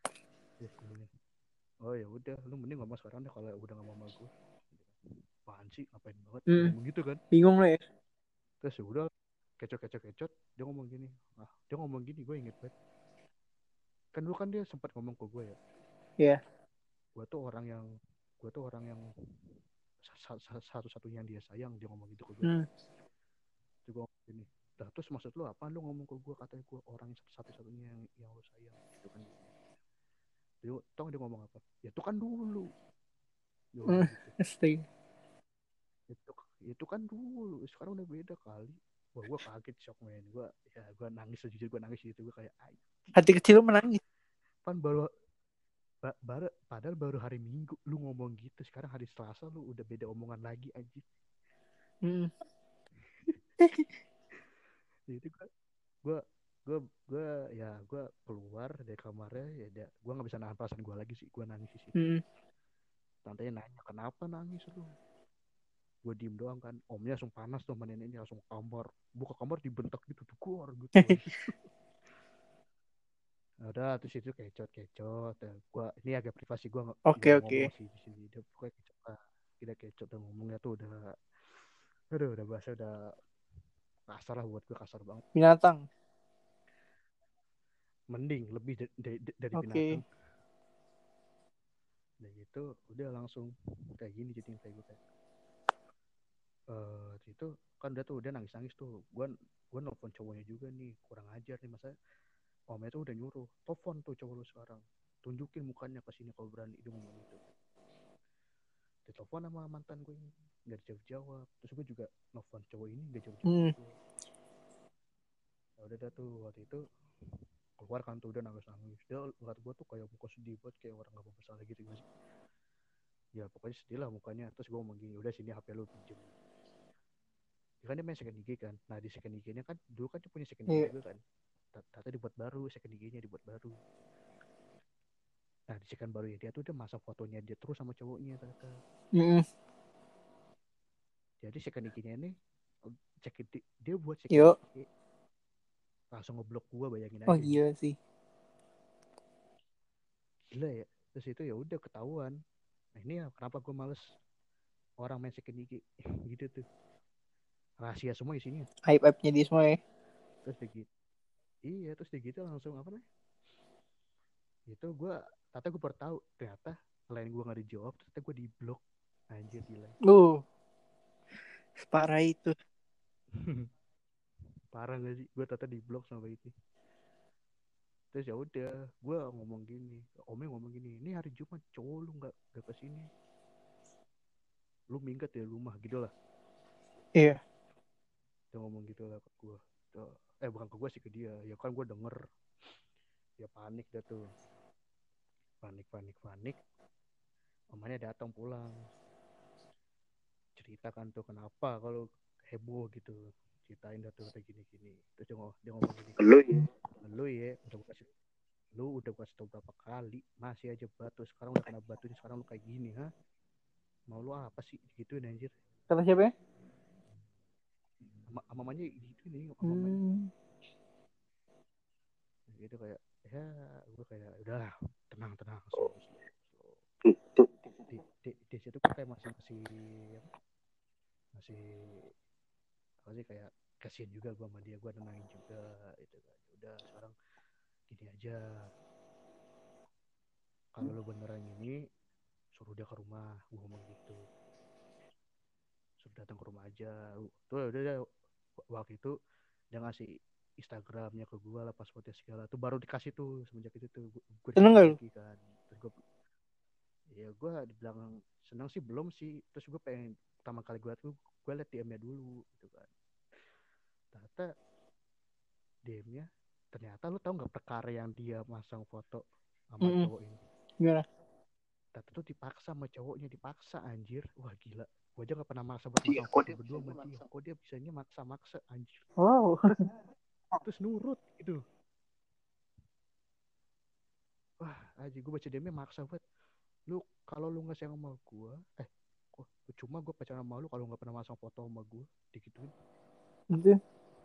Ya, oh ya udah, lu mending ngomong sekarang deh kalau udah nggak mau sama gue. Apaan sih, ngapain banget, Hmm. ngomong gitu kan. Bingung lo ya. Terus ya udah kecot kecot kecot dia ngomong gini, ah dia ngomong gini gue inget banget. Kan dulu kan dia sempat ngomong ke gue ya, Iya. gue tuh orang yang gue tuh orang yang sa- sa- satu-satunya yang dia sayang, dia ngomong gitu ke gue. Hmm. Terus gue ngomong gini, dah terus maksud lu apa, lu ngomong ke gue katanya gue orang yang satu-satunya yang yang lu sayang gitu kan. Dia tau dia ngomong apa, ya itu kan dulu dia ngomong Hmm. gitu. Astaga. itu itu kan dulu, sekarang udah beda kali. Wah gue kaget, shock men, gue ya gue nangis, sejujur gue nangis gitu. Gue kayak ay, Hati kecil lu menangis. pan baru ba- baru padahal baru hari Minggu lu ngomong gitu, sekarang hari Selasa lu udah beda omongan lagi anjir. Hmm. Jadi gue gue gue gue ya gue keluar dari kamarnya ya, dia gue nggak bisa nahan perasaan gue lagi sih, gue nangis di situ. Hmm. Tantenya nanya kenapa nangis lu, gue diem doang kan. Omnya langsung panas tuh, sama neneknya langsung ke kamar, buka kamar dibentak gitu tuh, keluar gitu. Nah, udah terus itu kecot kecot ya, gua ini agak privasi, gua nggak Oke, nggak mau oke. ngomong sih di sini. Dia pokoknya kecot lah, kita kecot dan ngomongnya tuh udah aduh udah bahasa udah kasar lah, buat gue kasar banget. Binatang. Mending lebih da- da- da- dari Oke. binatang. Dan gitu udah langsung kayak gini, jadi kayak gue kayak eh itu kan udah tuh udah nangis nangis tuh, gue gue nelfon cowoknya juga nih, kurang ajar nih masa omnya tuh udah nyuruh telepon tuh cowok lu sekarang, tunjukin mukanya ke sini kalau berani, dia ngomong gitu. Ditelepon sama mantan gue ini nggak dijawab jawab, terus gue juga nelfon cowok ini nggak jawab jawab Hmm. juga. Ya udah dah tuh waktu itu keluar kan tuh udah nangis nangis, dia ngeliat gue tuh kayak muka sedih banget, kayak orang nggak bersalah gitu gak sih. Ya pokoknya sedih lah mukanya. Terus gue ngomong gini, udah sini H P lu pinjem. Ya kan dia main second I G kan, nah di second I G-nya kan dulu kan dia punya second I G Iya. juga kan, ternyata dibuat baru, second I G-nya dibuat baru. Nah di second baru ya dia tuh dia masang fotonya dia terus sama cowoknya ternyata. Hmm. Jadi second I G-nya ini cek dia buat second Yuk. I G langsung ngeblok gua, bayangin Oh aja. iya sih. Gila ya. Terus itu ya udah ketahuan. Nah ini ya kenapa gua males orang main second I G gitu tuh, rahasia semua isinya. Hype-hype-nya dia semua ya. Terus begitu iya terus begitu langsung apa nih itu gua ternyata gua baru tahu ternyata selain gua nggak dijawab ternyata gua di blok. Anjir gila. Uh. Separah itu. Parah gak sih, gua ternyata di blok sama itu. Terus ya udah gue ngomong gini, omnya ngomong gini, ini hari Jumat cowok lu nggak nggak kesini, lu minggat ya rumah gitu lah. Iya. Dia ngomong gitu lah ke gue. Eh bukan ke gue sih, ke dia. Ya kan gue denger. Ya panik dah tuh. Panik panik panik. Omanya datang pulang. Ceritakan tuh kenapa kalau heboh gitu. Ceritain dah tuh kayak gini-gini. Terus dia, ngomong, dia ngomong gini. Lu ya, lu ya udah gue kasih, lu udah gue kasih tau berapa kali masih aja batu. Sekarang udah kena batunya, sekarang lu kayak gini, ha? Mau lu apa sih gituin anjir. Kata siapa ya? Ama, mamanya gitu nih, mamanya. Hmm. Gitu kayak ya gue kayak udah tenang tenang slow slow slow. Di, di, di situ gue kayak masih masih apa, masih apa sih kayak kasihan juga gue sama dia, gue tenangin juga itu kan. Udah sekarang gini aja, kalau lo beneran ini suruh dia ke rumah, gue ngomong gitu, suruh datang ke rumah aja tuh. Udah, udah waktu itu dia ngasih Instagramnya ke gue lah, passwordnya segala tuh baru dikasih tuh. Semenjak itu tuh gue Seneng gak lu? lagi kan. Terus gue ya gue dibilang senang sih belum sih. Terus gue pengen pertama kali gue tuh gue liat D M-nya dulu gitu kan. Ternyata D M-nya, ternyata lu tau nggak perkara yang dia masang foto sama Mm-mm. cowok ini? Gimana? Ternyata tuh dipaksa sama cowoknya, dipaksa anjir. Wah gila. Gue aja nggak pernah maksa buat masang foto berdua sama dia. Kok dia bisanya maksa-maksa anjir. Wow. Terus nurut gitu. Wah aja gue baca D M-nya maksa banget. Lu kalau lu nggak sayang sama gue, eh kok cuma gue pacaran sama lu kalau nggak pernah masang foto sama gue, digituin. Gitu.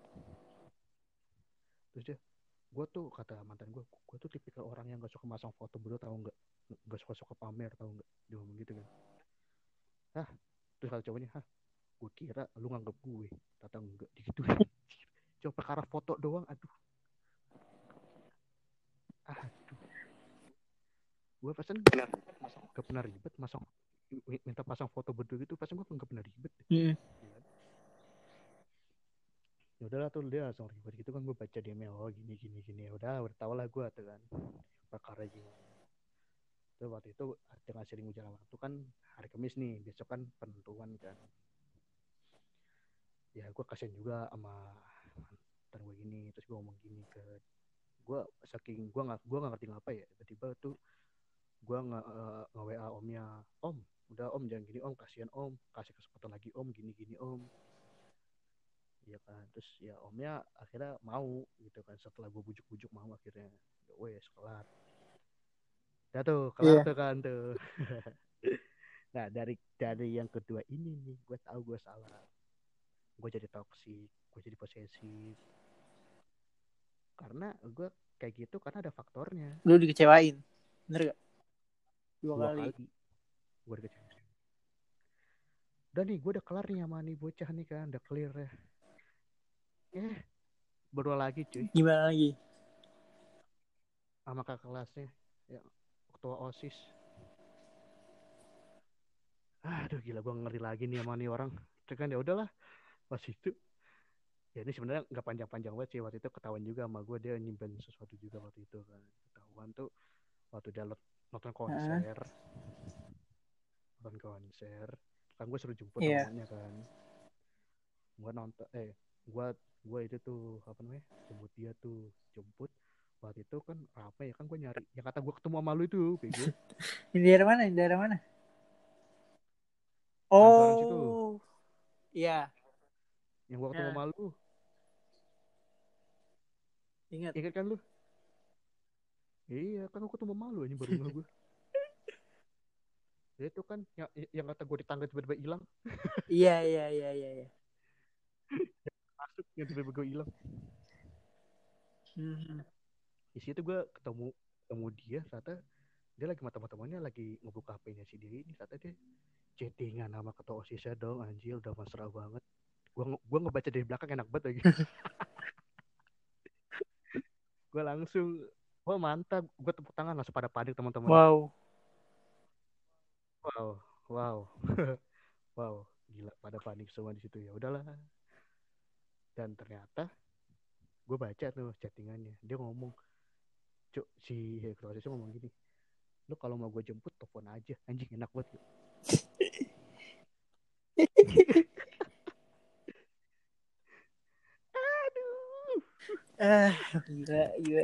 Terus dia, gue tuh kata mantan gue, gue tuh tipikal orang yang gak suka masang foto berdua, tau nggak, gak suka suka pamer, tau nggak, dia ngomong gitu kan. Hah, Terus kata cowoknya, hah, gue kira lu nganggep gue, ternyata enggak, digituin. Cuma perkara foto doang, aduh, aduh, gue pesen gak pernah ribet, masang minta pasang foto berdua gitu, pasang gue gak pernah ribet. Hmm. Ya udahlah tuh dia langsung ribet gitu kan, gue baca di email, oh gini gini gini, udah udah tau lah gue tuh kan perkara gimana. Terus waktu itu dengan sering berjalan waktu kan hari Kamis nih, besok kan penentuan kan. Ya gue kasihan juga sama mantan gue gini, terus gue ngomong gini ke gue, saking gue nggak gue nggak ngerti ngapa ya, tiba-tiba tuh gue nge, uh, nge W A omnya, om udah om jangan gini om, kasihan om, kasih kesempatan lagi om, gini gini om. Iya kan, terus ya omnya akhirnya mau gitu kan, setelah gue bujuk-bujuk mau akhirnya, ya wes kelar. Udah tuh kelar Iya. tuh kan tuh. Nah dari dari yang kedua ini nih, gue tahu gue salah, gue jadi toksik, gue jadi posesif, karena gue kayak gitu karena ada faktornya. Lu dikecewain, bener gak? Dua, Dua kali. kali gue dikecewain. Udah nih gue udah kelar nih sama nih bocah nih kan, udah clear ya. Eh berdua lagi cuy. Gimana lagi? Sama kakak kelasnya, ya ketua OSIS. Aduh gila, gue ngeri lagi nih sama nih orang. Terus kan ya udahlah pas itu. Ya ini sebenarnya nggak panjang-panjang banget sih, waktu itu ketahuan juga sama gue, dia nyimpen sesuatu juga waktu itu kan. Ketahuan tuh waktu dia nonton konser, uh. nonton konser, kan gue suruh jemput yeah. temennya kan. Gue nonton, eh gue gue itu tuh apa namanya, jemput dia tuh, jemput. Waktu itu kan apa ya, kan gue nyari yang kata gue ketemu sama lu itu, bego. Ini daerah mana? Ini daerah mana? Pancoran situ. Iya. Yang gue ketemu sama lu. Ingat. Ingat kan lu? Iya, kan aku ketemu sama lu, ini baru nggak gue. Ya itu kan yang, yang kata gue di tangga tiba-tiba hilang. Iya, iya, iya, iya, iya. Masuk yang tiba-tiba gue hilang. Hmm. Di situ gue ketemu ketemu dia, ternyata dia lagi sama teman-temannya lagi ngebuka H P-nya si diri ini, ternyata dia chattingan sama ketua OSISnya dong, anjir udah mesra banget. Gue gue ngebaca dari belakang enak banget lagi. Gue langsung, gue mantap, gue tepuk tangan langsung pada panik teman-teman. Wow. Wow, wow, wow, gila pada panik semua di situ. Ya udahlah. Dan ternyata gue baca tuh chattingannya, dia ngomong, cuk si ketua OSIS ngomong gini, lu kalau mau gue jemput telepon aja, anjing enak banget. Aduh. Ah, gila, gila.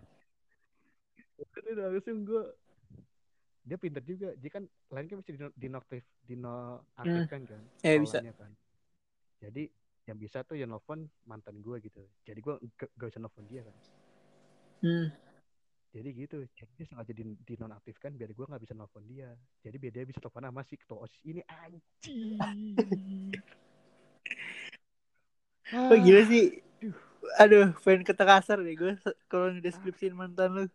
Itu langsung gue, dia pintar juga, dia kan lain kan mesti dinoaktif, dinoaktifkan kan, eh, bisa. kan. Jadi yang bisa tuh yang nelfon mantan gue gitu, jadi gue gak, gak bisa nelfon dia kan. Hmm. Jadi gitu, jadi dia sengaja dinonaktifkan biar gue nggak bisa nelfon dia, jadi biar dia bisa telepon sama si ketua OSIS ini, anjing. Oh gila sih. Aduh, aduh pengen kata kasar deh gue kalau ngedeskripsiin mantan lu.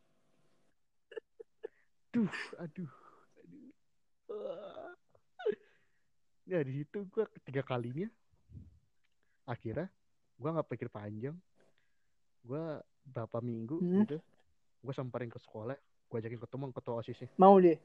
Duh, aduh, aduh. Uh. Ya di situ gue ketiga kalinya, akhirnya gue nggak pikir panjang, gue berapa minggu hmm. gitu, gue samperin ke sekolah, gue ajakin ketemu ketua OSISnya. Mau deh.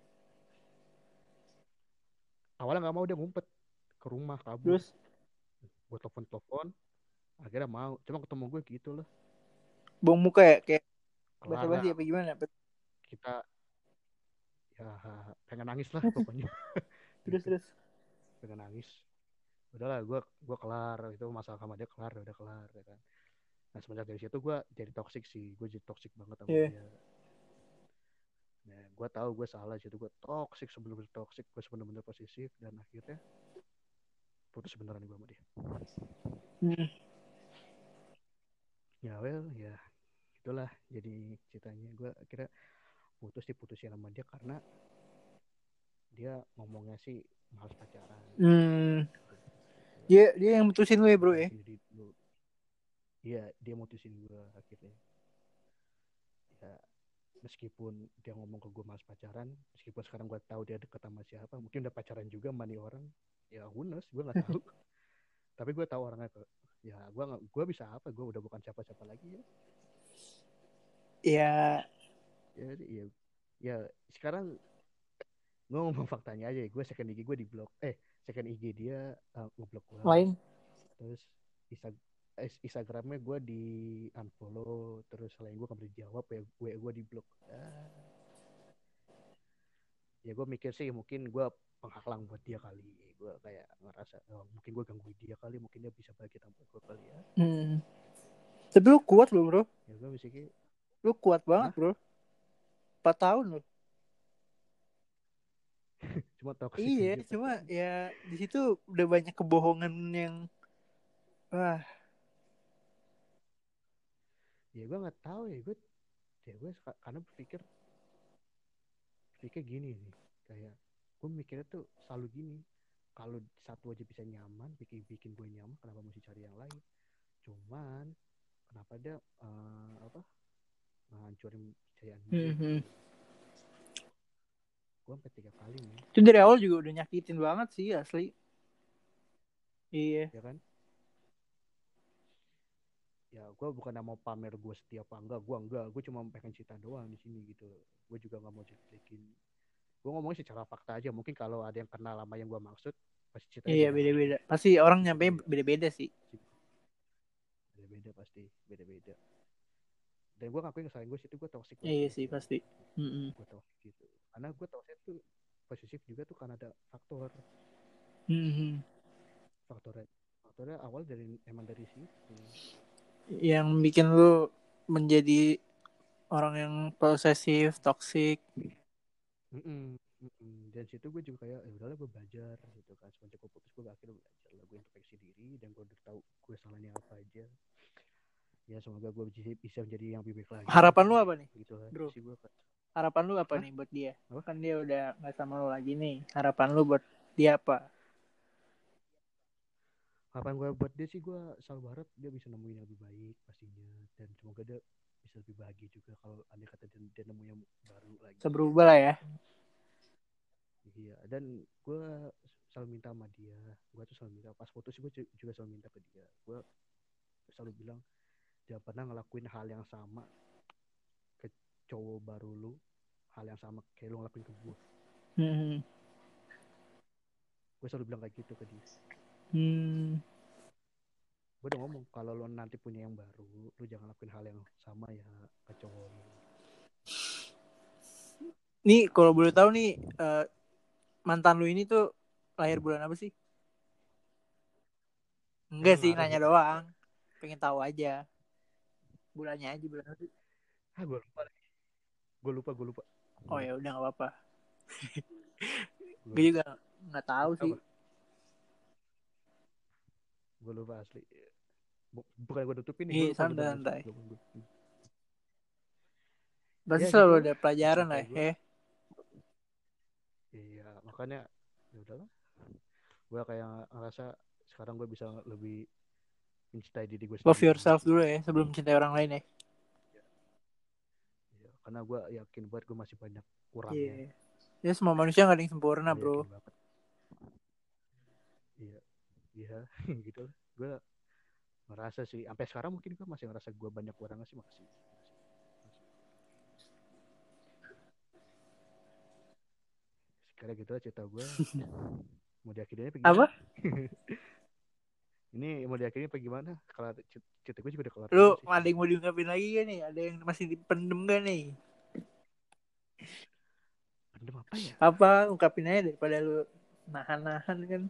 Awalnya nggak mau, dia ngumpet ke rumah kabur. Terus gue telepon-telepon, akhirnya mau, cuma ketemu gue gitu loh. Bong muka ya, kayak basa-basi apa gimana? Kita ya pengen nangis lah pokoknya. Terus terus pengen nangis. Udahlah, gue gue kelar itu masalah sama dia, kelar udah kelar ya kan. Nah semenjak dari situ gue jadi toksik sih, gue jadi toksik banget sama yeah. dia. Nah gue tahu gue salah, situ gue toksik, sebelum toksik gue benar-benar posesif, dan akhirnya putus beneran gue sama dia. Hmm. Ya well ya itulah jadi ceritanya, gue akhirnya putus diputusin sama dia karena dia ngomongnya sih malas pacaran. Hmm. Dia dia yang mutusin lu ya bro ya? Iya dia mutusin gue akhirnya. Ya meskipun dia ngomong ke gue mas pacaran, meskipun sekarang gue tahu dia deket sama siapa, mungkin udah pacaran juga sama nih orang, ya who knows, gue nggak tahu. Tapi gue tahu orangnya kok. Ya gue nggak, gue bisa apa? Gue udah bukan siapa-siapa lagi ya. Ya, Ya, ya, ya sekarang gue ngomong faktanya aja ya. Gue second I G gue di blok, eh second I G dia uh, ngeblok gue. lain. Terus Insta, eh, Instagramnya gue di unfollow, terus selain gue nggak dijawab ya gue gue di blok. Ah, ya gue mikir sih mungkin gue penghalang buat dia kali. Gue kayak ngerasa oh, mungkin gue gangguin dia kali, mungkin dia bisa bagi tanpa gue kali ya. Hmm. Tapi lu kuat loh bro. Ya gue mikir, Lu kuat banget hah? bro. empat tahun loh. Cuma toxic Iya, aja cuma pacaran. ya di situ udah banyak kebohongan yang wah. Ya gue nggak tahu ya gue, ya gue karena berpikir, berpikir gini nih, kayak gue mikirnya tuh selalu gini, kalau satu aja bisa nyaman, bikin bikin gue nyaman, kenapa mesti cari yang lain? Cuman kenapa dia uh, apa ngancurin kepercayaan gue Hmm. gitu. Gue sampai tiga kali nih. Itu dari awal juga udah nyakitin banget sih asli. Iya. Ya kan? Ya gue bukan mau pamer gue setia apa enggak, gue enggak, gue cuma pengen cerita doang di sini gitu. Gue juga nggak mau jelek-jelekin. Gue ngomongnya secara fakta aja. Mungkin kalau ada yang kenal lama yang gue maksud, pasti ceritanya Iya beda beda-beda. lagi. Pasti orang Gitu nyampe kan ya. beda-beda sih. Beda-beda pasti, beda-beda. Dan gue ngakuin kesalahan gue situ, gue toxic Iya banget sih gitu. pasti. Mm-mm. Gue toxic gitu. Karena gue toxic tuh positif juga tuh karena ada faktor. Mm-hmm. Faktornya, faktornya awal dari emang dari situ. Yang bikin lu menjadi orang yang posesif, toksik. Mm-mm, mm-mm. Dan situ gue juga kayak ya udahlah gue belajar gitu kan, semenjak gue putus gue akhirnya belajar lah, gue introspeksi diri dan gue udah tahu gue salahnya apa aja. Ya semoga gue bisa, bisa menjadi yang lebih baik lagi. Harapan lu apa nih, gitu lah bro? sih gue. Harapan lu apa Hah? nih buat dia? Apa? Kan dia udah nggak sama lu lagi nih. Harapan lu buat dia apa? Harapan gue buat dia sih, gue selalu berharap dia bisa nemuin yang lebih baik pastinya, dan semoga dia bisa lebih bahagia juga kalau andai kata dia, dia nemu yang baru lagi. Bisa berubah lah ya. Iya, dan gue selalu minta sama dia, gue tuh selalu minta pas putus gue juga selalu minta ke dia, gue selalu bilang jangan pernah ngelakuin hal yang sama ke cowok baru lu, hal yang sama kayak lu ngelakuin ke gue. Hmm. Gue selalu bilang kayak gitu ke dia. Hmm. Gue udah ngomong kalau lu nanti punya yang baru, lu jangan lakuin hal yang sama ya ke cowok lu. Nih kalau boleh tahu nih uh, mantan lu ini tuh lahir bulan apa sih? Enggak Emang sih, ngaruh nanya ya? doang. Pengen tahu aja. Bulannya aja bulan apa sih? Ah gue lupa lagi. Gue lupa, gue lupa. Gue Oh lupa. ya udah nggak apa-apa. Gue Gue lupa. juga nggak tahu sih. Apa? Gue lupa asli. Bukan gue tutupin nih, gue Iya lupa beneran asli. santai-santai. Gue, gue, gue. Pasti Ya selalu gitu ada lah. pelajaran lah Sampai gue. ya. Iya, makanya ya udahlah. Gue kayak ngerasa sekarang gue bisa lebih mencintai diri gue Love sendiri. yourself dulu ya sebelum mencintai orang lain ya. Ya, karena gue yakin buat gue masih banyak kurangnya. Iya. Ya semua manusia gak ada yang sempurna Gue bro. yakin banget. Iya, iya, gitu lah. Gue ngerasa sih, sampai sekarang mungkin gue masih ngerasa gue banyak kurangnya sih, masih. Sekarang gitu lah cerita gue. Mau diakhirinya apa gimana? Apa? Ini mau diakhiri apa gimana? Kalau cerita gue juga udah kelar. Lu ada yang mau diungkapin lagi gak nih? Ada yang masih dipendem gak nih? Pendem apa ya? Apa? Ungkapin aja daripada lu nahan-nahan kan.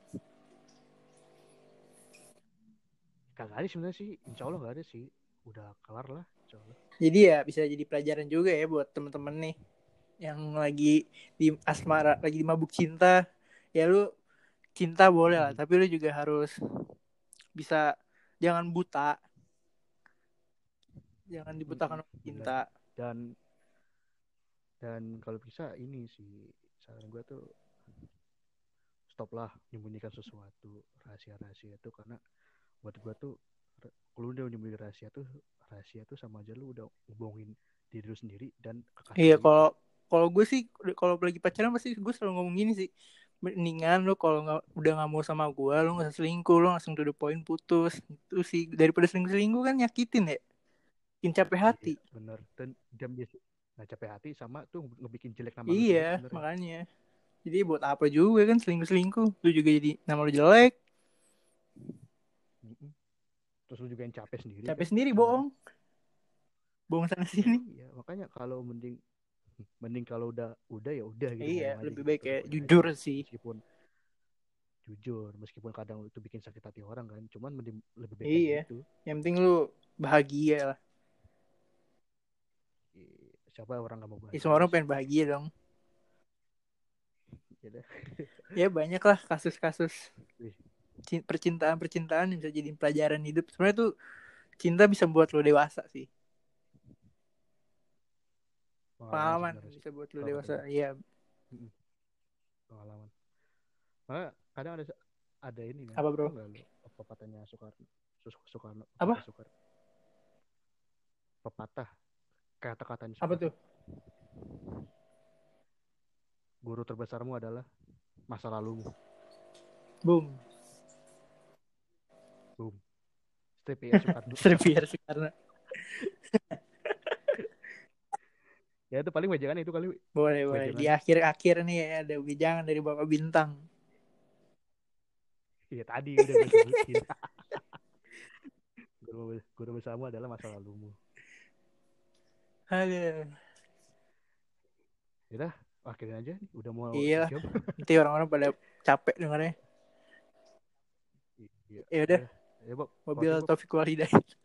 Kagak ada sebenarnya sih. Insya Allah gak ada sih. Udah kelar lah. Insya Allah. Jadi ya bisa jadi pelajaran juga ya buat temen-temen nih. Yang lagi di asmara, lagi di mabuk cinta. Ya lu cinta boleh lah. Hmm. Tapi lu juga harus bisa, jangan buta. Jangan dibutakan oleh cinta. Dan dan kalau bisa ini sih saran gue tuh stoplah menyembunyikan sesuatu, rahasia-rahasia itu, karena buat gue tuh kalau udah nyembunyi rahasia tuh rahasia tuh sama aja lu udah ngebohongin diri lu sendiri dan kekasih Iya, lu itu. kalau kalau gue sih kalau lagi pacaran pasti gue selalu ngomong gini sih. Mendingan lu kalau nggak udah nggak mau sama gue, lu nggak usah selingkuh, lu langsung to the point putus. Itu sih daripada selingkuh-selingkuh kan nyakitin ya, bikin capek hati. Iya bener, dan jam dia nah capek hati sama tuh ngebikin jelek nama lu sendiri Iya, sebenarnya. makanya. Jadi buat apa juga kan selingkuh-selingkuh? Lu juga jadi nama lu jelek, Mm-mm. Terus lu juga yang capek sendiri capek kan sendiri, sebenarnya. bohong, bohong sana sini. Iya makanya kalau mending mending kalau udah udah ya udah gitu, Iya, ngomong aja lebih gitu, baik to the kayak point jujur aja. sih. Meskipun jujur, meskipun kadang itu bikin sakit hati orang kan, cuman mending lebih baik Iya, kayak gitu. yang penting lu bahagia lah. Iya, siapa orang nggak mau Ya, bahagia semua orang sih? pengen bahagia dong. Ya dah. Ya banyak lah kasus-kasus Wih, cin- percintaan-percintaan yang bisa jadi pelajaran hidup. Sebenarnya tuh cinta bisa buat lo dewasa sih. pengalaman Pengalaman sebenarnya sih bisa buat lo kalau kata dewasa. gue. Iya, Mm-mm, pengalaman. Makanya kadang ada ada ini kan, apa tau bro? nggak lu pepatahnya Soekarno? Sus- Soekarno, Apa? pepatah Soekarno. Pepatah kata-katanya Apa Soekarno. tuh? Guru terbesarmu adalah masa lalumu. Boom. Boom. Strip ya Soekarno. Serpier Soekarno. Ya itu paling wejangan itu kali. Boleh, boleh. Di Wejangan. akhir-akhir nih ya ada wejangan dari Bapak Bintang. Iya tadi udah gue sebutin. guru, guru bersamamu adalah masa lalumu. Aduh. Yaudah, akhirnya aja nih. Udah mau Iya. sejam. Nanti orang-orang pada capek dengarnya. Iya. Ya udah. Ya, Bob. Mobil Closing, Bob. Taufik Walhidayah.